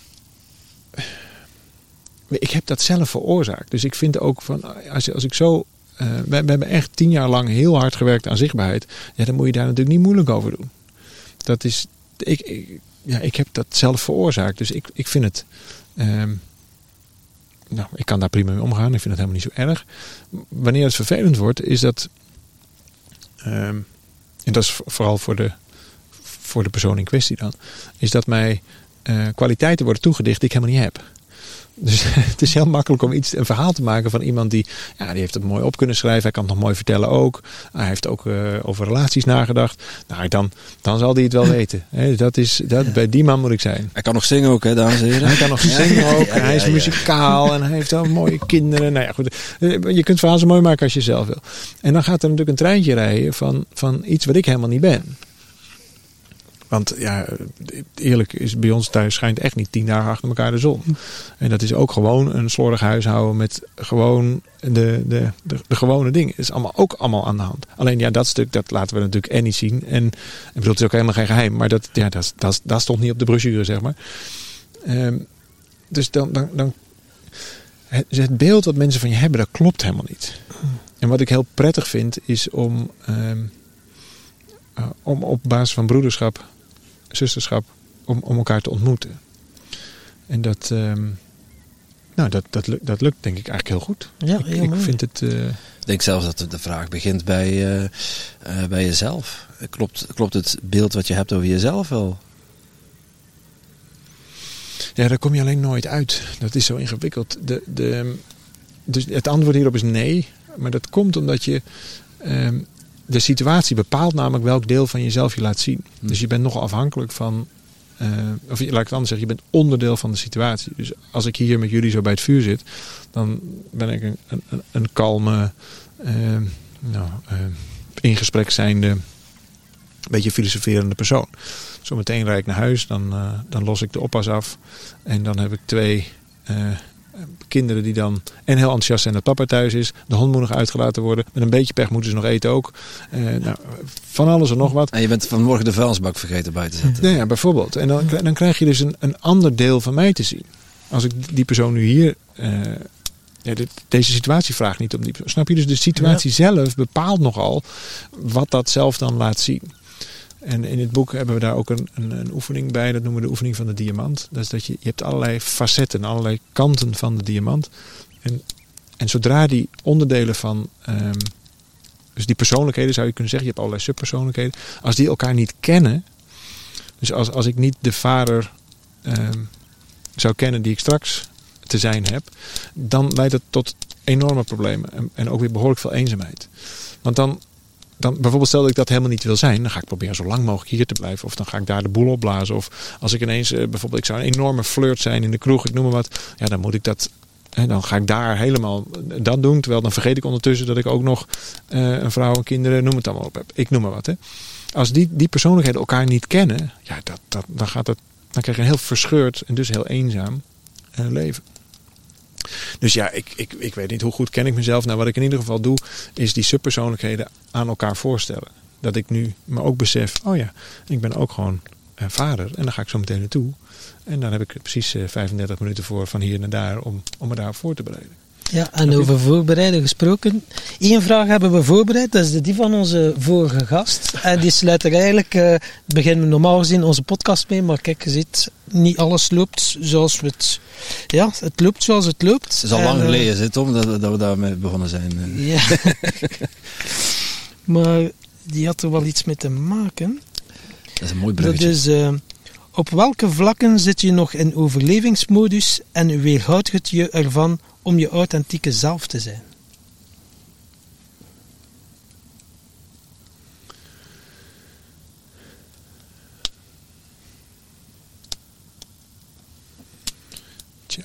Ik heb dat zelf veroorzaakt. Dus ik vind ook van, als, als ik zo... Uh, we, we hebben echt tien jaar lang heel hard gewerkt aan zichtbaarheid. Ja, dan moet je daar natuurlijk niet moeilijk over doen. Dat is... Ik, ik, ja, ik heb dat zelf veroorzaakt. Dus ik, ik vind het... Um, nou, ik kan daar prima mee omgaan. Ik vind het helemaal niet zo erg. Wanneer het vervelend wordt, is dat... Um, en dat is vooral voor de, voor de persoon in kwestie dan... is dat mij uh, kwaliteiten worden toegedicht die ik helemaal niet heb. Dus het is heel makkelijk om iets, een verhaal te maken van iemand die, ja, die heeft het mooi op kunnen schrijven. Hij kan het nog mooi vertellen ook. Hij heeft ook uh, over relaties nagedacht. Nou, dan, dan zal hij het wel weten. He, dat is, dat, ja. Bij die man moet ik zijn. Hij kan nog zingen ook, hè, dames en heren. Hij kan nog zingen ook. Ja, ja, ja, hij is ja. muzikaal en hij heeft al mooie kinderen. Nou ja, goed. Je kunt het verhaal zo mooi maken als je zelf wil. En dan gaat er natuurlijk een treintje rijden van, van iets wat ik helemaal niet ben. Want ja, eerlijk is bij ons thuis schijnt echt niet tien dagen achter elkaar de zon. En dat is ook gewoon een slordig huishouden met gewoon de, de, de, de gewone dingen. Dat is allemaal, ook allemaal aan de hand. Alleen ja, dat stuk, dat laten we natuurlijk en niet zien. En ik bedoel, het is ook helemaal geen geheim. Maar dat, ja, dat, dat, dat stond niet op de brochure, zeg maar. Um, dus dan, dan, dan het, het beeld wat mensen van je hebben, dat klopt helemaal niet. En wat ik heel prettig vind, is om, um, uh, om op basis van broederschap... zusterschap, om, om elkaar te ontmoeten. En dat, um, nou, dat, dat, lukt, dat lukt denk ik eigenlijk heel goed. Ja, ik, heel ik mooi. vind het... Uh... Ik denk zelfs dat de vraag begint bij, uh, uh, bij jezelf. Klopt, klopt het beeld wat je hebt over jezelf wel? Ja, daar kom je alleen nooit uit. Dat is zo ingewikkeld. De, de, dus het antwoord hierop is nee. Maar dat komt omdat je... Um, de situatie bepaalt namelijk welk deel van jezelf je laat zien. Hmm. Dus je bent nogal afhankelijk van... Uh, of laat ik het anders zeggen, je bent onderdeel van de situatie. Dus als ik hier met jullie zo bij het vuur zit... dan ben ik een, een, een kalme... Uh, nou, uh, in gesprek zijnde... een beetje filosoferende persoon. Zometeen rijd ik naar huis, dan, uh, dan los ik de oppas af. En dan heb ik twee... Uh, kinderen die dan en heel enthousiast zijn dat papa thuis is. De hond moet nog uitgelaten worden. Met een beetje pech moeten ze nog eten ook. Uh, nou, van alles en nog wat. En je bent vanmorgen de vuilnisbak vergeten bij te zetten. Ja, ja bijvoorbeeld. En dan, dan krijg je dus een, een ander deel van mij te zien. Als ik die persoon nu hier... Uh, ja, dit, deze situatie vraagt niet om die persoon. Snap je? Dus de situatie ja. zelf bepaalt nogal wat dat zelf dan laat zien. En in het boek hebben we daar ook een, een, een oefening bij. Dat noemen we de oefening van de diamant. Dat is dat je, je hebt allerlei facetten, allerlei kanten van de diamant. En, en zodra die onderdelen van... Um, dus die persoonlijkheden zou je kunnen zeggen. Je hebt allerlei subpersoonlijkheden. Als die elkaar niet kennen. Dus als, als ik niet de vader um, zou kennen die ik straks te zijn heb. Dan leidt het tot enorme problemen. En, en ook weer behoorlijk veel eenzaamheid. Want dan... Dan, bijvoorbeeld stel dat ik dat helemaal niet wil zijn, dan ga ik proberen zo lang mogelijk hier te blijven. Of dan ga ik daar de boel opblazen. Of als ik ineens, uh, bijvoorbeeld ik zou een enorme flirt zijn in de kroeg, ik noem maar wat. Ja, dan moet ik dat En dan ga ik daar helemaal dat doen. Terwijl dan vergeet ik ondertussen dat ik ook nog uh, een vrouw en kinderen, noem het allemaal op heb. Ik noem maar wat. Hè. Als die, die persoonlijkheden elkaar niet kennen, ja, dat, dat, dan, gaat het, dan krijg je een heel verscheurd en dus heel eenzaam uh, leven. Dus ja, ik, ik, ik weet niet hoe goed ken ik mezelf. Nou, wat ik in ieder geval doe, is die subpersoonlijkheden aan elkaar voorstellen. Dat ik nu me ook besef, oh ja, ik ben ook gewoon uh, vader. En dan ga ik zo meteen naartoe. En dan heb ik precies uh, vijfendertig minuten voor van hier naar daar om, om me daarop voor te bereiden. Ja, en over voorbereiden gesproken. Eén vraag hebben we voorbereid, dat is die van onze vorige gast. En die sluit er eigenlijk, uh, beginnen we normaal gezien onze podcast mee, maar kijk, je ziet, niet alles loopt zoals we het... Ja, het loopt zoals het loopt. Het is al en, lang geleden, uh, Tom, dat, dat we daarmee begonnen zijn. Ja. Maar die had er wel iets mee te maken. Dat is een mooi bruggetje. Dat is... Uh, op welke vlakken zit je nog in overlevingsmodus en weerhoudt het je ervan om je authentieke zelf te zijn? Tja.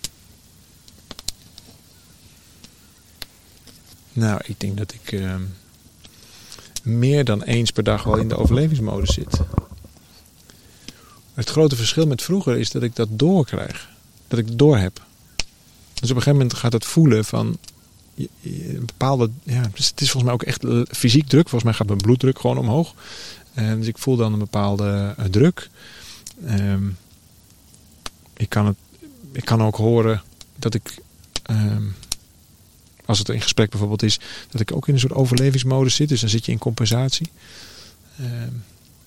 Nou, ik denk dat ik uh, meer dan eens per dag wel in de overlevingsmodus zit. Het grote verschil met vroeger is dat ik dat doorkrijg. Dat ik het door heb. Dus op een gegeven moment gaat het voelen van... Je, je, een bepaalde... Ja, het is volgens mij ook echt fysiek druk. Volgens mij gaat mijn bloeddruk gewoon omhoog. En dus ik voel dan een bepaalde uh, druk. Um, ik, kan het, ik kan ook horen dat ik... Um, als het in gesprek bijvoorbeeld is... dat ik ook in een soort overlevingsmodus zit. Dus dan zit je in compensatie. Um,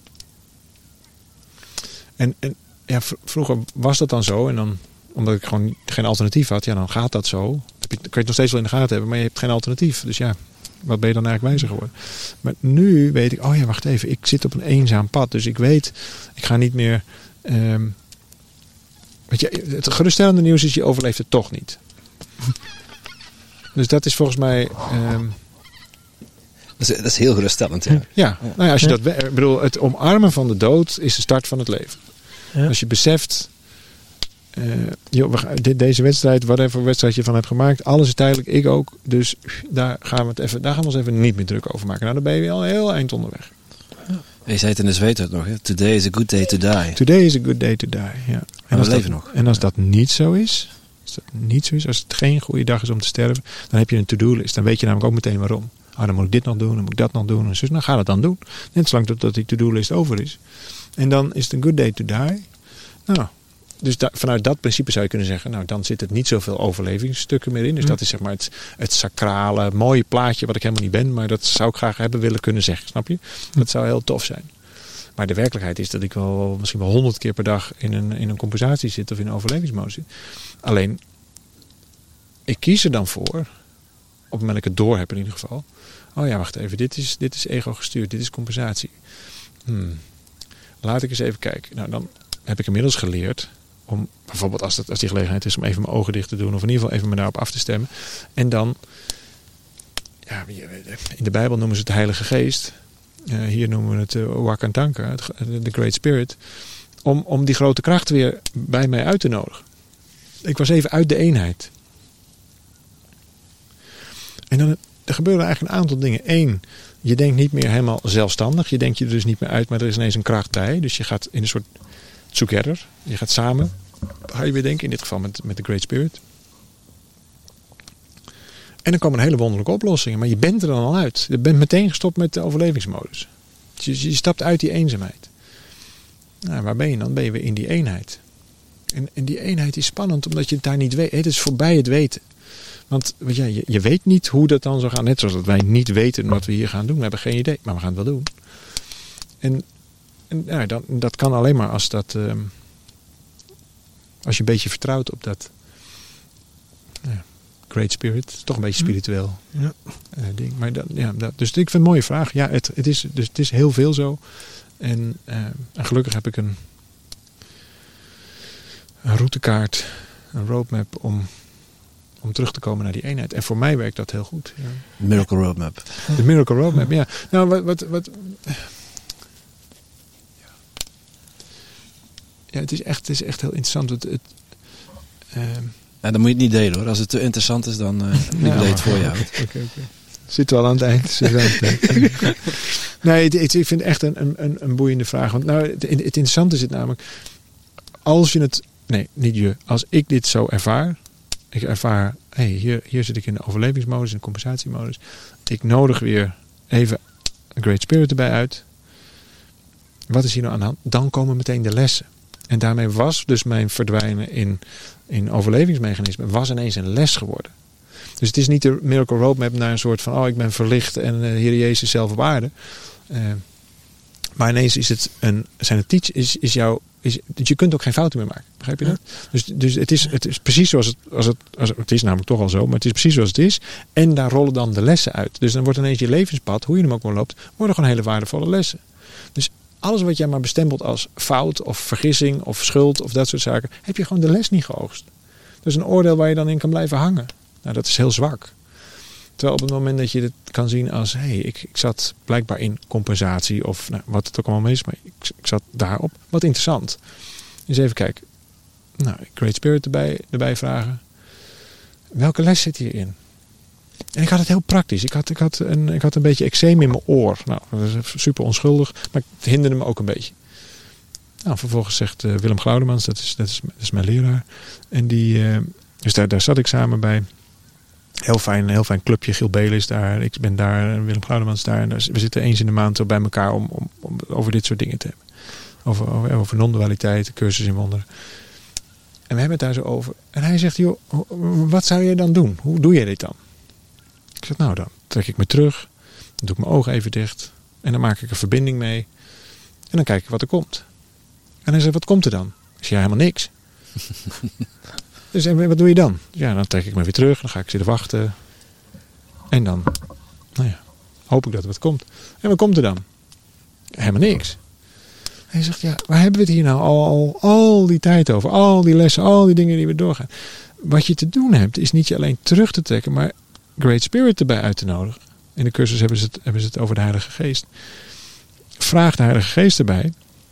En, en ja, v- vroeger was dat dan zo. En dan, omdat ik gewoon geen alternatief had, ja, dan gaat dat zo. Dan kan je het nog steeds wel in de gaten hebben, maar je hebt geen alternatief. Dus ja, wat ben je dan eigenlijk wijzer geworden? Maar nu weet ik, oh ja, wacht even. Ik zit op een eenzaam pad. Dus ik weet, ik ga niet meer... Um, weet je, het geruststellende nieuws is, je overleeft het toch niet. Dus dat is volgens mij... Um, Dat is, dat is heel geruststellend, ja. Ja, nou ja, als je dat... Ik bedoel, het omarmen van de dood is de start van het leven. Ja. Als je beseft... Uh, joh, we, deze wedstrijd, whatever voor wedstrijd je van hebt gemaakt... alles is tijdelijk, ik ook. Dus daar gaan we het even, daar gaan we ons even niet meer druk over maken. Nou, dan ben je weer al een heel eind onderweg. Ja. Je zei het in de zweet nog, hè? Today is a good day to die. Today is a good day to die, ja. En we leven dat, nog. En als dat niet zo is... Als dat niet zo is, als het geen goede dag is om te sterven... dan heb je een to-do-list. Dan weet je namelijk ook meteen waarom. Ah, dan moet ik dit nog doen, dan moet ik dat nog doen. Dus nou, ga het dan doen. Net zolang dat, dat die to-do-list over is. En dan is het een good day to die. Nou, dus da, vanuit dat principe zou je kunnen zeggen... nou, dan zit het niet zoveel overlevingsstukken meer in. Dus mm. dat is zeg maar het, het sacrale, mooie plaatje... wat ik helemaal niet ben, maar dat zou ik graag hebben willen kunnen zeggen. Snap je? Mm. Dat zou heel tof zijn. Maar de werkelijkheid is dat ik wel misschien wel honderd keer per dag... in een, in een compensatie zit of in een overlevingsmodus zit. Alleen, ik kies er dan voor... op het moment dat ik het door heb in ieder geval... oh ja, wacht even, dit is, dit is ego gestuurd, dit is compensatie. Hmm. Laat ik eens even kijken. Nou, dan heb ik inmiddels geleerd... om bijvoorbeeld als, het, als die gelegenheid is om even mijn ogen dicht te doen... of in ieder geval even me daarop af te stemmen. En dan... ja, in de Bijbel noemen ze het Heilige Geest... Uh, hier noemen we het uh, Wakantanka, de Great Spirit... Om, om die grote kracht weer bij mij uit te nodigen. Ik was even uit de eenheid... En dan er gebeuren eigenlijk een aantal dingen. Eén, je denkt niet meer helemaal zelfstandig. Je denkt je er dus niet meer uit, maar er is ineens een kracht bij. Dus je gaat in een soort together. Je gaat samen, ga je weer denken. In dit geval met, met de Great Spirit. En dan komen een hele wonderlijke oplossingen. Maar je bent er dan al uit. Je bent meteen gestopt met de overlevingsmodus. Dus je, je stapt uit die eenzaamheid. Nou, waar ben je dan? Ben je weer in die eenheid. En, en die eenheid is spannend, omdat je het daar niet weet. Het is voorbij het weten. Want ja, je, je weet niet hoe dat dan zou gaan. Net zoals dat wij niet weten wat we hier gaan doen. We hebben geen idee, maar we gaan het wel doen. En, en ja, dan, dat kan alleen maar als dat... Um, als je een beetje vertrouwt op dat... Ja, Great Spirit. Toch een beetje spiritueel ja. uh, ding. Maar dat, ja, dat, dus ik vind het een mooie vraag. Ja, het, het, is, dus het is heel veel zo. En, uh, en gelukkig heb ik een, een routekaart. Een roadmap om... om terug te komen naar die eenheid. En voor mij werkt dat heel goed. Ja. Miracle Roadmap. De Miracle Roadmap, ja. Nou, wat... wat, wat ja. ja, het is echt, het is echt heel interessant. Het, het, uh, Ja, dan moet je het niet delen hoor. Als het te interessant is, dan uh, liever ja, dat je het voor je houdt. Oké, okay, oké. Okay. Zitten we al aan het eind. Zitten we aan het eind. Nee, het, het, ik vind het echt een, een, een boeiende vraag. Want nou, het, het interessante is het namelijk, als je het, nee, niet je, als ik dit zo ervaar, ik ervaar, hé, hey, hier, hier zit ik in de overlevingsmodus, in de compensatiemodus. Ik nodig weer even een Great Spirit erbij uit. Wat is hier nou aan de hand? Dan komen meteen de lessen. En daarmee was dus mijn verdwijnen in, in overlevingsmechanismen, was ineens een les geworden. Dus het is niet de miracle roadmap naar een soort van, oh, ik ben verlicht en uh, Heer Jezus zelf op aarde. Uh, maar ineens is het een, zijn het teach, is, is jouw, is, je kunt ook geen fouten meer maken. Begrijp je dat? Dus, dus het, is, het is precies zoals het, als het, als het, het is namelijk toch al zo, maar het is precies zoals het is. En daar rollen dan de lessen uit. Dus dan wordt ineens je levenspad, hoe je hem ook maar loopt, worden gewoon hele waardevolle lessen. Dus alles wat jij maar bestempelt als fout of vergissing of schuld of dat soort zaken, heb je gewoon de les niet geoogst. Dat is een oordeel waar je dan in kan blijven hangen. Nou, dat is heel zwak. Terwijl op het moment dat je het kan zien als, hé, hey, ik, ik zat blijkbaar in compensatie of nou, wat het ook allemaal is, maar ik, ik zat daarop. Wat interessant. Dus even kijken. Nou, Great Spirit erbij, erbij vragen. Welke les zit hierin? En ik had het heel praktisch. Ik had, ik had, een, ik had een beetje eczeem in mijn oor. Nou, dat is super onschuldig, maar het hinderde me ook een beetje. Nou, vervolgens zegt uh, Willem Glaudemans, dat is, dat, is, dat is mijn leraar. En die, uh, dus daar, daar zat ik samen bij. Heel fijn, heel fijn clubje. Giel Belen is daar. Ik ben daar. Willem Glaudemans daar. En we zitten eens in de maand bij elkaar om, om, om over dit soort dingen te hebben. Over, over, over non-dualiteit, cursus in wonderen. En we hebben het daar zo over. En hij zegt, joh, wat zou jij dan doen? Hoe doe jij dit dan? Ik zeg, nou dan trek ik me terug. Dan doe ik mijn ogen even dicht. En dan maak ik een verbinding mee. En dan kijk ik wat er komt. En hij zegt, wat komt er dan? Ik zeg, ja, helemaal niks. Dus wat doe je dan? Ja, dan trek ik me weer terug. Dan ga ik zitten wachten. En dan, nou ja, hoop ik dat er wat komt. En wat komt er dan? Helemaal niks. Hij zegt, ja, waar hebben we het hier nou al, al, al die tijd over? Al die lessen, al die dingen die we doorgaan. Wat je te doen hebt, is niet je alleen terug te trekken, maar Great Spirit erbij uit te nodigen. In de cursus hebben ze het, hebben ze het over de Heilige Geest. Vraag de Heilige Geest erbij.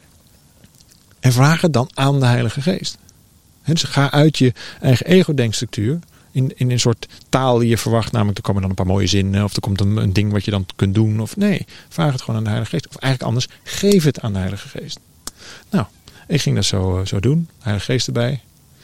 En vraag het dan aan de Heilige Geest. He, dus ga uit je eigen ego-denkstructuur. In, in een soort taal die je verwacht. Namelijk, er komen dan een paar mooie zinnen. Of er komt een, een ding wat je dan kunt doen. Of nee, vraag het gewoon aan de Heilige Geest. Of eigenlijk anders, geef het aan de Heilige Geest. Nou, ik ging dat zo, zo doen. Heilige Geest erbij.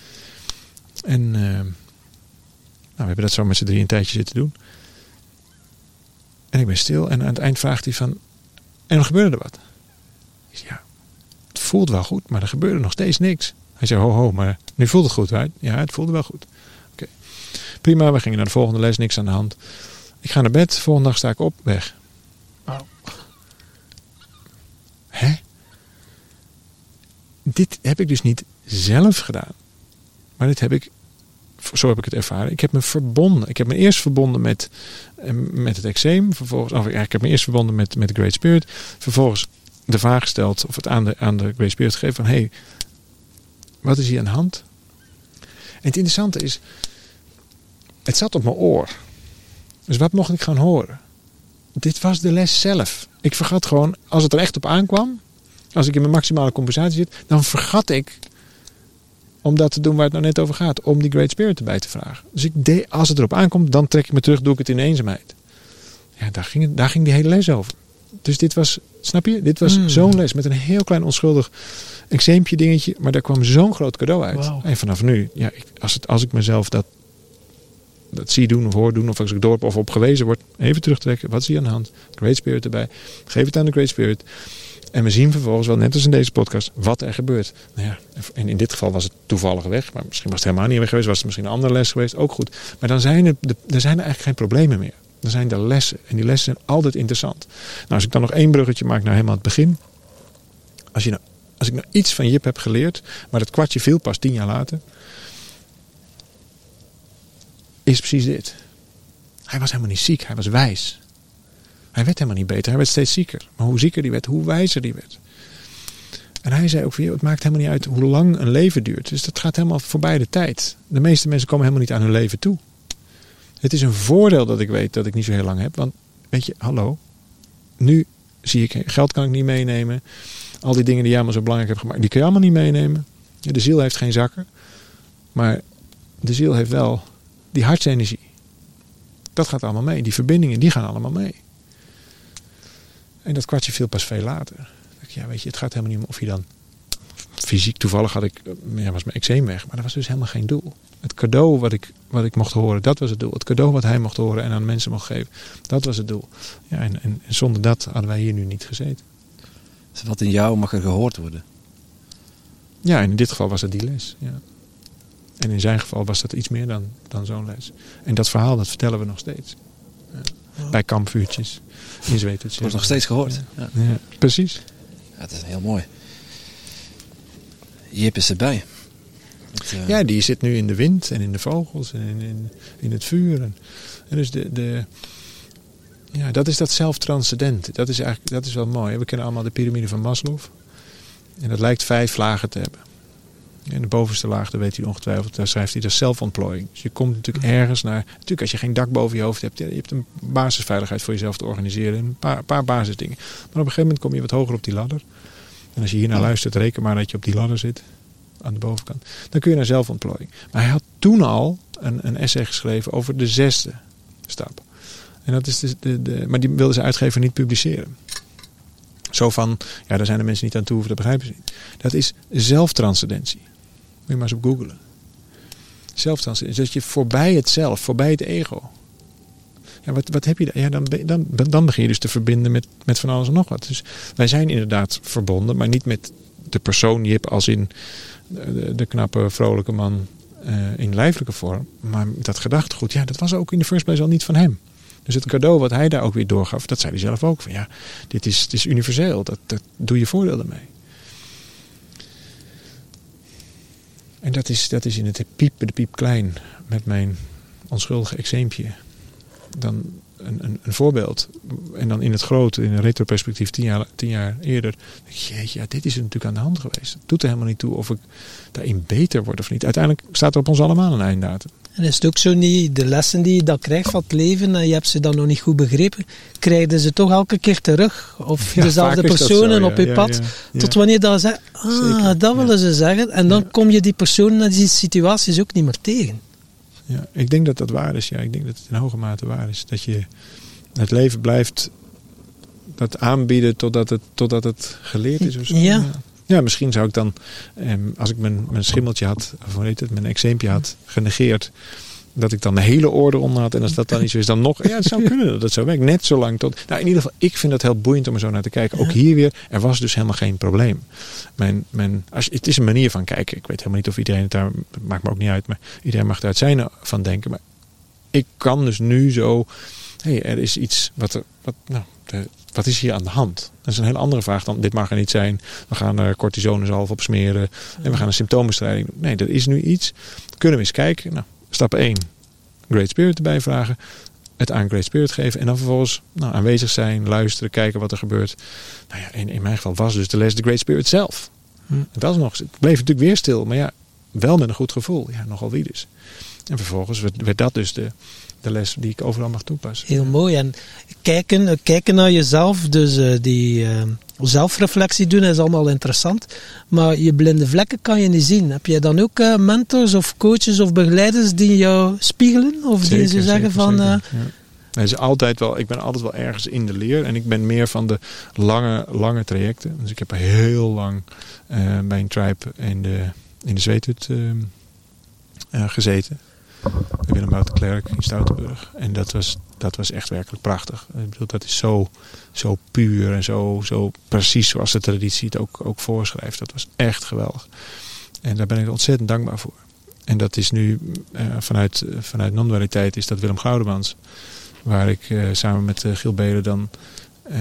En uh, nou, we hebben dat zo met z'n drie een tijdje zitten doen. En ik ben stil. En aan het eind vraagt hij van, en dan gebeurde er wat. Ik zeg, ja, het voelt wel goed, maar er gebeurde nog steeds niks. Hij zei, ho ho, maar nu voelt het goed, right? Ja, het voelde wel goed. Oké, okay. Prima, we gingen naar de volgende les, niks aan de hand. Ik ga naar bed, volgende dag sta ik op, weg. Oh. Hè? Dit heb ik dus niet zelf gedaan. Maar dit heb ik, zo heb ik het ervaren. Ik heb me verbonden. Ik heb me eerst verbonden met, met het eczeem. Vervolgens, of ik heb me eerst verbonden met, met de Great Spirit. Vervolgens de vraag gesteld, of het aan de, aan de Great Spirit gegeven van, hé, hey, wat is hier aan de hand? En het interessante is, het zat op mijn oor. Dus wat mocht ik gaan horen? Dit was de les zelf. Ik vergat gewoon, als het er echt op aankwam, als ik in mijn maximale compensatie zit, dan vergat ik om dat te doen waar het nou net over gaat. Om die Great Spirit erbij te vragen. Dus ik deed, als het erop aankomt, dan trek ik me terug, doe ik het in eenzaamheid. Ja, daar ging, het, daar ging die hele les over. Dus dit was, snap je? Dit was mm. zo'n les met een heel klein onschuldig eczeempje dingetje. Maar daar kwam zo'n groot cadeau uit. Wow. En vanaf nu, ja, ik, als, het, als ik mezelf dat, dat zie doen of hoor doen. Of als ik dorp of op gewezen word. Even terugtrekken. Wat is hier aan de hand? Great Spirit erbij. Geef het aan de Great Spirit. En we zien vervolgens wel, net als in deze podcast, wat er gebeurt. Nou ja, en in dit geval was het toevallig weg. Maar misschien was het helemaal niet weg geweest. Was het misschien een andere les geweest. Ook goed. Maar dan zijn er, er zijn er eigenlijk geen problemen meer. Dan zijn er lessen. En die lessen zijn altijd interessant. Nou, als ik dan nog één bruggetje maak naar helemaal het begin. Als, je nou, als ik nou iets van Jip heb geleerd, maar dat kwartje viel pas tien jaar later. Is precies dit. Hij was helemaal niet ziek. Hij was wijs. Hij werd helemaal niet beter. Hij werd steeds zieker. Maar hoe zieker die werd, hoe wijzer die werd. En hij zei ook van, het maakt helemaal niet uit hoe lang een leven duurt. Dus dat gaat helemaal voorbij de tijd. De meeste mensen komen helemaal niet aan hun leven toe. Het is een voordeel dat ik weet dat ik niet zo heel lang heb. Want weet je, hallo. Nu zie ik, geld kan ik niet meenemen. Al die dingen die jij allemaal zo belangrijk hebt gemaakt, die kun je allemaal niet meenemen. De ziel heeft geen zakken. Maar de ziel heeft wel die hartsenergie. Dat gaat allemaal mee. Die verbindingen, die gaan allemaal mee. En dat kwartje viel pas veel later. Ja, weet je, het gaat helemaal niet om of je dan fysiek, toevallig had ik, ja, was mijn eczeem weg, maar dat was dus helemaal geen doel. Het cadeau wat ik, wat ik mocht horen, dat was het doel. Het cadeau wat hij mocht horen en aan mensen mocht geven, dat was het doel. Ja, en, en, en zonder dat hadden wij hier nu niet gezeten. Dus wat in jou mag er gehoord worden? Ja, en in dit geval was het die les. Ja. En in zijn geval was dat iets meer dan, dan zo'n les. En dat verhaal, dat vertellen we nog steeds. Ja. Oh. Bij kampvuurtjes in Zweet. Het wordt nog steeds gehoord. Ja, ja. Ja, precies. Ja, dat is heel mooi. Jip is erbij. Het, uh... Ja, die zit nu in de wind en in de vogels en in, in, in het vuur. En, en dus de, de, ja, dat is dat zelftranscendent. Dat is eigenlijk, dat is wel mooi. We kennen allemaal de piramide van Maslow. En dat lijkt vijf lagen te hebben. En de bovenste laag, dat weet hij ongetwijfeld, daar schrijft hij, dat is zelfontplooiing. Dus je komt natuurlijk ergens naar... Natuurlijk, als je geen dak boven je hoofd hebt, je hebt een basisveiligheid voor jezelf te organiseren. Een paar, paar basisdingen. Maar op een gegeven moment kom je wat hoger op die ladder. En als je hier naar luistert, reken maar dat je op die ladder zit. Aan de bovenkant. Dan kun je naar zelfontplooiing. Maar hij had toen al een, een essay geschreven over de zesde stap. En dat is de, de, de, maar die wilde zijn uitgever niet publiceren. Zo van, ja, daar zijn de mensen niet aan toe, of dat begrijpen ze niet. Dat is zelftranscendentie. Moet je maar eens op googlen. Zelftranscendentie. Dat je voorbij het zelf, voorbij het ego. Ja, wat, wat heb je dan? Ja, dan, dan, dan begin je dus te verbinden met, met van alles en nog wat. Dus wij zijn inderdaad verbonden, maar niet met de persoon Jip als in de, de knappe, vrolijke man uh, in lijfelijke vorm. Maar dat gedachtegoed, ja, dat was ook in de first place al niet van hem. Dus het cadeau wat hij daar ook weer doorgaf, dat zei hij zelf ook. Van ja, dit is, dit is universeel, dat, dat doe je voordeel ermee. En dat is, dat is in het piepen, de piep klein, met mijn onschuldige eczeempje. Dan een, een, een voorbeeld. En dan in het grote, in een retroperspectief, tien jaar, tien jaar eerder. Denk je, jeetje, ja, dit is er natuurlijk aan de hand geweest. Het doet er helemaal niet toe of ik daarin beter word of niet. Uiteindelijk staat er op ons allemaal een einddatum. En is het ook zo niet, de lessen die je dan krijgt van het leven, en je hebt ze dan nog niet goed begrepen, krijg je ze toch elke keer terug? Of ja, dezelfde personen zo, ja. op je pad, ja, ja, ja. tot wanneer dat ze ah, Zeker, dat willen ja. ze zeggen. En dan ja. kom je die personen en die situaties ook niet meer tegen. Ja, ik denk dat dat waar is. Ja. Ik denk dat het in hoge mate waar is. Dat je het leven blijft dat aanbieden totdat het, totdat het geleerd is. Of zo. Ja. Ja. Ja, misschien zou ik dan, eh, als ik mijn, mijn schimmeltje had, of hoe heet het, mijn eczeempje had genegeerd, dat ik dan de hele orde onder had. En als dat dan niet zo is, dan nog, ja, het zou kunnen dat het zo werkt. Net zo lang tot, nou in ieder geval, ik vind het heel boeiend om er zo naar te kijken. Ook hier weer, er was dus helemaal geen probleem. Mijn, mijn, als, het is een manier van kijken. Ik weet helemaal niet of iedereen het daar, het maakt me ook niet uit, maar iedereen mag er uit zijn van denken. Maar ik kan dus nu zo, hé, hey, er is iets, wat er, wat, nou, de, wat is hier aan de hand? Dat is een hele andere vraag dan, dit mag er niet zijn. We gaan er cortisonezalf op smeren. En we gaan een symptoombestrijding doen. Nee, er is nu iets. Kunnen we eens kijken. Nou, stap één. Great Spirit erbij vragen. Het aan Great Spirit geven. En dan vervolgens nou, aanwezig zijn. Luisteren. Kijken wat er gebeurt. Nou ja, in, in mijn geval was dus de les de Great Spirit zelf. Hm. Het was nog, het bleef natuurlijk weer stil. Maar ja, wel met een goed gevoel. Ja, nogal wie dus. En vervolgens werd, werd dat dus de... de les die ik overal mag toepassen. Heel mooi. En kijken, kijken naar jezelf, dus uh, die uh, zelfreflectie doen is allemaal interessant. Maar je blinde vlekken kan je niet zien. Heb jij dan ook uh, mentors of coaches of begeleiders die jou spiegelen? Of zeker, die ze zeggen zeker, van... Uh, ja. Het is altijd wel, ik ben altijd wel ergens in de leer. En ik ben meer van de lange, lange trajecten. Dus ik heb heel lang uh, bij een tribe in de, in de Zweethut uh, uh, gezeten. Willem Wouter Klerk in Stoutenburg. En dat was, dat was echt werkelijk prachtig. Ik bedoel, dat is zo, zo puur en zo, zo precies zoals de traditie het ook, ook voorschrijft. Dat was echt geweldig. En daar ben ik ontzettend dankbaar voor. En dat is nu uh, vanuit, uh, vanuit non-dualiteit is dat Willem Goudemans. Waar ik uh, samen met uh, Giel Belen dan uh,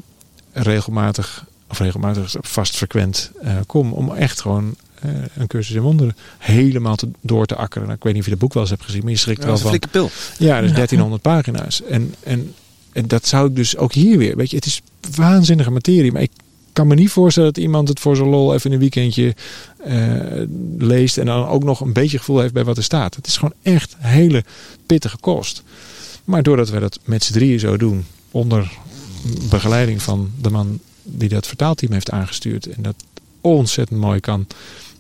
regelmatig, of regelmatig vast frequent uh, kom. Om echt gewoon uh, een cursus in wonderen helemaal te, door te akkeren. Nou, ik weet niet of je dat boek wel eens hebt gezien, maar je schrikt ja, wel van. Dat is een flinke pil. Ja, dus dertienhonderd pagina's. En, en, en dat zou ik dus ook hier weer, weet je, het is waanzinnige materie, maar ik kan me niet voorstellen dat iemand het voor zijn lol even in een weekendje uh, leest en dan ook nog een beetje gevoel heeft bij wat er staat. Het is gewoon echt hele pittige kost. Maar doordat we dat met z'n drieën zo doen, onder begeleiding van de man die dat vertaalteam heeft aangestuurd en dat ontzettend mooi kan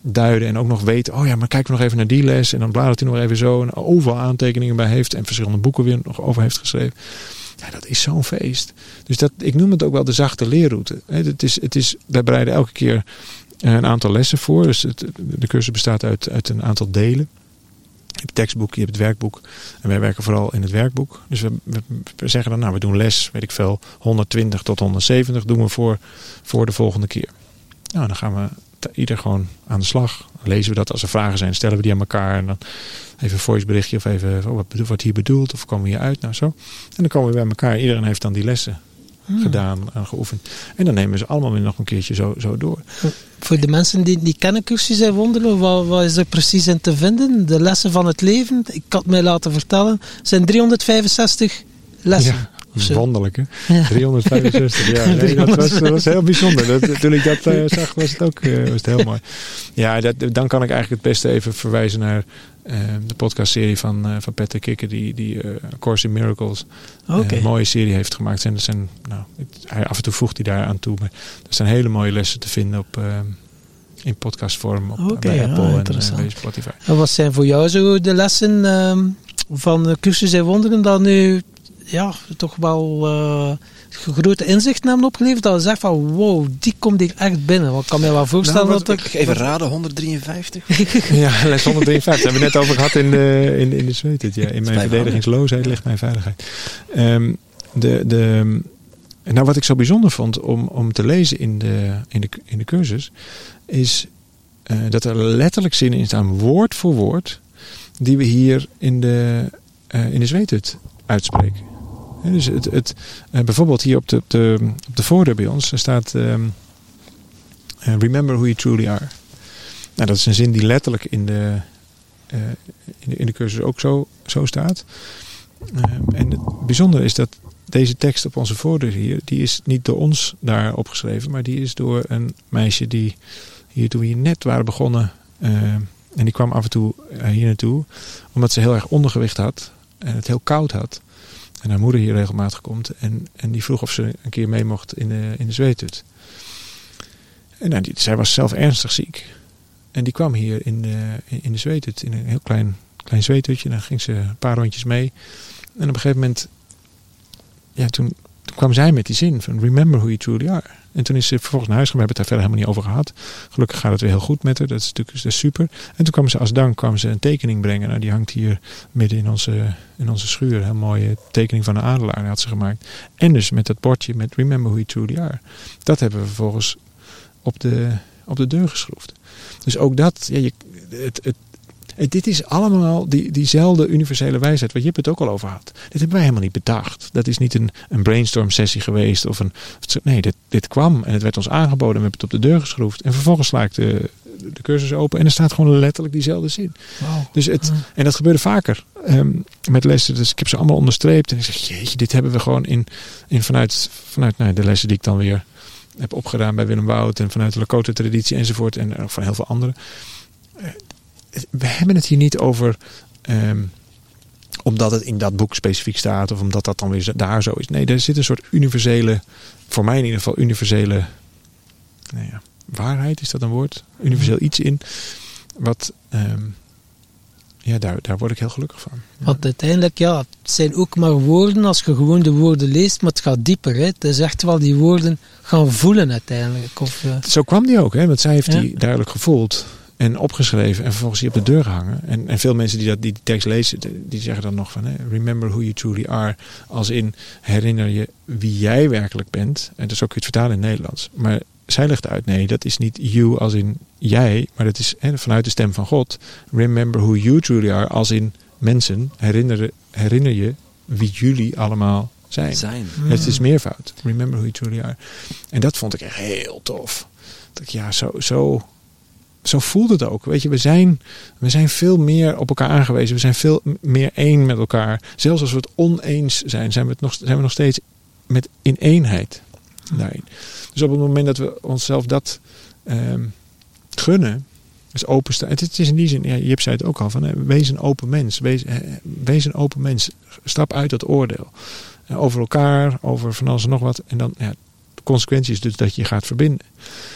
duiden. En ook nog weten, oh ja, maar kijken we nog even naar die les. En dan bladert hij nog even zo. En overal aantekeningen bij heeft. En verschillende boeken weer nog over heeft geschreven. Ja, dat is zo'n feest. Dus dat, ik noem het ook wel de zachte leerroute. Het is, het is, wij bereiden elke keer een aantal lessen voor. Dus het, de cursus bestaat uit, uit een aantal delen. Je hebt het tekstboek, je hebt het werkboek. En wij werken vooral in het werkboek. Dus we, we, we zeggen dan, nou, we doen les, weet ik veel, honderdtwintig tot honderdzeventig doen we voor, voor de volgende keer. Nou, dan gaan we ieder gewoon aan de slag. Dan lezen we dat als er vragen zijn, stellen we die aan elkaar. En dan even een voice berichtje of even, oh, wat wordt hier bedoeld? Of komen we hier uit? Nou, zo. En dan komen we bij elkaar. Iedereen heeft dan die lessen hmm. gedaan en geoefend. En dan nemen ze allemaal weer nog een keertje zo, zo door. Voor de mensen die niet kennen Cursus en Wonderen, wat, wat is er precies in te vinden? De lessen van het leven, ik had mij laten vertellen, zijn driehonderdvijfenzestig lessen. Ja. Wonderlijk, hè? Ja. driehonderdvijfenzestig, ja. Nee, dat, was, dat was heel bijzonder. Dat, toen ik dat uh, zag, was het ook uh, was het heel mooi. Ja, dat, dan kan ik eigenlijk het beste even verwijzen naar uh, de podcastserie van, uh, van Patrick Kikker, die, die uh, Course in Miracles okay. uh, een mooie serie heeft gemaakt. En dat zijn, nou, hij, af en toe voegt hij daar aan toe. Maar er zijn hele mooie lessen te vinden op... Uh, in podcastvorm op okay, bij Apple ja, en uh, bij Spotify. En wat zijn voor jou zo de lessen uh, van Cursus en Wonderen dat nu ja, toch wel uh, grote inzichten hebben opgeleverd, dat je zegt van wow, die komt hier echt binnen. Wat kan mij wel voorstellen nou, dat ik... Even raden, honderddrieënvenvijftig? Ja, les honderddrieënvijftig. Daar hebben we net over gehad in de, in, in de zweet. Ja, in mijn verdedigingsloosheid ligt mijn veiligheid. Um, de, de, nou, wat ik zo bijzonder vond om, om te lezen in de, in de, in de cursus, is uh, dat er letterlijk zinnen in staan, woord voor woord, die we hier in de, uh, in de zweethut uitspreken. Ja, dus het, het, uh, bijvoorbeeld hier op de, op de, op de voordeur bij ons, er staat um, uh, remember who you truly are. Nou, dat is een zin die letterlijk in de, uh, in de, in de cursus ook zo, zo staat. Uh, en het bijzondere is dat deze tekst op onze voordeur hier, die is niet door ons daar opgeschreven, maar die is door een meisje die hier toen we hier net waren begonnen, uh, en die kwam af en toe uh, hier naartoe, omdat ze heel erg ondergewicht had en het heel koud had. En haar moeder hier regelmatig komt. En, en die vroeg of ze een keer mee mocht in de, in de zweethut. En nou, die, zij was zelf ernstig ziek. En die kwam hier in de, in de zweethut. In een heel klein, klein zweethutje. En dan ging ze een paar rondjes mee. En op een gegeven moment... Ja, toen, toen kwam zij met die zin van remember who you truly are. En toen is ze vervolgens naar huis gegaan. We hebben het daar verder helemaal niet over gehad. Gelukkig gaat het weer heel goed met haar. Dat is natuurlijk dat is super. En toen kwam ze als dank kwam ze een tekening brengen. Nou, die hangt hier midden in onze, in onze schuur. Een heel mooie tekening van een adelaar had ze gemaakt. En dus met dat bordje met remember who you truly are. Dat hebben we vervolgens op de, op de deur geschroefd. Dus ook dat, ja, je, het, het, het, dit is allemaal die, diezelfde universele wijsheid waar Jip het ook al over had. Dit hebben wij helemaal niet bedacht. Dat is niet een, een brainstorm sessie geweest. Of een, nee, dit, dit kwam en het werd ons aangeboden. We hebben het op de deur geschroefd. En vervolgens sla ik de, de cursus open. En er staat gewoon letterlijk diezelfde zin. Wow. Dus het, en dat gebeurde vaker um, met lessen. Dus ik heb ze allemaal onderstreept. En ik zeg, jeetje, dit hebben we gewoon in, in vanuit, vanuit nou, de lessen die ik dan weer heb opgedaan bij Willem Wout. En vanuit de Lakota-traditie enzovoort. En uh, van heel veel anderen. Uh, we hebben het hier niet over um, omdat het in dat boek specifiek staat of omdat dat dan weer daar zo is. Nee, er zit een soort universele, voor mij in ieder geval universele nou ja, waarheid, is dat een woord? Universeel iets in. Wat, um, ja, daar, daar word ik heel gelukkig van. Ja. Want uiteindelijk, ja, het zijn ook maar woorden als je gewoon de woorden leest, maar het gaat dieper. Hè? Het is echt wel die woorden gaan voelen uiteindelijk. Of, uh... Zo kwam die ook, hè? Want zij heeft ja? die duidelijk gevoeld. En opgeschreven en vervolgens hier op de deur gehangen. En, en veel mensen die, dat, die die tekst lezen, die zeggen dan nog van... Hè, remember who you truly are. Als in, herinner je wie jij werkelijk bent. En dat is ook kun je het vertalen in het Nederlands. Maar zij legt uit, nee, dat is niet you als in jij. Maar dat is hè, vanuit de stem van God. Remember who you truly are. Als in mensen, herinner, herinner je wie jullie allemaal zijn. zijn. Mm. Het is meervoud. Remember who you truly are. En dat vond ik echt heel tof. Dat ik, ja, zo... zo Zo voelt het ook. Weet je, we zijn, we zijn veel meer op elkaar aangewezen. We zijn veel meer één met elkaar. Zelfs als we het oneens zijn, zijn we, het nog, zijn we nog steeds met in eenheid daarin. Dus op het moment dat we onszelf dat um, gunnen, dus openstaan. Het, het is in die zin, ja, Jip zei het ook al, van, hè, wees een open mens. Wees, hè, wees een open mens. Stap uit dat oordeel. Uh, over elkaar, over van alles en nog wat. En dan, ja, de consequentie is dus dat je gaat verbinden.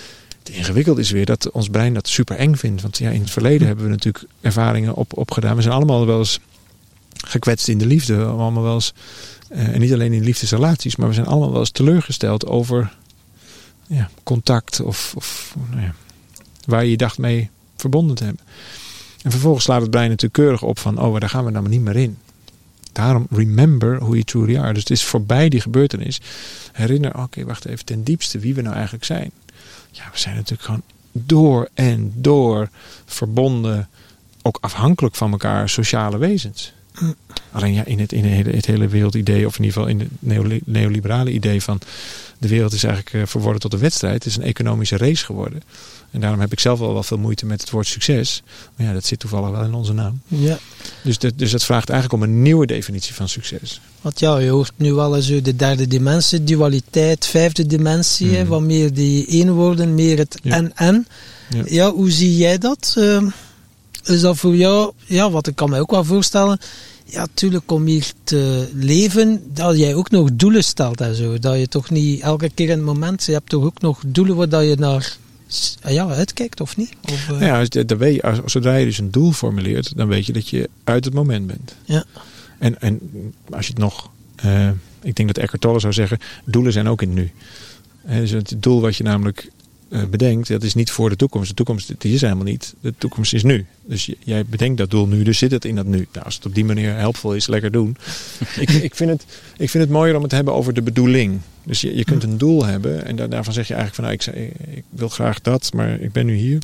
Het ingewikkeld is weer dat ons brein dat super eng vindt. Want ja, in het verleden hebben we natuurlijk ervaringen op, opgedaan. We zijn allemaal wel eens gekwetst in de liefde. We hebben allemaal wel eens, uh, en niet alleen in liefdesrelaties, maar we zijn allemaal wel eens teleurgesteld over ja, contact of, of nou ja, waar je je dacht mee verbonden te hebben. En vervolgens slaat het brein natuurlijk keurig op van, oh, daar gaan we nou maar niet meer in. Daarom remember who you truly are. Dus het is voorbij die gebeurtenis. Herinner, oké, okay, wacht even, ten diepste wie we nou eigenlijk zijn. Ja, we zijn natuurlijk gewoon door en door verbonden, ook afhankelijk van elkaar, sociale wezens. Mm. Alleen ja, in het, in het hele, het hele wereldidee, of in ieder geval in het neo, neoliberale idee van de wereld is eigenlijk uh, verworden tot een wedstrijd. Het is een economische race geworden. En daarom heb ik zelf wel wel veel moeite met het woord succes. Maar ja, dat zit toevallig wel in onze naam. Ja. Dus, dat, dus dat vraagt eigenlijk om een nieuwe definitie van succes. Want ja, je hoort nu wel eens de derde dimensie, dualiteit, vijfde dimensie. Mm. Wat meer die eenwoorden, meer het ja. en-en. Ja. ja, hoe zie jij dat? Uh, is dat voor jou, ja, wat ik kan me ook wel voorstellen. Ja, natuurlijk om hier te leven, dat jij ook nog doelen stelt en zo. Dat je toch niet elke keer in het moment, je hebt toch ook nog doelen waar dat je naar ja, uitkijkt of niet? Of, uh... Ja, dan weet je, als, zodra je dus een doel formuleert, dan weet je dat je uit het moment bent. Ja. En, en als je het nog, uh, ik denk dat Eckhart Tolle zou zeggen, doelen zijn ook in het nu. En dus het doel wat je namelijk uh, bedenkt, dat is niet voor de toekomst. De toekomst die is helemaal niet. De toekomst is nu. Dus j- jij bedenkt dat doel nu, dus zit het in dat nu. Nou, als het op die manier helpvol is, lekker doen. ik, ik, vind het, ik vind het mooier om het te hebben over de bedoeling. Dus je, je kunt een doel hebben en da- daarvan zeg je eigenlijk van, nou, ik, ik wil graag dat, maar ik ben nu hier.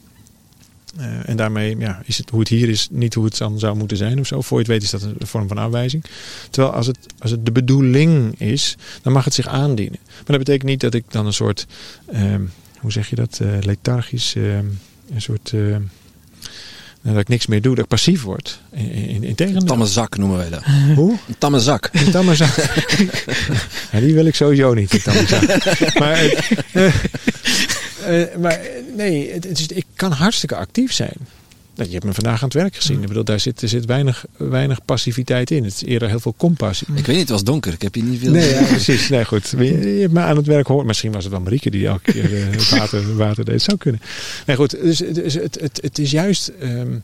Uh, en daarmee ja, is het hoe het hier is niet hoe het dan zou moeten zijn of zo. Voor je het weet is dat een vorm van aanwijzing. Terwijl als het, als het de bedoeling is, dan mag het zich aandienen. Maar dat betekent niet dat ik dan een soort, uh, hoe zeg je dat, uh, lethargisch, uh, een soort, uh, dat ik niks meer doe, dat ik passief word. In, in, in een tamme zak noemen wij dat. Hoe? Een tamme zak. Een tamme zak. Ja, die wil ik sowieso niet, een tamme zak. Maar... Uh, Uh, maar nee, het, het is, ik kan hartstikke actief zijn. Je hebt me vandaag aan het werk gezien. Ik bedoel, daar zit, er zit weinig, weinig passiviteit in. Het is eerder heel veel compassie. Ik weet niet, het was donker. Ik heb je niet veel... Nee, ja, precies. Nee, goed. Je, je hebt me aan het werk gehoord. Misschien was het wel Marieke die elke keer uh, het water, water deed. Het zou kunnen. Nee, goed. Dus, dus het, het, het is juist... Um,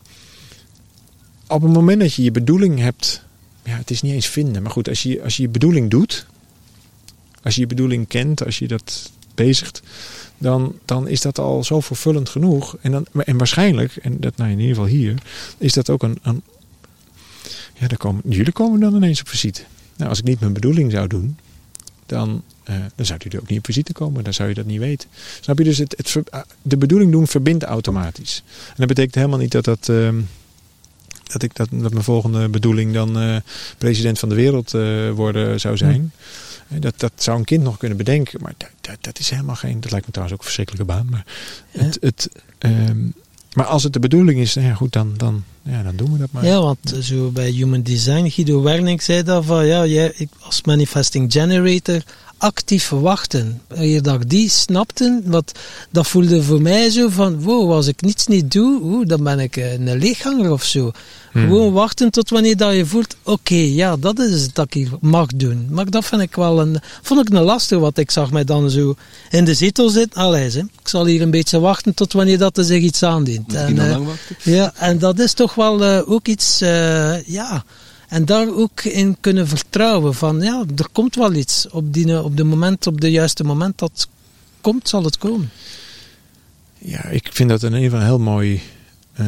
op het moment dat je je bedoeling hebt... Ja, het is niet eens vinden. Maar goed, als je als je, je bedoeling doet... Als je je bedoeling kent, als je dat bezigt... Dan, dan is dat al zo vervullend genoeg. En, dan, en waarschijnlijk, en dat nou in ieder geval hier, is dat ook een... een ja, daar komen, jullie komen dan ineens op visite. Nou, als ik niet mijn bedoeling zou doen, dan, uh, dan zou jullie ook niet op visite komen. Dan zou je dat niet weten. Snap je? Dus het, het, de bedoeling doen verbindt automatisch. En dat betekent helemaal niet dat dat... Uh, dat ik dat, dat mijn volgende bedoeling dan uh, president van de wereld uh, worden zou zijn. Hmm. Dat, dat zou een kind nog kunnen bedenken. Maar dat, dat, dat is helemaal geen... Dat lijkt me trouwens ook een verschrikkelijke baan. Maar, ja. het, het, um, maar als het de bedoeling is, nou ja, goed, dan, dan, ja, dan doen we dat maar. Ja, want zo bij Human Design, Guido Werning zei dat van, ja, jij als manifesting generator actief wachten. Eer dat ik die snapte, want dat voelde voor mij zo van, wow, als ik niets niet doe, oe, dan ben ik een leegganger of zo. Hmm. Gewoon wachten tot wanneer dat je voelt, oké, okay, ja, dat is het dat ik hier mag doen. Maar dat vind ik wel een, vond ik een lastig, wat ik zag mij dan zo in de zetel zitten. Allee, hè. Ik zal hier een beetje wachten tot wanneer dat er zich iets aandient. Moet en, uh, lang wachten? Ja, en dat is toch wel uh, ook iets, uh, ja... En daar ook in kunnen vertrouwen van, ja, er komt wel iets. Op, die, op, de moment, op de juiste moment dat het komt, zal het komen. Ja, ik vind dat in ieder geval een heel mooi, uh,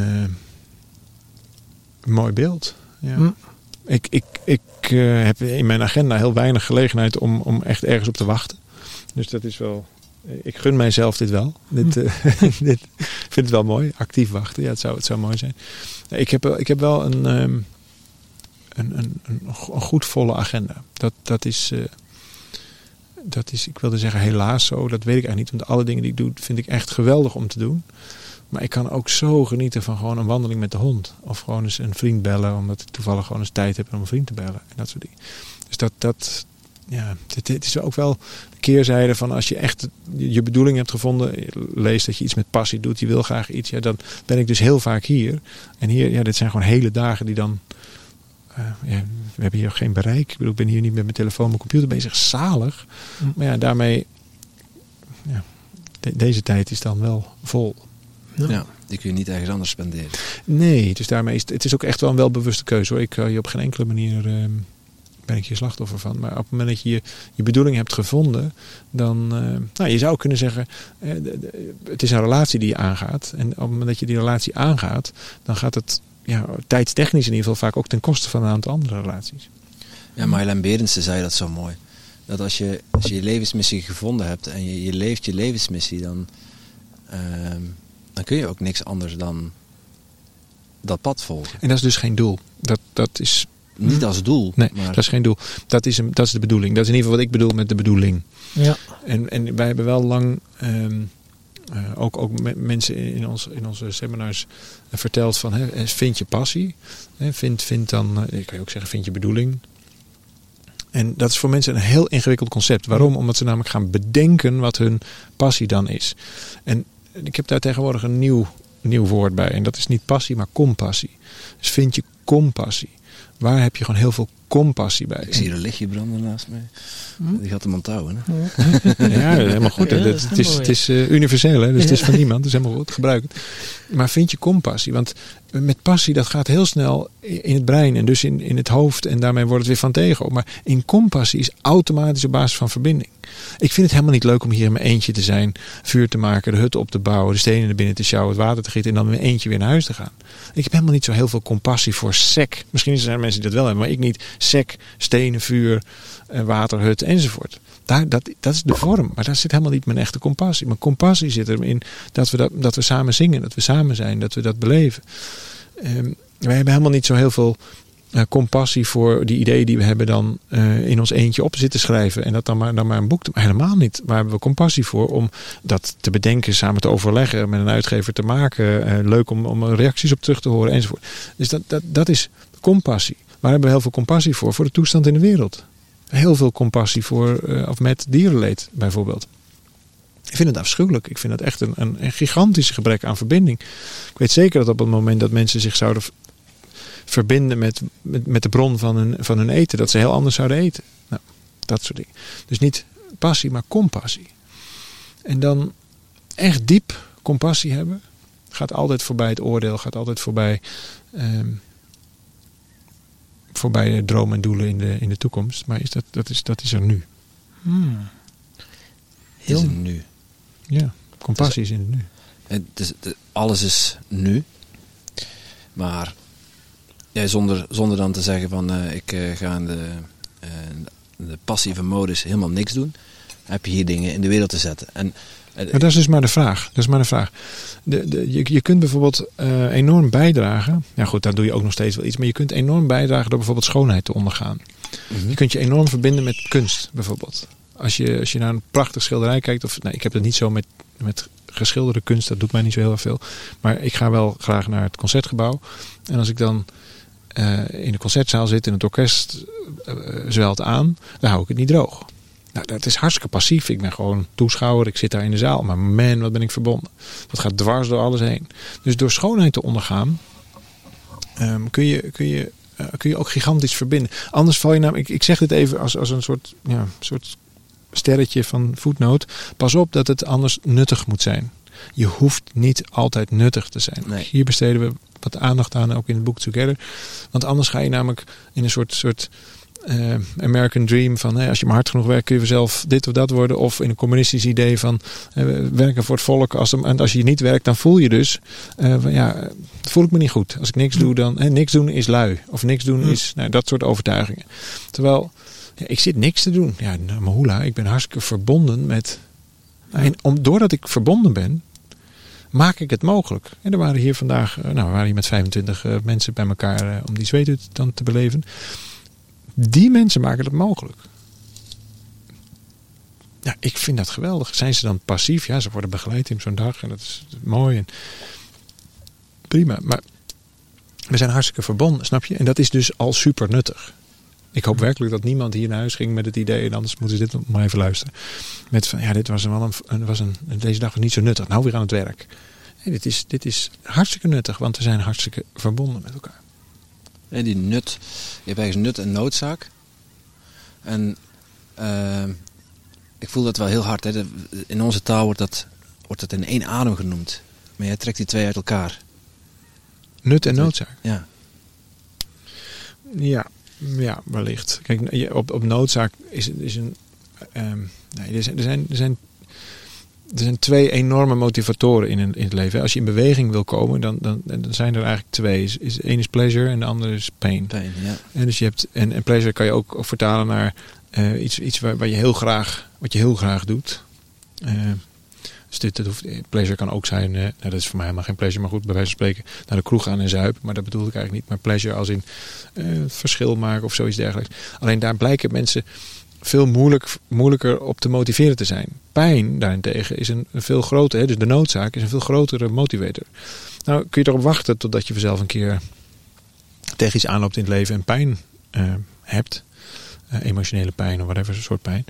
mooi beeld. Ja. Hm. Ik, ik, ik uh, heb in mijn agenda heel weinig gelegenheid om, om echt ergens op te wachten. Dus dat is wel... Ik gun mijzelf dit wel. Dit, uh, dit, ik vind het wel mooi. Actief wachten. Ja, het zou, het zou mooi zijn. Ik heb, ik heb wel een... Um, Een, een, een, een goed volle agenda. Dat, dat, is, uh, dat is, ik wilde zeggen helaas zo, dat weet ik eigenlijk niet. Want alle dingen die ik doe, vind ik echt geweldig om te doen. Maar ik kan ook zo genieten van gewoon een wandeling met de hond. Of gewoon eens een vriend bellen, omdat ik toevallig gewoon eens tijd heb om een vriend te bellen. En dat soort dingen. Dus dat, dat ja, het, het is ook wel de keerzijde van als je echt je bedoeling hebt gevonden, lees dat je iets met passie doet, je wil graag iets, ja, dan ben ik dus heel vaak hier. En hier, ja, dit zijn gewoon hele dagen die dan... Uh, ja, we hebben hier geen bereik. Ik bedoel, ik ben hier niet met mijn telefoon, mijn computer bezig. Zalig. Mm. Maar ja, daarmee... Ja, de, deze tijd is dan wel vol. Ja. ja, die kun je niet ergens anders spenderen. Nee, dus daarmee is het, het is ook echt wel een welbewuste keuze hoor. Ik kan je op geen enkele manier uh, ben ik je slachtoffer van. Maar op het moment dat je je, je bedoeling hebt gevonden, dan, uh, nou je zou kunnen zeggen, uh, de, de, het is een relatie die je aangaat. En op het moment dat je die relatie aangaat, dan gaat het ja, tijdstechnisch in ieder geval vaak ook ten koste van een aantal andere relaties. Ja, Marjolein Berendsen zei dat zo mooi. Dat als je, als je je levensmissie gevonden hebt en je, je leeft je levensmissie, dan, uh, dan kun je ook niks anders dan dat pad volgen. En dat is dus geen doel. Dat, dat is... Niet als doel. Nee, maar... dat is geen doel. Dat is, een, dat is de bedoeling. Dat is in ieder geval wat ik bedoel met de bedoeling. Ja. En, en wij hebben wel lang... Um, Uh, ook ook me- mensen in, ons, in onze seminars uh, verteld van hè, vind je passie, hè, vind, vind dan, uh, kan je ook zeggen vind je bedoeling. En dat is voor mensen een heel ingewikkeld concept. Waarom? Omdat ze namelijk gaan bedenken wat hun passie dan is. En ik heb daar tegenwoordig een nieuw, nieuw woord bij. En dat is niet passie, maar compassie. Dus vind je compassie. Waar heb je gewoon heel veel compassie bij? Ik zie er een lichtje branden naast mij. Hm? Die gaat hem onthouden. Hè? Ja, helemaal goed. Ja, het, het is, het is uh, universeel, hè? Dus het is van niemand. Het is helemaal goed. Gebruik het. Maar vind je compassie? Want met passie, dat gaat heel snel in het brein en dus in, in het hoofd. En daarmee wordt het weer van tegen. Maar in compassie is automatisch op basis van verbinding. Ik vind het helemaal niet leuk om hier in mijn eentje te zijn. Vuur te maken, de hut op te bouwen, de stenen naar binnen te sjouwen, het water te gieten en dan in mijn eentje weer naar huis te gaan. Ik heb helemaal niet zo heel veel compassie voor sec. Misschien zijn er mensen die dat wel hebben, maar ik niet. Sec, stenen, vuur, water, hut enzovoort. Daar, dat, dat is de vorm, maar daar zit helemaal niet mijn echte compassie. Mijn compassie zit erin dat we, dat, dat we samen zingen, dat we samen zijn, dat we dat beleven. Um, wij hebben helemaal niet zo heel veel uh, compassie voor die ideeën die we hebben dan uh, in ons eentje op zitten schrijven. En dat dan maar, dan maar een boek te... Maar helemaal niet. Waar hebben we compassie voor? Om dat te bedenken, samen te overleggen, met een uitgever te maken. Uh, leuk om, om reacties op terug te horen enzovoort. Dus dat, dat, dat is compassie. Waar hebben we heel veel compassie voor? Voor de toestand in de wereld. Heel veel compassie voor, uh, of met dierenleed bijvoorbeeld. Ik vind het afschuwelijk. Ik vind het echt een, een, een gigantisch gebrek aan verbinding. Ik weet zeker dat op het moment dat mensen zich zouden verbinden met, met, met de bron van hun, van hun eten, dat ze heel anders zouden eten. Nou, dat soort dingen. Dus niet passie, maar compassie. En dan echt diep compassie hebben. Gaat altijd voorbij het oordeel, gaat altijd voorbij, um, voorbij de dromen en doelen in de, in de toekomst. Maar is dat, dat, is, dat is er nu. Hmm. Heel... Is er nu. Ja, compassie is in het nu. Het is, het, alles is nu. Maar ja, zonder, zonder dan te zeggen van uh, ik uh, ga in de, uh, de passieve modus helemaal niks doen, heb je hier dingen in de wereld te zetten. En, uh, maar dat is dus maar de vraag. Dat is maar de vraag. De, de, je, je kunt bijvoorbeeld uh, enorm bijdragen. Ja goed, daar doe je ook nog steeds wel iets. Maar je kunt enorm bijdragen door bijvoorbeeld schoonheid te ondergaan. Mm-hmm. Je kunt je enorm verbinden met kunst bijvoorbeeld. Als je, als je naar een prachtig schilderij kijkt. Of, nee, ik heb het niet zo met, met geschilderde kunst. Dat doet mij niet zo heel erg veel. Maar ik ga wel graag naar het Concertgebouw. En als ik dan uh, in de concertzaal zit. En het orkest uh, zwelt aan. Dan hou ik het niet droog. Nou, dat is hartstikke passief. Ik ben gewoon toeschouwer. Ik zit daar in de zaal. Maar man, wat ben ik verbonden. Dat gaat dwars door alles heen. Dus door schoonheid te ondergaan. Um, kun je... Kun je uh, kun je ook gigantisch verbinden. Anders val je namelijk... Ik, ik zeg dit even als, als een soort... Ja, soort sterretje van voetnoot. Pas op dat het anders nuttig moet zijn. Je hoeft niet altijd nuttig te zijn. Nee. Hier besteden we wat aandacht aan, ook in het boek Together. Want anders ga je namelijk in een soort, soort uh, American Dream van hey, als je maar hard genoeg werkt kun je zelf dit of dat worden. Of in een communistisch idee van uh, werken voor het volk. Als, en als je niet werkt, dan voel je dus uh, van, ja, voel ik me niet goed. Als ik niks doe, dan hey, niks doen is lui. Of niks doen is nou, dat soort overtuigingen. Terwijl ja, ik zit niks te doen. Ja, nou, Mahula, ik ben hartstikke verbonden met... En om, doordat ik verbonden ben, maak ik het mogelijk. En er waren hier vandaag, nou, we waren hier met vijfentwintig uh, mensen bij elkaar uh, om die zweet dan te beleven. Die mensen maken het mogelijk. Ja, ik vind dat geweldig. Zijn ze dan passief? Ja, ze worden begeleid in zo'n dag en dat is mooi en prima. Maar we zijn hartstikke verbonden, snap je? En dat is dus al super nuttig. Ik hoop werkelijk dat niemand hier naar huis ging met het idee, en anders moeten ze dit maar even luisteren. Met van, ja, dit was wel een, was een, deze dag was niet zo nuttig. Nou weer aan het werk. Nee, dit is, dit is hartstikke nuttig, want we zijn hartstikke verbonden met elkaar. En die nut, je hebt eigenlijk nut en noodzaak. En uh, ik voel dat wel heel hard. Hè. In onze taal wordt dat wordt het in één adem genoemd. Maar jij trekt die twee uit elkaar. Nut en noodzaak. Ja. Ja, ja, wellicht. Kijk, op, op noodzaak is, is een... Um, nee, er zijn... Er zijn, er zijn Er zijn twee enorme motivatoren in, een, in het leven. Als je in beweging wil komen, dan, dan, dan zijn er eigenlijk twee. Is, is, Eén is pleasure en de andere is pain. Pain, ja. En, dus je hebt, en, en pleasure kan je ook vertalen naar uh, iets, iets waar, waar je heel graag, wat je heel graag doet. Uh, dus dit, dat hoeft, pleasure kan ook zijn, uh, nou, dat is voor mij helemaal geen pleasure, maar goed, bij wijze van spreken naar de kroeg gaan en zuipen. Maar dat bedoel ik eigenlijk niet. Maar pleasure als in uh, verschil maken of zoiets dergelijks. Alleen daar blijken mensen veel moeilijk, moeilijker op te motiveren te zijn. Pijn daarentegen is een, een veel grotere, dus de noodzaak is een veel grotere motivator. Nou kun je erop wachten totdat je vanzelf een keer tegen iets aanloopt in het leven en pijn uh, hebt. Uh, emotionele pijn of whatever soort pijn.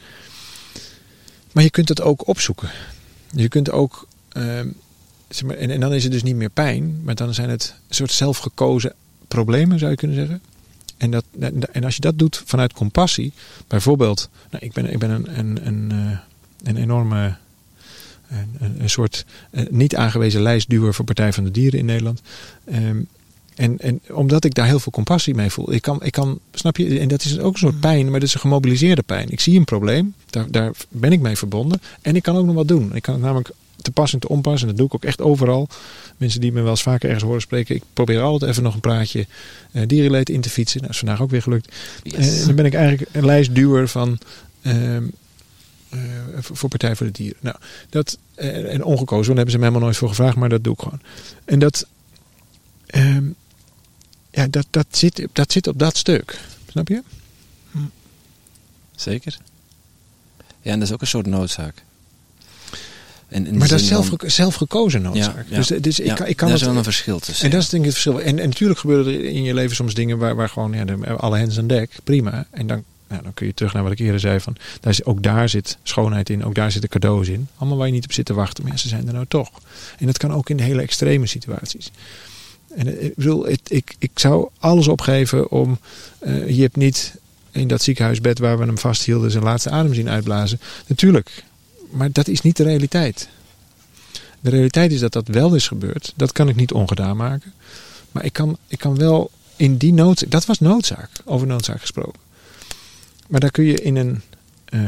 Maar je kunt het ook opzoeken. Je kunt ook, uh, zeg maar, en, en dan is het dus niet meer pijn, maar dan zijn het een soort zelfgekozen problemen, zou je kunnen zeggen. En, dat, en als je dat doet vanuit compassie, bijvoorbeeld, nou, ik ben, ik ben een, een, een, een enorme, een, een soort niet aangewezen lijstduwer voor Partij van de Dieren in Nederland. Um, en, en omdat ik daar heel veel compassie mee voel, ik kan, ik kan, snap je, en dat is ook een soort pijn, maar dat is een gemobiliseerde pijn. Ik zie een probleem, daar, daar ben ik mee verbonden en ik kan ook nog wat doen. Ik kan het namelijk te pas en te onpas, en dat doe ik ook echt overal. Mensen die me wel eens vaker ergens horen spreken, ik probeer altijd even nog een praatje uh, dierenleed in te fietsen. Nou, dat is vandaag ook weer gelukt. Yes. En dan ben ik eigenlijk een lijstduwer van uh, uh, voor Partij voor de Dieren. Nou, dat, uh, en ongekozen, want daar hebben ze me helemaal nooit voor gevraagd, maar dat doe ik gewoon. En dat, uh, ja, dat, dat, zit, dat zit op dat stuk. Snap je? Hm. Zeker. Ja, en dat is ook een soort noodzaak. En maar dat is zelf, dan, zelf gekozen noodzaak. Ja, ja, dus, dus ja, ik, ik kan daar het, is wel een verschil tussen. En dat is denk ik het verschil. En, en natuurlijk gebeuren er in je leven soms dingen waar, waar gewoon ja, de, alle hens aan dek. Prima. En dan, nou, dan kun je terug naar wat ik eerder zei. Van, daar is, ook daar zit schoonheid in. Ook daar zitten cadeaus in. Allemaal waar je niet op zit te wachten. Maar ja, ze zijn er nou toch. En dat kan ook in de hele extreme situaties. En ik bedoel, ik, ik, ik zou alles opgeven om... Uh, je hebt niet in dat ziekenhuisbed waar we hem vasthielden zijn laatste adem zien uitblazen. Natuurlijk. Maar dat is niet de realiteit. De realiteit is dat dat wel is gebeurd. Dat kan ik niet ongedaan maken. Maar ik kan, ik kan wel in die noodzaak... Dat was noodzaak, over noodzaak gesproken. Maar daar kun je in een... Uh,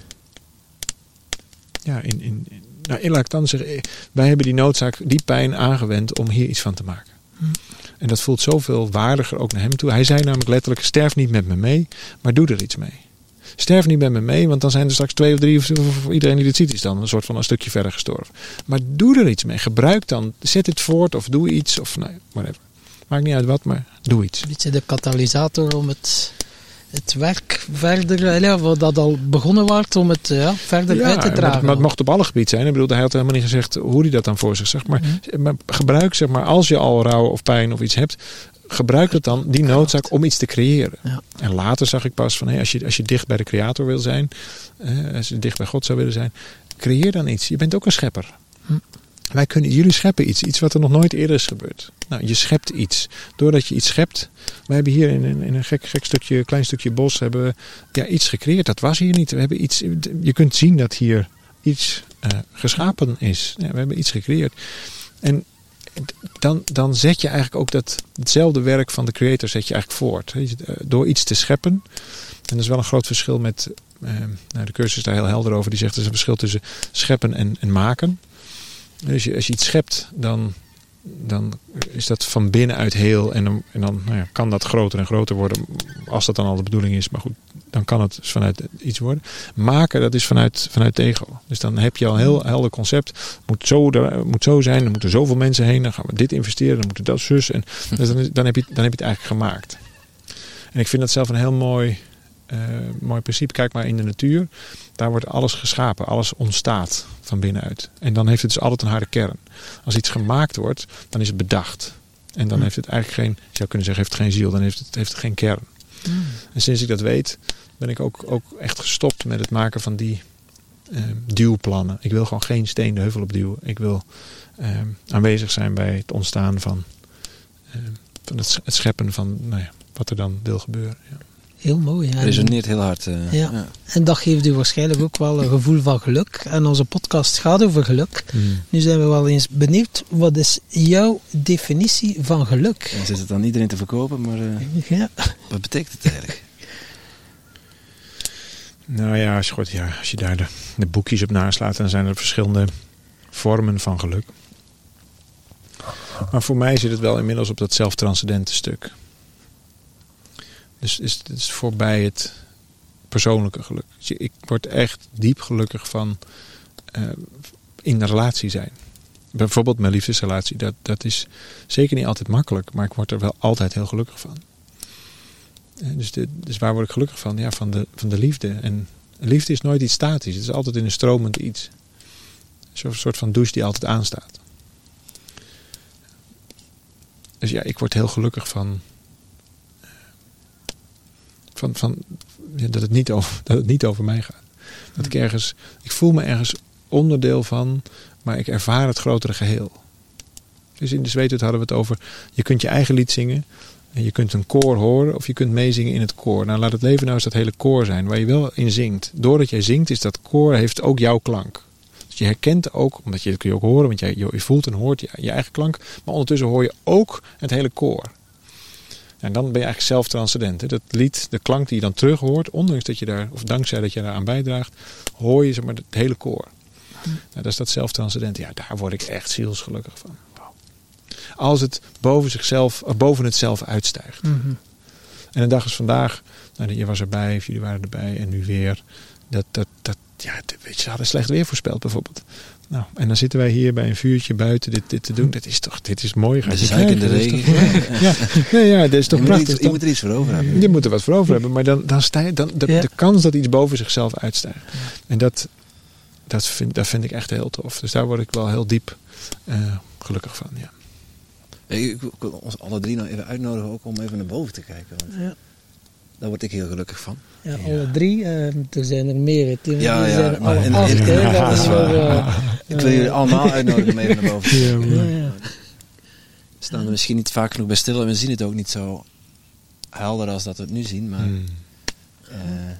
ja, in... in, in nou, laat ik dan zeggen... Wij hebben die noodzaak, die pijn aangewend om hier iets van te maken. Hmm. En dat voelt zoveel waardiger ook naar hem toe. Hij zei namelijk letterlijk... Sterf niet met me mee, maar doe er iets mee. Sterf niet met me mee, want dan zijn er straks twee of drie... of voor iedereen die dit ziet is dan een soort van een stukje verder gestorven. Maar doe er iets mee. Gebruik dan. Zet het voort of doe iets. Of nee, whatever. Maakt niet uit wat, maar doe iets. Een beetje de katalysator om het, het werk verder... Ja, wat dat al begonnen wordt om het ja, verder ja, uit te dragen. Maar het mocht op alle gebieden zijn. Ik bedoel, hij had helemaal niet gezegd hoe hij dat dan voor zich zegt. Maar, mm. maar gebruik, zeg maar, als je al rouw of pijn of iets hebt... Gebruik het dan, die noodzaak, om iets te creëren. Ja. En later zag ik pas van, hey, als, je, als je dicht bij de creator wil zijn, eh, als je dicht bij God zou willen zijn, creëer dan iets. Je bent ook een schepper. Hm. Wij kunnen, jullie scheppen iets, iets wat er nog nooit eerder is gebeurd. Nou, je schept iets. Doordat je iets schept, we hebben hier in, in, in een gek, gek stukje, klein stukje bos, hebben we ja, iets gecreëerd. Dat was hier niet. We hebben iets, je kunt zien dat hier iets uh, geschapen is. Ja, we hebben iets gecreëerd. En Dan, dan zet je eigenlijk ook dat, hetzelfde werk van de creator zet je eigenlijk voort. Door iets te scheppen. En dat is wel een groot verschil met... Eh, nou, de cursus is daar heel helder over. Die zegt er is een verschil tussen scheppen en, en maken. Dus je, als je iets schept, dan, dan is dat van binnenuit heel. En dan, en dan nou ja, kan dat groter en groter worden. Als dat dan al de bedoeling is. Maar goed, dan kan het dus vanuit iets worden. Maken, dat is vanuit, vanuit het ego. Dus dan heb je al een heel helder concept. Het moet zo, er, moet zo zijn. Er moeten zoveel mensen heen. Dan gaan we dit investeren. Dan moeten dat zus. En dus dan, dan, heb je, dan heb je het eigenlijk gemaakt. En ik vind dat zelf een heel mooi, uh, mooi principe. Kijk maar in de natuur. Daar wordt alles geschapen. Alles ontstaat van binnenuit. En dan heeft het dus altijd een harde kern. Als iets gemaakt wordt, dan is het bedacht. En dan heeft het eigenlijk geen, je zou kunnen zeggen, heeft het geen ziel. Dan heeft het, heeft het geen kern. Mm. En sinds ik dat weet, ben ik ook, ook echt gestopt met het maken van die uh, duwplannen. Ik wil gewoon geen steen de heuvel opduwen. Ik wil uh, aanwezig zijn bij het ontstaan van, uh, van het, het scheppen van nou ja, wat er dan wil gebeuren. Ja. Heel mooi. Het resoneert heel hard. Uh, ja. ja. En dat geeft u waarschijnlijk ook wel een gevoel van geluk. En onze podcast gaat over geluk. Hmm. Nu zijn we wel eens benieuwd, wat is jouw definitie van geluk? Dan zit het aan iedereen te verkopen, maar uh, ja. wat betekent het eigenlijk? Nou ja, als je, goed, ja, als je daar de, de boekjes op naslaat, dan zijn er verschillende vormen van geluk. Maar voor mij zit het wel inmiddels op dat zelftranscendente stuk. Dus is, het is voorbij het persoonlijke geluk. Ik word echt diep gelukkig van uh, in een relatie zijn. Bijvoorbeeld mijn liefdesrelatie. Dat, dat is zeker niet altijd makkelijk, maar ik word er wel altijd heel gelukkig van. Dus, de, dus waar word ik gelukkig van? Ja, van de, van de liefde. En liefde is nooit iets statisch. Het is altijd in een stromend iets. Zo'n soort van douche die altijd aanstaat. Dus ja, ik word heel gelukkig van... Van, van, ja, dat, het niet over, dat het niet over mij gaat. Dat ik ergens... Ik voel me ergens onderdeel van... Maar ik ervaar het grotere geheel. Dus in de Zweetut hadden we het over... Je kunt je eigen lied zingen... En je kunt een koor horen of je kunt meezingen in het koor. Nou, laat het leven nou eens dat hele koor zijn waar je wel in zingt. Doordat jij zingt is dat koor heeft ook jouw klank. Dus je herkent ook, omdat je dat kun je ook horen, want jij, je voelt en hoort je, je eigen klank. Maar ondertussen hoor je ook het hele koor. En dan ben je eigenlijk zelf transcendent. Hè? Dat lied, de klank die je dan terug hoort, ondanks dat je daar, of dankzij dat je daar aan bijdraagt, hoor je zeg maar het hele koor. Nou, dat is dat zelf transcendent. Ja, daar word ik echt zielsgelukkig van. Als het boven zichzelf, boven het zelf uitstijgt. Mm-hmm. En een dag als vandaag, nou, je was erbij, of jullie waren erbij en nu weer. Dat, dat, dat, ja, weet je, ze hadden slecht weer voorspeld bijvoorbeeld. Nou, en dan zitten wij hier bij een vuurtje buiten dit, dit te doen. Dat is toch, dit is mooi. Het is eigenlijk in de regen. Toch, ja, nee, ja, dat is toch je prachtig. Moet iets, je moet er iets voor over hebben. Je moet er wat voor over hebben, maar dan, dan stijg, dan de, ja. de kans dat iets boven zichzelf uitstijgt. Ja. En dat, dat, vind, dat vind ik echt heel tof. Dus daar word ik wel heel diep uh, gelukkig van, ja. Ik wil ons alle drie nou even uitnodigen ook om even naar boven te kijken. Want ja. Daar word ik heel gelukkig van. Ja, ja. Alle drie. Uh, er zijn er meer. Er ja, ja. zijn Maar alle acht. Ja, ja, ja. Dat wel, uh, ik wil jullie allemaal uitnodigen om even naar boven te kijken. Ja, ja. We staan er misschien niet vaak genoeg bij stil. En we zien het ook niet zo helder als dat we het nu zien. Maar hmm. uh,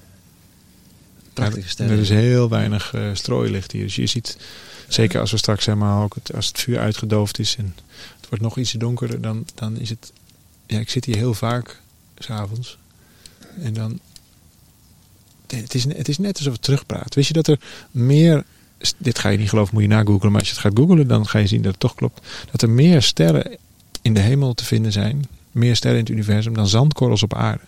prachtige sterren. Er is heel weinig uh, strooilicht hier. Dus je ziet, zeker als we straks helemaal ook het, als het vuur uitgedoofd is en het wordt nog iets donkerder, dan, dan is het... Ja, ik zit hier heel vaak, 's avonds. En dan... Het is, het is net alsof het terugpraat. Wist je dat er meer... Dit ga je niet geloven, moet je nagoogelen. Maar als je het gaat googelen, dan ga je zien dat het toch klopt. Dat er meer sterren in de hemel te vinden zijn. Meer sterren in het universum dan zandkorrels op aarde.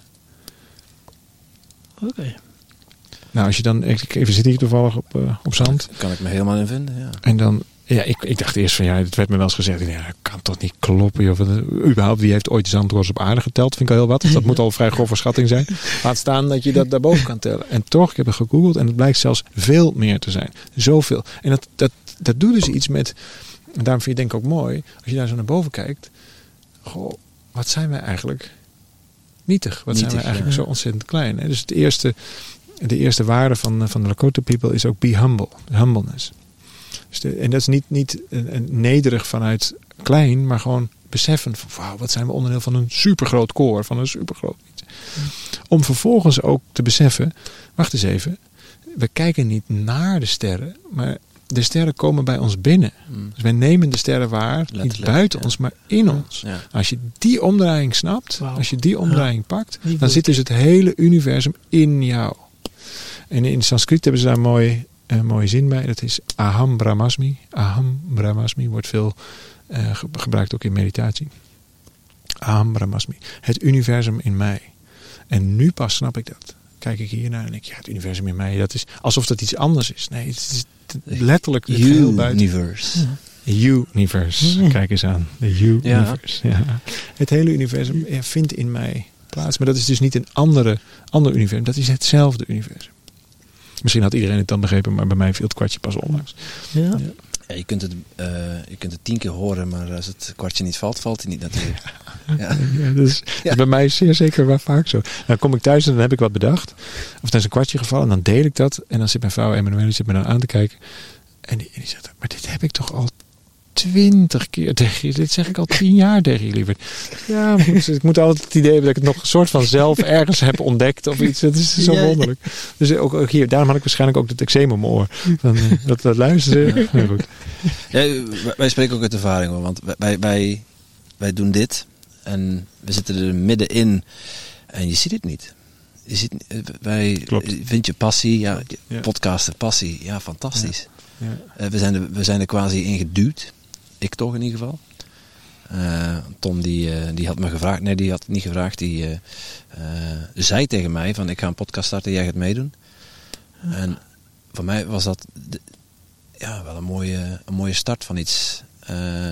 Oké. Okay. Nou, als je dan... Even zit hier toevallig op, uh, op zand. Daar kan ik me helemaal in vinden, ja. En dan... Ja, ik, ik dacht eerst van ja, het werd me wel eens gezegd. Ja, dat kan toch niet kloppen. Joh. Überhaupt, wie heeft ooit de zandkorrels op aarde geteld? Vind ik al heel wat. Dus dat moet al een vrij grove schatting zijn. Laat staan dat je dat daarboven kan tellen. En toch, ik heb het gegoogeld en het blijkt zelfs veel meer te zijn. Zoveel. En dat, dat, dat doet dus iets met... En daarom vind je denk ik ook mooi. Als je daar zo naar boven kijkt. Goh, wat zijn wij eigenlijk nietig. Wat nietig, zijn wij eigenlijk ja. zo ontzettend klein. Hè? Dus het eerste, de eerste waarde van, van de Lakota people is ook be humble. Humbleness. Dus de, en dat is niet, niet een, een nederig vanuit klein, maar gewoon beseffen van wauw, wat zijn we onderdeel van een supergroot koor, van een supergroot iets. Mm. Om vervolgens ook te beseffen, wacht eens even, we kijken niet naar de sterren, maar de sterren komen bij ons binnen. Mm. Dus wij nemen de sterren waar, Letterlijk, niet buiten ja. ons, maar in ons. Ja. Als je die omdraaiing snapt, wow. als je die omdraaiing ja. pakt, die dan zit dus het hele universum in jou. En in Sanskriet hebben ze daar mooi... een mooie zin bij. Dat is Aham Brahmasmi. Aham Brahmasmi wordt veel uh, ge- gebruikt ook in meditatie. Aham Brahmasmi. Het universum in mij. En nu pas snap ik dat. Kijk ik hiernaar en denk ik, ja, het universum in mij, dat is alsof dat iets anders is. Nee, het is letterlijk het geheel buiten. Universe. Universe. Kijk eens aan. De universe. Ja. Ja. Het hele universum ja, vindt in mij plaats. Maar dat is dus niet een andere, ander universum. Dat is hetzelfde universum. Misschien had iedereen het dan begrepen, maar bij mij viel het kwartje pas onlangs. Ja. Ja. Ja, je, kunt het, uh, je kunt het tien keer horen, maar als het kwartje niet valt, valt het niet natuurlijk. Ja. Ja, dat is, ja. Dat is bij mij zeer zeker waar vaak zo. Dan kom ik thuis en dan heb ik wat bedacht. Of dan is een kwartje gevallen en dan deel ik dat. En dan zit mijn vrouw Emmanuel, die zit me dan aan te kijken. En die, en die zegt, maar dit heb ik toch al twintig keer tegen jullie. Dit zeg ik al tien jaar tegen jullie. Ja, maar goed, ik moet altijd het idee hebben dat ik het nog een soort van zelf ergens heb ontdekt of iets. Dat is zo Ja. wonderlijk. Dus ook, ook hier, daarom had ik waarschijnlijk ook het eczeem op mijn oor. Van, uh, dat, dat luisteren. Ja, goed. Ja, wij spreken ook uit ervaring hoor, want wij, wij, wij doen dit en we zitten er middenin en je ziet het niet. Je ziet, wij Klopt. vind je passie, ja, Ja. podcasten, passie, ja, fantastisch. Ja. Uh, we, zijn er, we zijn er quasi in geduwd, ik toch in ieder geval. Uh, Tom die, uh, die had me gevraagd, nee die had het niet gevraagd, die uh, uh, zei tegen mij van ik ga een podcast starten, jij gaat meedoen. Ja. En voor mij was dat de, ja, wel een mooie, een mooie start van iets. Uh,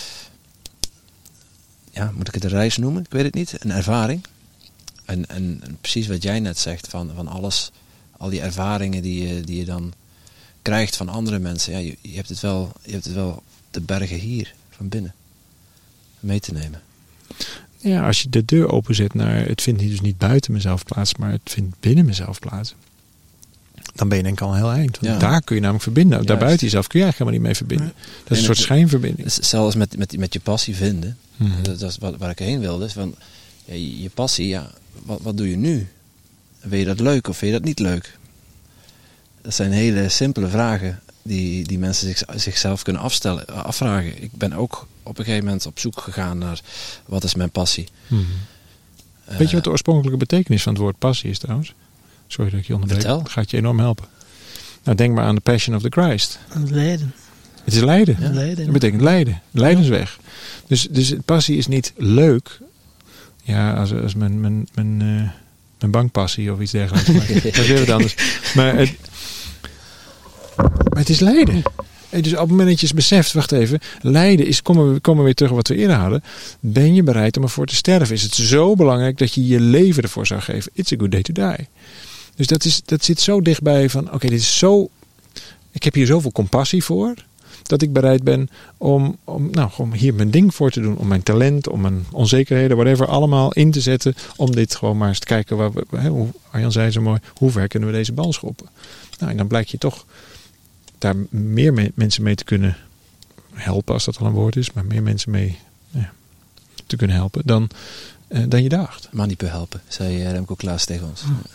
ja, moet ik het een reis noemen? Ik weet het niet. Een ervaring. En, en, en precies wat jij net zegt van, van alles, al die ervaringen die je, die je dan krijgt van andere mensen. Ja, je, je hebt het wel, je hebt het wel de bergen hier van binnen mee te nemen. Ja, als je de deur openzet naar het vindt dus niet buiten mezelf plaats, maar het vindt binnen mezelf plaats. Dan ben je denk ik al een heel eind. Want Ja. daar kun je namelijk verbinden. Daar buiten jezelf kun je eigenlijk helemaal niet mee verbinden. Dat is een soort schijnverbinding. Zelfs met, met, met je passie vinden. Mm-hmm. Dat, dat is wat, waar ik heen wilde. Is van, ja, je, je passie, ja, wat, wat doe je nu? Vind je dat leuk of vind je dat niet leuk? Dat zijn hele simpele vragen die, die mensen zich, zichzelf kunnen afstellen, afvragen. Ik ben ook op een gegeven moment op zoek gegaan naar wat is mijn passie. Mm-hmm. Uh, Weet je wat de oorspronkelijke betekenis van het woord passie is trouwens? Sorry dat ik je onderbreek. Vertel. Dat gaat je enorm helpen. Nou, denk maar aan de Passion of the Christ. Aan het lijden. Het is lijden. Ja. lijden. Dat betekent lijden. Lijdensweg. Dus, dus passie is niet leuk. Ja, als, als mijn, mijn, mijn, uh, mijn bankpassie of iets dergelijks. Maar dat is weer wat anders. Maar het, maar het is lijden. En dus op het moment dat je eens beseft, wacht even, lijden is, komen we, komen we weer terug op wat we eerder hadden. Ben je bereid om ervoor te sterven? Is het zo belangrijk dat je je leven ervoor zou geven? It's a good day to die. Dus dat, is, dat zit zo dichtbij van, oké, okay, dit is zo, ik heb hier zoveel compassie voor, dat ik bereid ben om, om nou, gewoon hier mijn ding voor te doen. Om mijn talent, om mijn onzekerheden, whatever, allemaal in te zetten. Om dit gewoon maar eens te kijken, waar we, hè, hoe Arjan zei zo mooi, hoe ver kunnen we deze bal schoppen? Nou, en dan blijkt je toch daar meer me- mensen mee te kunnen helpen, als dat al een woord is, maar meer mensen mee ja, te kunnen helpen dan, uh, dan je dacht. Manipu helpen, zei Remco Klaas tegen ons. Mm.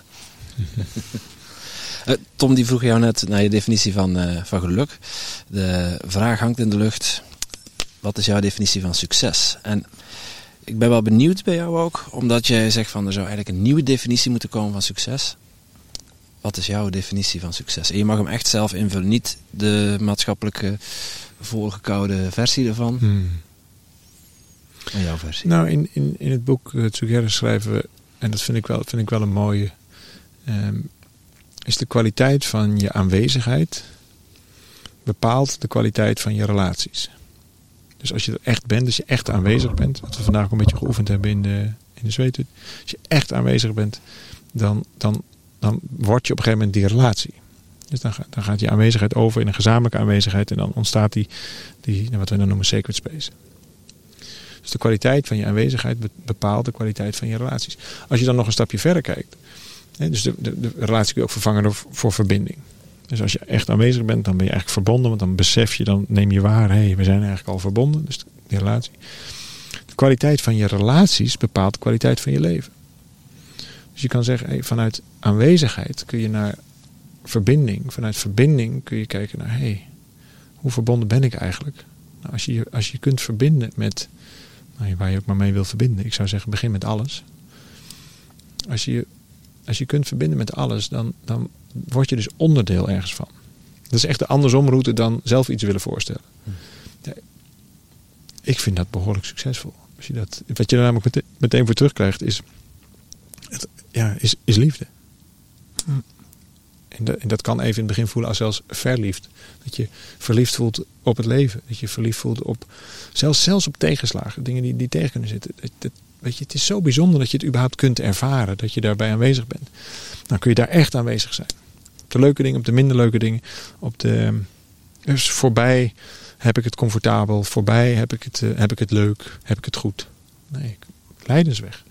uh, Tom die vroeg jou net naar je definitie van, uh, van geluk. De vraag hangt in de lucht. Wat is jouw definitie van succes? En ik ben wel benieuwd bij jou ook, omdat jij zegt van er zou eigenlijk een nieuwe definitie moeten komen van succes. Wat is jouw definitie van succes? En je mag hem echt zelf invullen, niet de maatschappelijke voorgekoude versie ervan. Hmm. Maar jouw versie. Nou, in, in, in het boek uh, Together schrijven we, en dat vind ik wel, vind ik wel een mooie, um, is de kwaliteit van je aanwezigheid bepaalt de kwaliteit van je relaties. Dus als je er echt bent, als je echt aanwezig bent, wat we vandaag ook een beetje geoefend hebben in de, in de zweethut, als je echt aanwezig bent, dan, dan, dan word je op een gegeven moment die relatie. Dus dan, dan gaat je aanwezigheid over in een gezamenlijke aanwezigheid en dan ontstaat die, die wat we dan noemen sacred space. Dus de kwaliteit van je aanwezigheid bepaalt de kwaliteit van je relaties. Als je dan nog een stapje verder kijkt, hè, dus de, de, de relatie kun je ook vervangen door, voor verbinding. Dus als je echt aanwezig bent, dan ben je eigenlijk verbonden. Want dan besef je, dan neem je waar, hé, hey, we zijn eigenlijk al verbonden. Dus die relatie. De kwaliteit van je relaties bepaalt de kwaliteit van je leven. Dus je kan zeggen, hey, vanuit aanwezigheid kun je naar verbinding. Vanuit verbinding kun je kijken naar, hé, hey, hoe verbonden ben ik eigenlijk? Nou, als je als je kunt verbinden met, nou, waar je ook maar mee wil verbinden. Ik zou zeggen, begin met alles. Als je, als je kunt verbinden met alles, dan, dan word je dus onderdeel ergens van. Dat is echt de andersomroute dan zelf iets willen voorstellen. Hmm. Ja, ik vind dat behoorlijk succesvol. Als je dat, wat je er namelijk meteen, meteen voor terugkrijgt is, het, ja, is, is liefde. Hmm. En, de, en dat kan even in het begin voelen als zelfs verliefd. Dat je verliefd voelt op het leven. Dat je verliefd voelt op, zelfs, zelfs op tegenslagen. Dingen die, die tegen kunnen zitten. Dat, dat, weet je, het is zo bijzonder dat je het überhaupt kunt ervaren. Dat je daarbij aanwezig bent. Dan kun je daar echt aanwezig zijn. Op de leuke dingen, op de minder leuke dingen. Op de, dus voorbij heb ik het comfortabel. Voorbij heb ik het, uh, heb ik het leuk. Heb ik het goed. Nee, lijdensweg.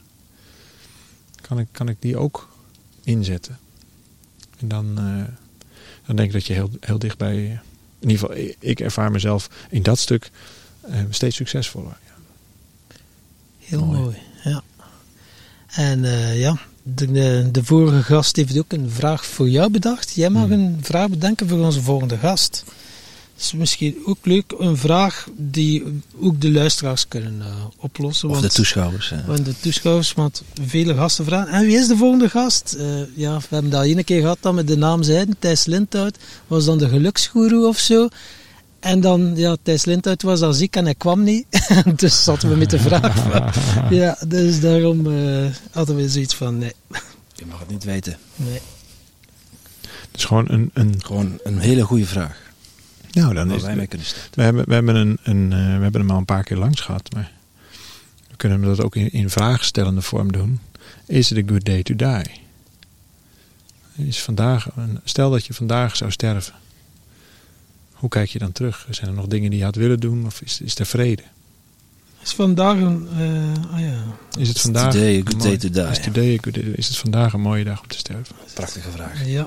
Kan ik, kan ik die ook inzetten. En dan, uh, dan denk ik dat je heel, heel dicht bij, in ieder geval, ik ervaar mezelf in dat stuk uh, steeds succesvoller. Ja. Heel mooi, mooi ja. En uh, ja, de, de, de vorige gast heeft ook een vraag voor jou bedacht. Jij mag hmm. een vraag bedenken voor onze volgende gast. Dat is misschien ook leuk, een vraag die ook de luisteraars kunnen uh, oplossen. Of want, de toeschouwers. Ja. Want de toeschouwers, want vele gasten vragen. En wie is de volgende gast? Uh, ja, we hebben dat één keer gehad dat we de naam zeiden. Thijs Lindhout was dan de geluksgoeroe of zo. En dan, ja, Thijs Lindhout was al ziek en hij kwam niet. Dus zaten we met de vraag van, ja, dus daarom uh, hadden we zoiets van, nee. Je mag het niet weten. Nee. Dus gewoon een... een... Gewoon een hele goede vraag. Nou, dan waar is wij mee kunnen starten. We hebben, we, hebben een, een, uh, we hebben hem al een paar keer langs gehad, maar we kunnen dat ook in, in vraagstellende vorm doen. Is it a good day to die? Is vandaag, stel dat je vandaag zou sterven. Hoe kijk je dan terug? Zijn er nog dingen die je had willen doen of is, is er vrede? Is vandaag een... Uh, oh ja. Is het vandaag today a good day to die? Is, today a good day, is het vandaag een mooie dag om te sterven? Prachtige vraag. Ja.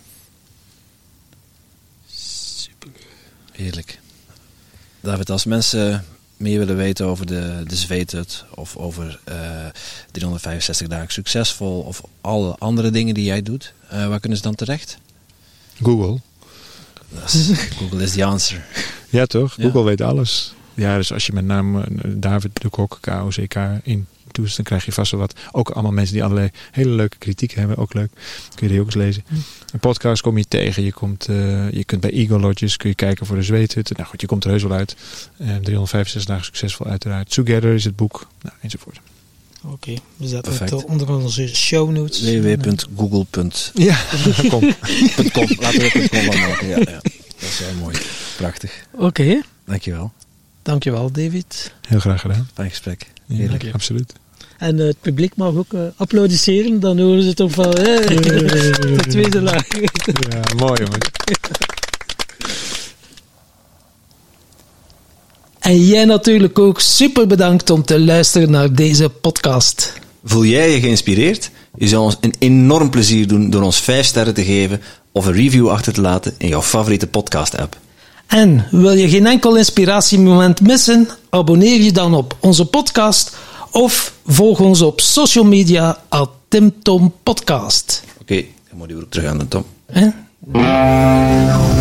Heerlijk. David, als mensen meer willen weten over de, de Zweethut of over uh, driehonderdvijfenzestig dagen succesvol of alle andere dingen die jij doet, uh, waar kunnen ze dan terecht? Google. Is, Google is the answer. Ja, toch? Ja. Google weet alles. Ja, dus als je met naam uh, David de Kok, K O C K, in toest, dan krijg je vast wel wat. Ook allemaal mensen die allerlei hele leuke kritiek hebben. Ook leuk. Kun je die ook eens lezen. Mm. Een podcast kom je tegen. Je, komt, uh, je kunt bij Eagle Lodges kun je kijken voor de Zweethut. Nou goed, je komt er heus wel uit. Uh, driehonderdvijfenzestig dagen succesvol uiteraard. Together is het boek. Nou, enzovoort. Oké, okay, we zetten Perfect. het onder onze show notes. w w w punt google punt com Ja, kom. Laten we het .com maken. Ja, ja. Dat is wel mooi. Prachtig. Oké. Okay. Dankjewel. Dankjewel, David. Heel graag gedaan. Fijn gesprek. Heerlijk, ja, absoluut. En uh, het publiek mag ook uh, applaudisseren, dan horen ze het ook van hey, de tweede laag. Ja, mooi jongens. En jij natuurlijk ook super bedankt om te luisteren naar deze podcast. Voel jij je geïnspireerd? Je zou ons een enorm plezier doen door ons vijf sterren te geven of een review achter te laten in jouw favoriete podcast-app. En wil je geen enkel inspiratiemoment missen? Abonneer je dan op onze podcast of volg ons op social media at Tim Tom Podcast. Oké, okay, dan moet je ook terug aan de Tom. Eh?